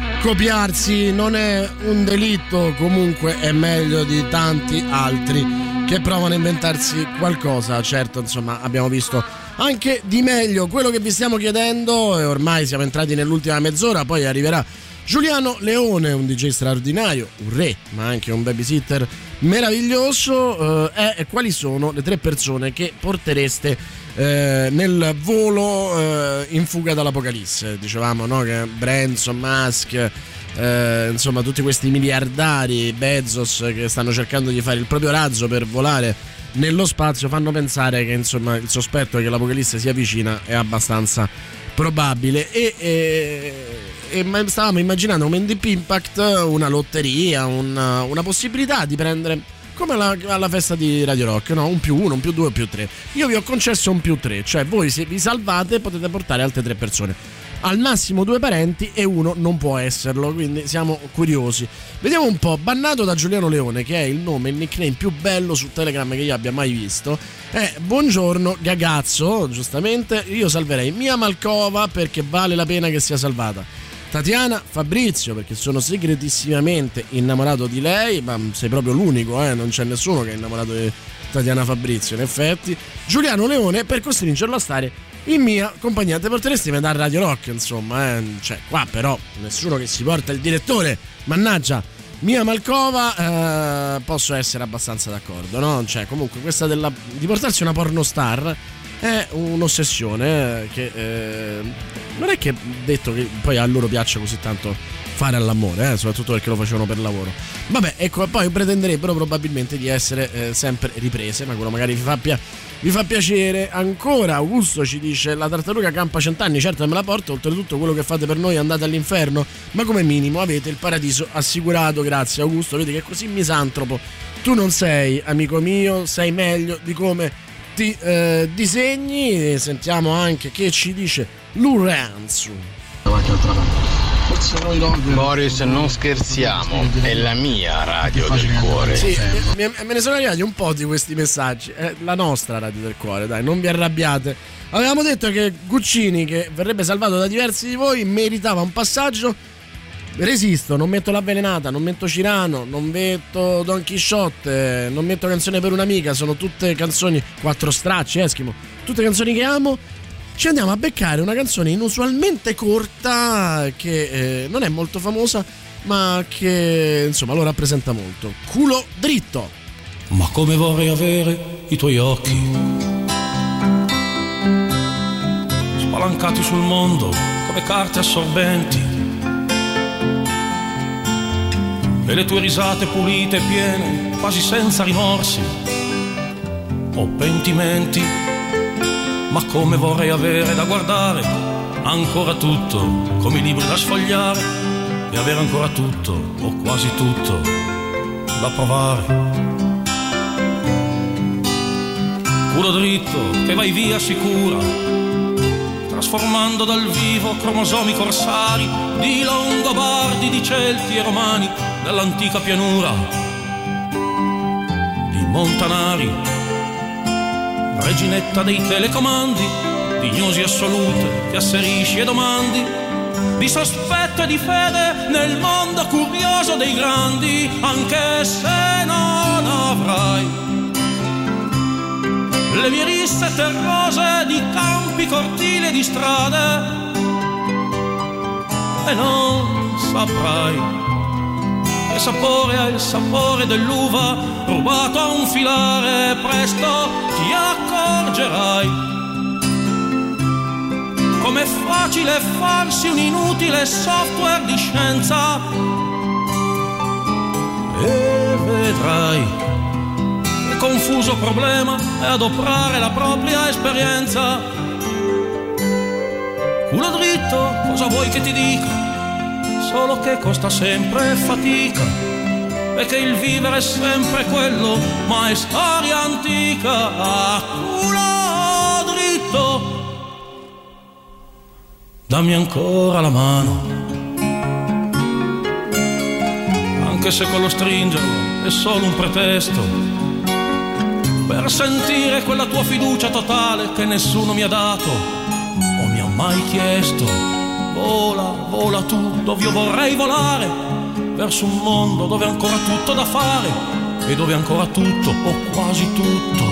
Speaker 3: copiarsi non è un delitto, comunque è meglio di tanti altri che provano a inventarsi qualcosa. Certo, insomma, abbiamo visto anche di meglio. Quello che vi stiamo chiedendo, e ormai siamo entrati nell'ultima mezz'ora, poi arriverà Giuliano Leone, un D J straordinario, un re, ma anche un babysitter meraviglioso, eh, è quali sono le tre persone che portereste eh, nel volo eh, in fuga dall'Apocalisse. Dicevamo, no, che Branson, Musk, eh, insomma tutti questi miliardari, Bezos, che stanno cercando di fare il proprio razzo per volare nello spazio, fanno pensare che, insomma, il sospetto che l'Apocalisse sia vicina è abbastanza probabile. E, e, e stavamo immaginando come in Deep Impact una lotteria, una, una possibilità di prendere, come alla, alla festa di Radio Rock, no? Un più uno, un più due, un più tre. Io vi ho concesso un più tre, cioè voi, se vi salvate, potete portare altre tre persone, al massimo due parenti, e uno non può esserlo, quindi siamo curiosi. Vediamo un po'. Bannato da Giuliano Leone, che è il nome, il nickname più bello su Telegram che io abbia mai visto, è buongiorno Gagazzo, giustamente. Io salverei Mia Malkova perché vale la pena che sia salvata, Tatiana Fabrizio perché sono segretissimamente innamorato di lei, ma sei proprio l'unico, eh? Non c'è nessuno che è innamorato di Tatiana Fabrizio in effetti. Giuliano Leone per costringerlo a stare in mia compagnia. Te porteresti da Radio Rock, insomma, eh? Cioè qua però nessuno che si porta il direttore, mannaggia. Mia Malkova, eh, posso essere abbastanza d'accordo, no? Cioè comunque questa della, di portarsi una pornostar è un'ossessione che eh, non è che detto che poi a loro piaccia così tanto fare all'amore, eh, soprattutto perché lo facevano per lavoro. Vabbè, ecco, poi pretenderebbero probabilmente di essere eh, sempre riprese, ma quello magari vi fa, pia- vi fa piacere. Ancora Augusto ci dice: la tartaruga campa cent'anni, certo me la porto, oltretutto quello che fate per noi andate all'inferno, ma come minimo avete il paradiso assicurato. Grazie Augusto, vedi che è così misantropo tu non sei, amico mio, sei meglio di come ti eh, disegni. Sentiamo anche che ci dice Lorenzo.
Speaker 6: Boris, non scherziamo, è la mia radio del cuore.
Speaker 3: Sì, me, me ne sono arrivati un po' di questi messaggi. È la nostra radio del cuore, dai, non vi arrabbiate. Avevamo detto che Guccini, che verrebbe salvato da diversi di voi, meritava un passaggio. Resisto, non metto l'avvelenata, non metto Cirano, non metto Don Chisciotte, non metto Canzone per un'amica, sono tutte canzoni, Quattro stracci, Eschimo, tutte canzoni che amo. Ci andiamo a beccare una canzone inusualmente corta che eh, non è molto famosa, ma che insomma lo rappresenta molto. Culo dritto.
Speaker 7: Ma come vorrei avere i tuoi occhi spalancati sul mondo come carte assorbenti, e le tue risate pulite e piene, quasi senza rimorsi o pentimenti. Ma come vorrei avere da guardare ancora tutto, come i libri da sfogliare, e avere ancora tutto, o quasi tutto, da provare. Culo dritto che vai via sicura, trasformando dal vivo cromosomi corsari di Longobardi, di Celti e Romani dell'antica pianura, di Montanari, reginetta dei telecomandi, di gnosi assolute che asserisci e domandi, di sospetto e di fede nel mondo curioso dei grandi, anche se non avrai le mie risse terrose di campi, cortili e di strade, e non saprai che sapore ha il sapore dell'uva rubato a un filare. Presto ti accorgerai com'è facile farsi un inutile software di scienza, e vedrai che confuso problema è adoprare la propria esperienza. Culo dritto, cosa vuoi che ti dica? Solo che costa sempre fatica, e che il vivere è sempre quello, ma è storia antica. A culo dritto, dammi ancora la mano, anche se quello stringerlo è solo un pretesto, per sentire quella tua fiducia totale che nessuno mi ha dato o mi ha mai chiesto. Vola, vola tu dove io vorrei volare, verso un mondo dove è ancora tutto da fare e dove è ancora tutto o quasi tutto.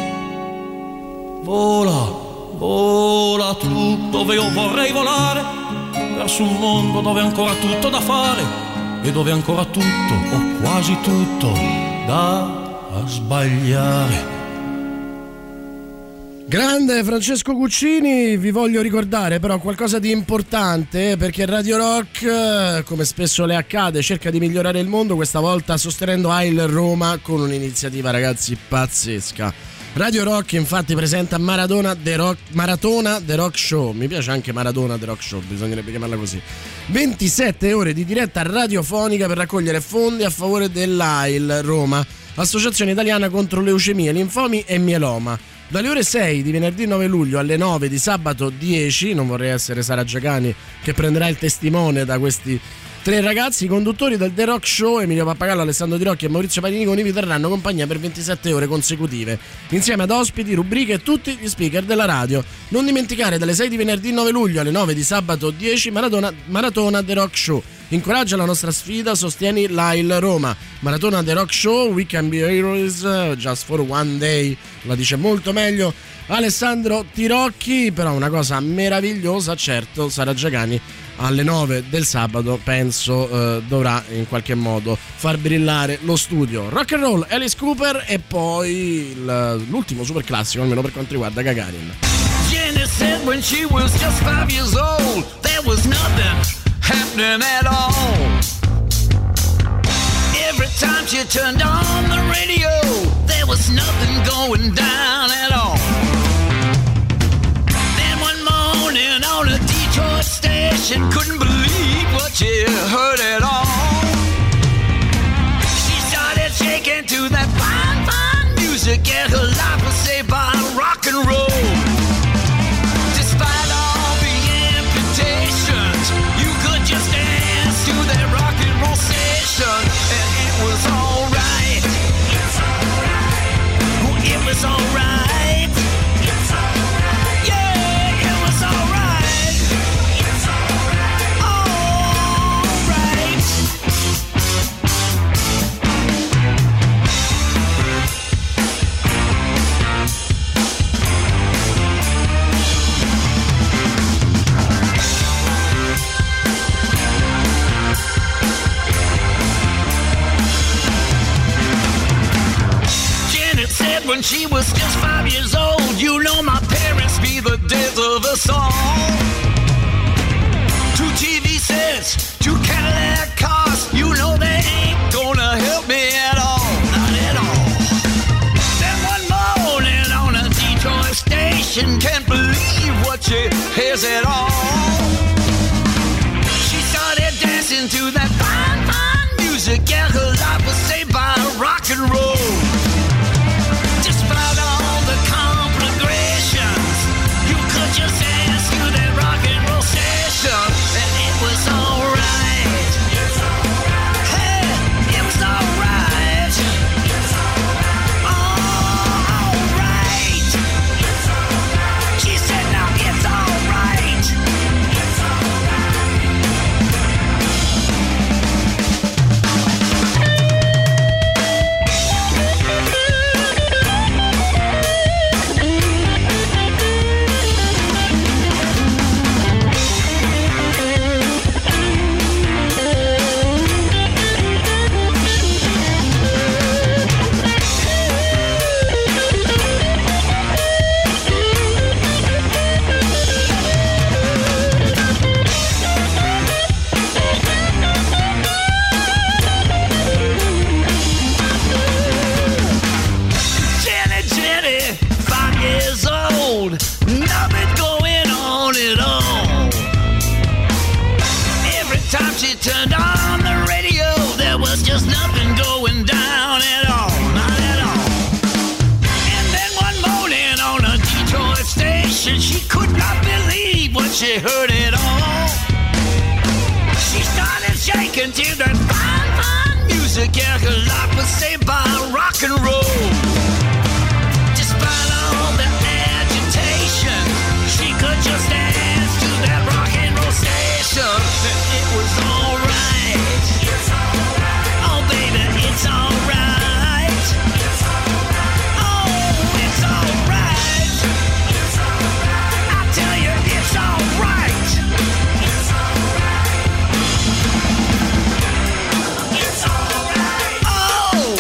Speaker 7: Vola, vola tu dove io vorrei volare, verso un mondo dove è ancora tutto da fare e dove è ancora tutto o quasi tutto da sbagliare.
Speaker 3: Grande Francesco Guccini, vi voglio ricordare però qualcosa di importante, perché Radio Rock, come spesso le accade, cerca di migliorare il mondo, questa volta sostenendo A I L Roma con un'iniziativa, ragazzi, pazzesca. Radio Rock infatti presenta Maradona The Rock, Maratona The Rock Show, mi piace anche Maradona The Rock Show, bisognerebbe chiamarla così. ventisette ore di diretta radiofonica per raccogliere fondi a favore dell'A I L Roma, Associazione Italiana contro leucemia, linfomi e mieloma. Dalle ore sei di venerdì nove luglio alle nove di sabato dieci, non vorrei essere Sara Giacani che prenderà il testimone da questi tre ragazzi, i conduttori del The Rock Show, Emilio Pappagallo, Alessandro Di Rocchi e Maurizio Pagniconi, vi terranno compagnia per ventisette ore consecutive, insieme ad ospiti, rubriche e tutti gli speaker della radio. Non dimenticare, dalle sei di venerdì nove luglio alle nove di sabato dieci, Maratona, Maratona The Rock Show. Incoraggia la nostra sfida, sostieni l'A I L Roma. Maratona The Rock Show, We Can Be Heroes, Just for One Day, la dice molto meglio Alessandro Tirocchi, però una cosa meravigliosa, certo, Sara Giacani alle nove del sabato penso eh, dovrà in qualche modo far brillare lo studio. Rock and roll, Alice Cooper e poi il, l'ultimo super classico, almeno per quanto riguarda Gagarin.
Speaker 21: Jenny said when she was just five years old there was nothing happening at all. Every time she turned on the radio there was nothing going down at all. Then one morning on a Detroit station couldn't believe what she heard at all. She started shaking to that fine, fine music and her life was saved by rock and roll. Despite all the amputations you could just dance to that rock and roll station and it was alright. It was alright. Yeah, it was alright. Alright. Janet said when she was just five years old, you know my parents be the death of us all. Two T V sets, two Cadillac cars, you know they ain't gonna help me at all, not at all. Then one morning on a Detroit station, can't believe what she hears at all. She started dancing to that fine, fine music, yeah, her life was saved by rock and roll. Despite all the complications, you could just dance to that rock and roll station, and it was alright. Hey, it was alright. Alright. She said, now it's alright. Jenny, Jenny, five years old, nothing going on at all. Every time she turned on the radio, there was just nothing going down at all, not at all. And then one morning on a Detroit station, she could not believe what she heard at all. She started shaking to that fine, fine music, yeah, her life was saved by rock and roll.
Speaker 16: just dance to that rock and roll station. It was alright. Oh baby, it's alright. Oh, it's alright. I tell you, it's alright. It's alright. Oh,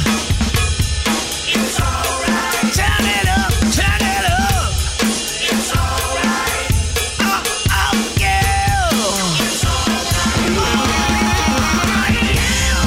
Speaker 16: it's alright. Turn it up, turn it up. It's alright. Oh, oh, yeah. It's alright. Oh, yeah.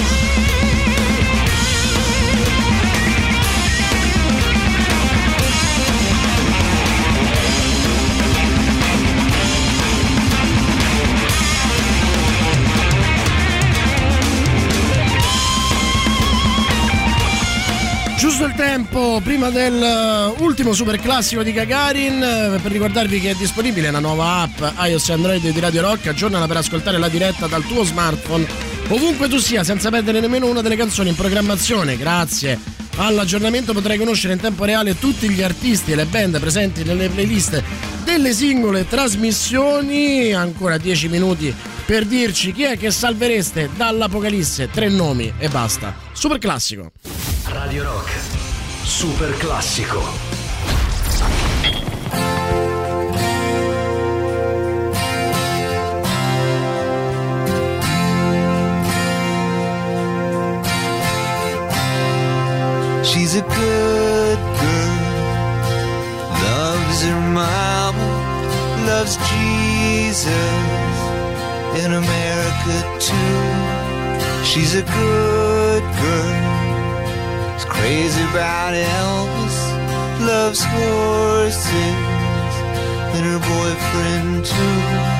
Speaker 3: Giusto il tempo prima dell'ultimo super classico di Gagarin, eh, per ricordarvi che è disponibile la nuova app iOS e Android di Radio Rock. Aggiornala per ascoltare la diretta dal tuo smartphone ovunque tu sia, senza perdere nemmeno una delle canzoni in programmazione. Grazie all'aggiornamento potrai conoscere in tempo reale tutti gli artisti e le band presenti nelle playlist delle singole trasmissioni. Ancora dieci minuti per dirci chi è che salvereste dall'Apocalisse. Tre nomi e basta. Super classico.
Speaker 1: Radio Rock, super classico.
Speaker 9: She's a good girl, loves her mama, loves Jesus, in America too. She's a good girl, is crazy about Elvis, loves horses, and her boyfriend too.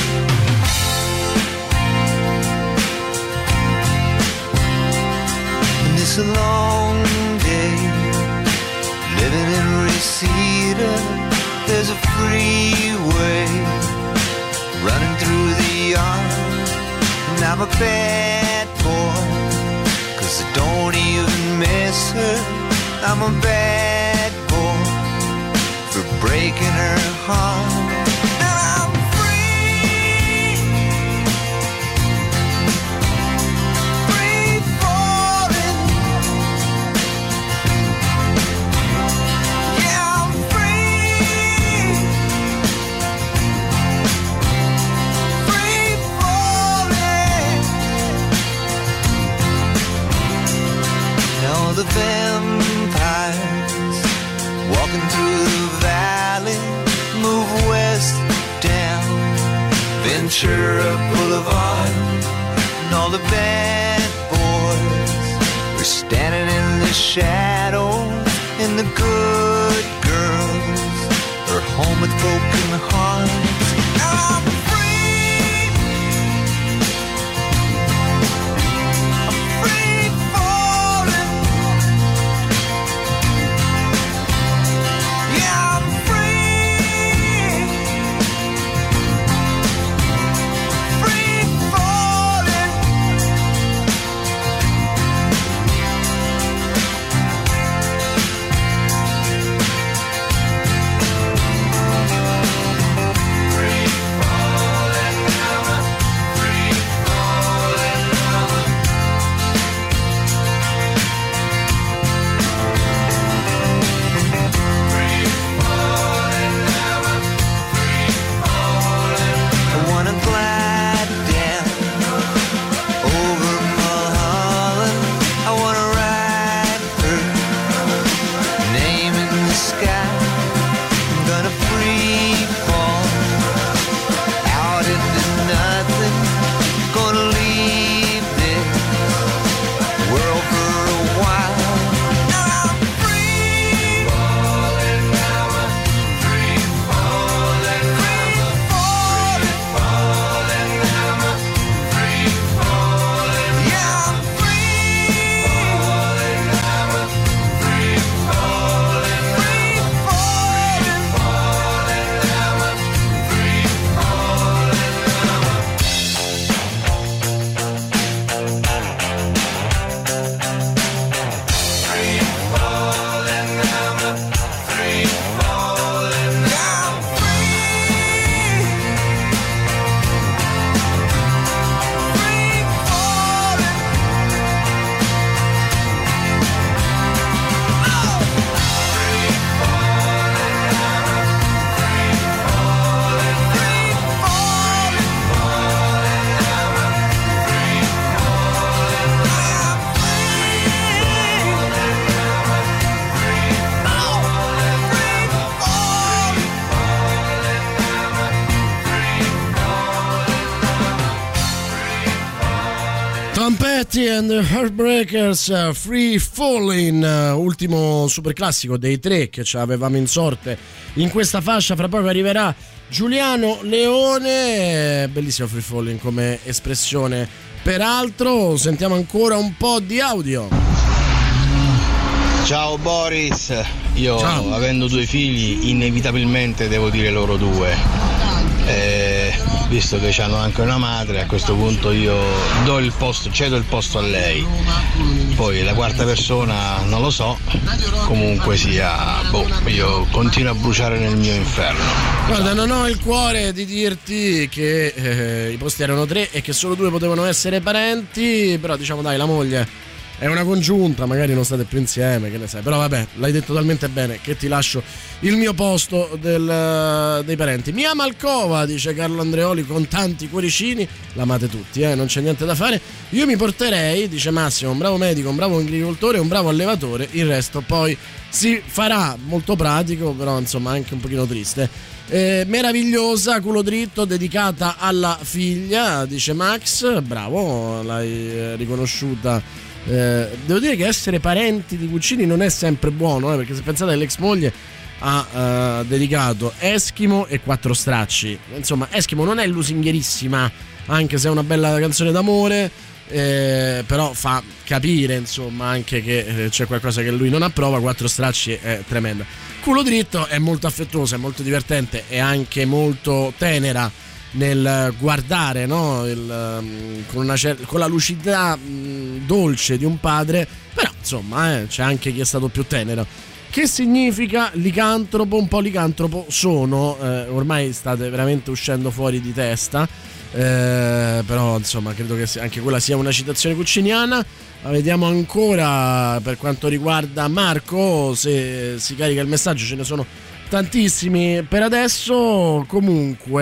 Speaker 9: It's a long day, living in Reseda. There's a freeway running through the yard, and I'm a bad boy, 'cause I don't even miss her. I'm a bad boy for breaking her heart. The vampires walking through the valley move west down Ventura Boulevard, and all the bad boys are standing in the shadows, and the good girls are home with broken hearts. I'm
Speaker 3: Tom Petty and the Heartbreakers, Free Falling, ultimo super classico dei tre che ci avevamo in sorte in questa fascia. Fra poco arriverà Giuliano Leone, bellissimo Free Falling come espressione. Peraltro sentiamo ancora un po' di audio.
Speaker 6: Ciao Boris, io
Speaker 3: Ciao.
Speaker 6: avendo due figli inevitabilmente devo dire loro due. Eh, visto che hanno anche una madre, a questo punto io do il posto, cedo il posto a lei. Poi la quarta persona non lo so, comunque sia, boh, io continuo a bruciare nel mio inferno.
Speaker 3: Guarda, non ho il cuore di dirti che eh, i posti erano tre e che solo due potevano essere parenti, però diciamo dai, la moglie è una congiunta, magari non state più insieme, che ne sai. Però vabbè, l'hai detto talmente bene che ti lascio il mio posto del, dei parenti. Mia Malcova, dice Carlo Andreoli, con tanti cuoricini. L'amate tutti, eh, non c'è niente da fare. Io mi porterei, dice Massimo, un bravo medico, un bravo agricoltore, un bravo allevatore. Il resto poi si farà. Molto pratico, però insomma anche un pochino triste. Eh, meravigliosa, culo dritto, dedicata alla figlia, dice Max. Bravo, l'hai riconosciuta. Eh, devo dire che essere parenti di Guccini non è sempre buono, eh, perché se pensate all'ex moglie ha eh, dedicato Eschimo e Quattro Stracci. Insomma, Eschimo non è lusingherissima, anche se è una bella canzone d'amore, eh, però fa capire insomma anche che eh, c'è qualcosa che lui non approva. Quattro Stracci è tremenda. Culo dritto è molto affettuosa, è molto divertente e anche molto tenera nel guardare, no? Il, um, con, una cer- con la lucidità um, dolce di un padre, però insomma eh, c'è anche chi è stato più tenero. Che significa licantropo? Un po' licantropo sono, eh, ormai state veramente uscendo fuori di testa, eh, però insomma credo che anche quella sia una citazione cucciniana. La vediamo ancora per quanto riguarda Marco, se si carica il messaggio, ce ne sono tantissimi per adesso. Comunque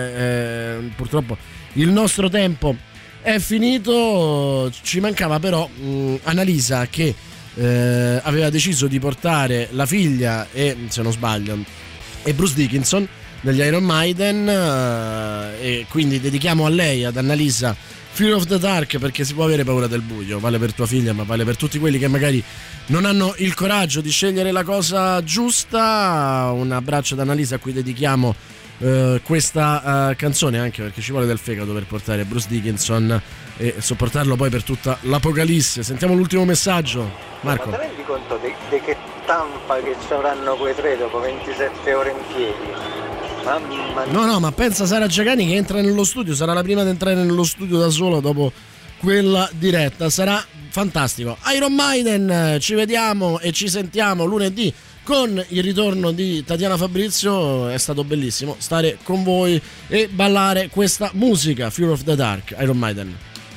Speaker 3: eh, purtroppo il nostro tempo è finito. Ci mancava però mh, Annalisa che eh, aveva deciso di portare la figlia e, se non sbaglio, e Bruce Dickinson degli Iron Maiden, eh, e quindi dedichiamo a lei, ad Annalisa, Fear of the Dark, perché si può avere paura del buio. Vale per tua figlia, ma vale per tutti quelli che magari non hanno il coraggio di scegliere la cosa giusta. Un abbraccio ad Annalisa a cui dedichiamo eh, questa eh, canzone, anche perché ci vuole del fegato per portare Bruce Dickinson e sopportarlo poi per tutta l'apocalisse. Sentiamo l'ultimo messaggio, Marco.
Speaker 11: Ma ti rendi conto di, di che tampa che ci avranno quei tre dopo ventisette ore in piedi? Mamma mia.
Speaker 3: No, no, ma pensa Sara Giacani che entra nello studio, sarà la prima ad entrare nello studio da sola dopo quella diretta, sarà fantastico. Iron Maiden, ci vediamo e ci sentiamo lunedì con il ritorno di Tatiana Fabrizio. È stato bellissimo stare con voi e ballare questa musica, Fear of the Dark, Iron Maiden.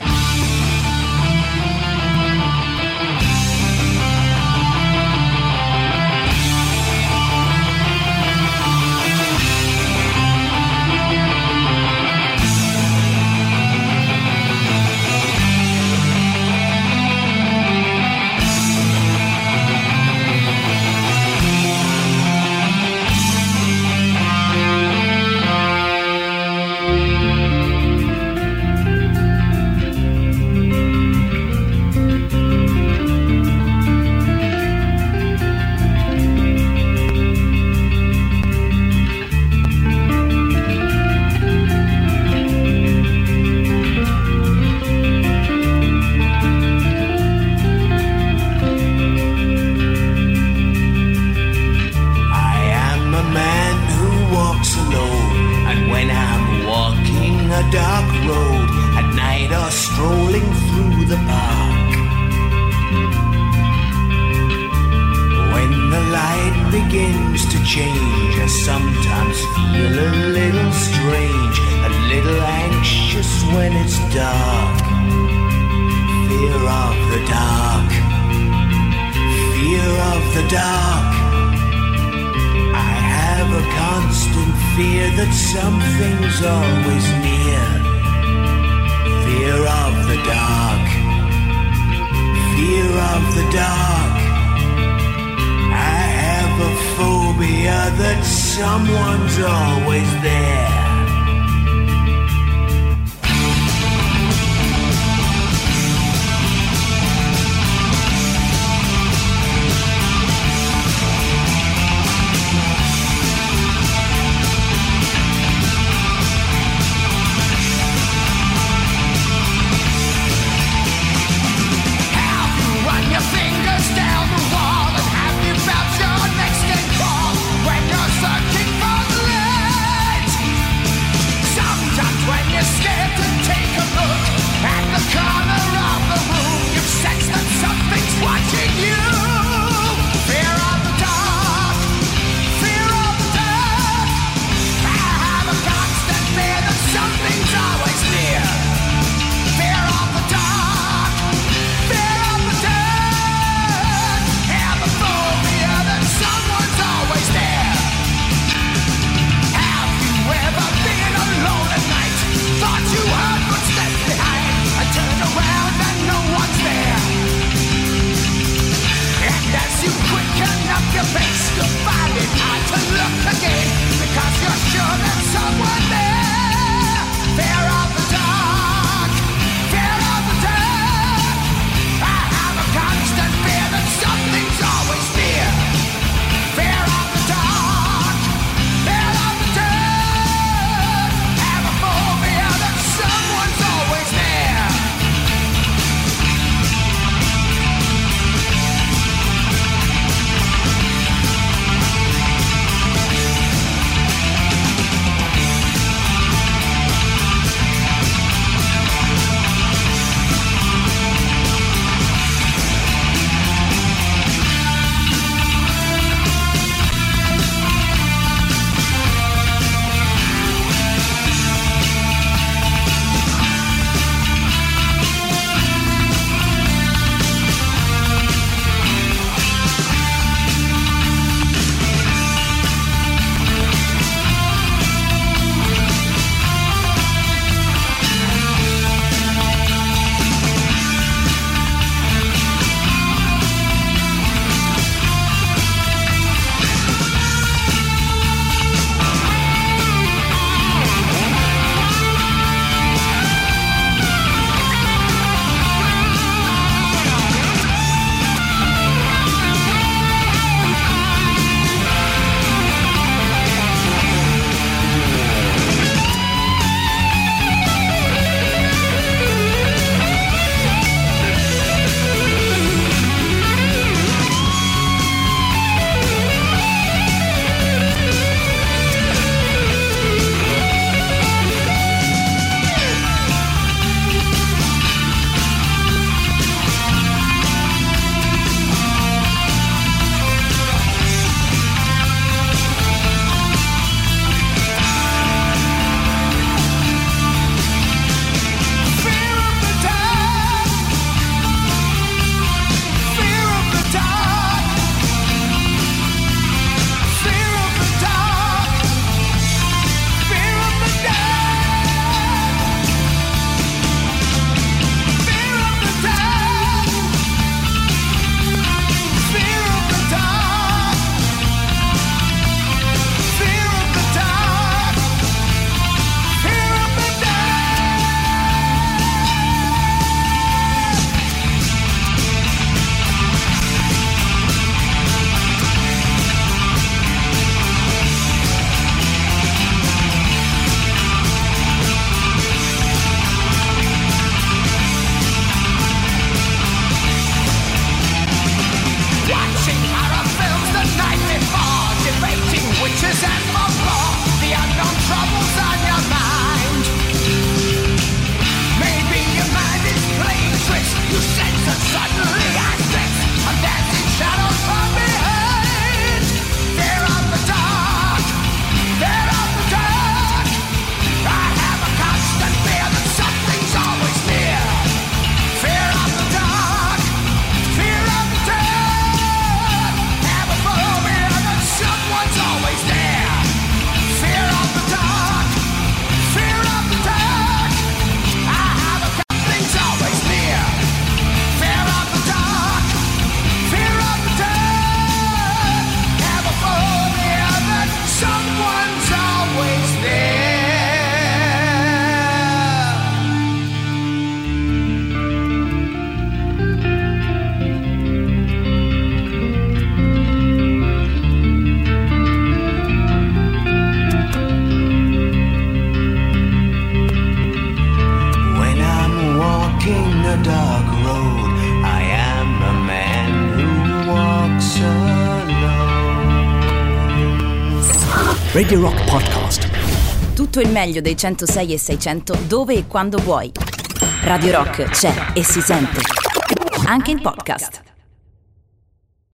Speaker 9: Someone's always there.
Speaker 12: Radio Rock Podcast.
Speaker 13: Tutto il meglio dei centosei e seicento dove e quando vuoi. Radio Rock c'è e si sente. Anche in podcast.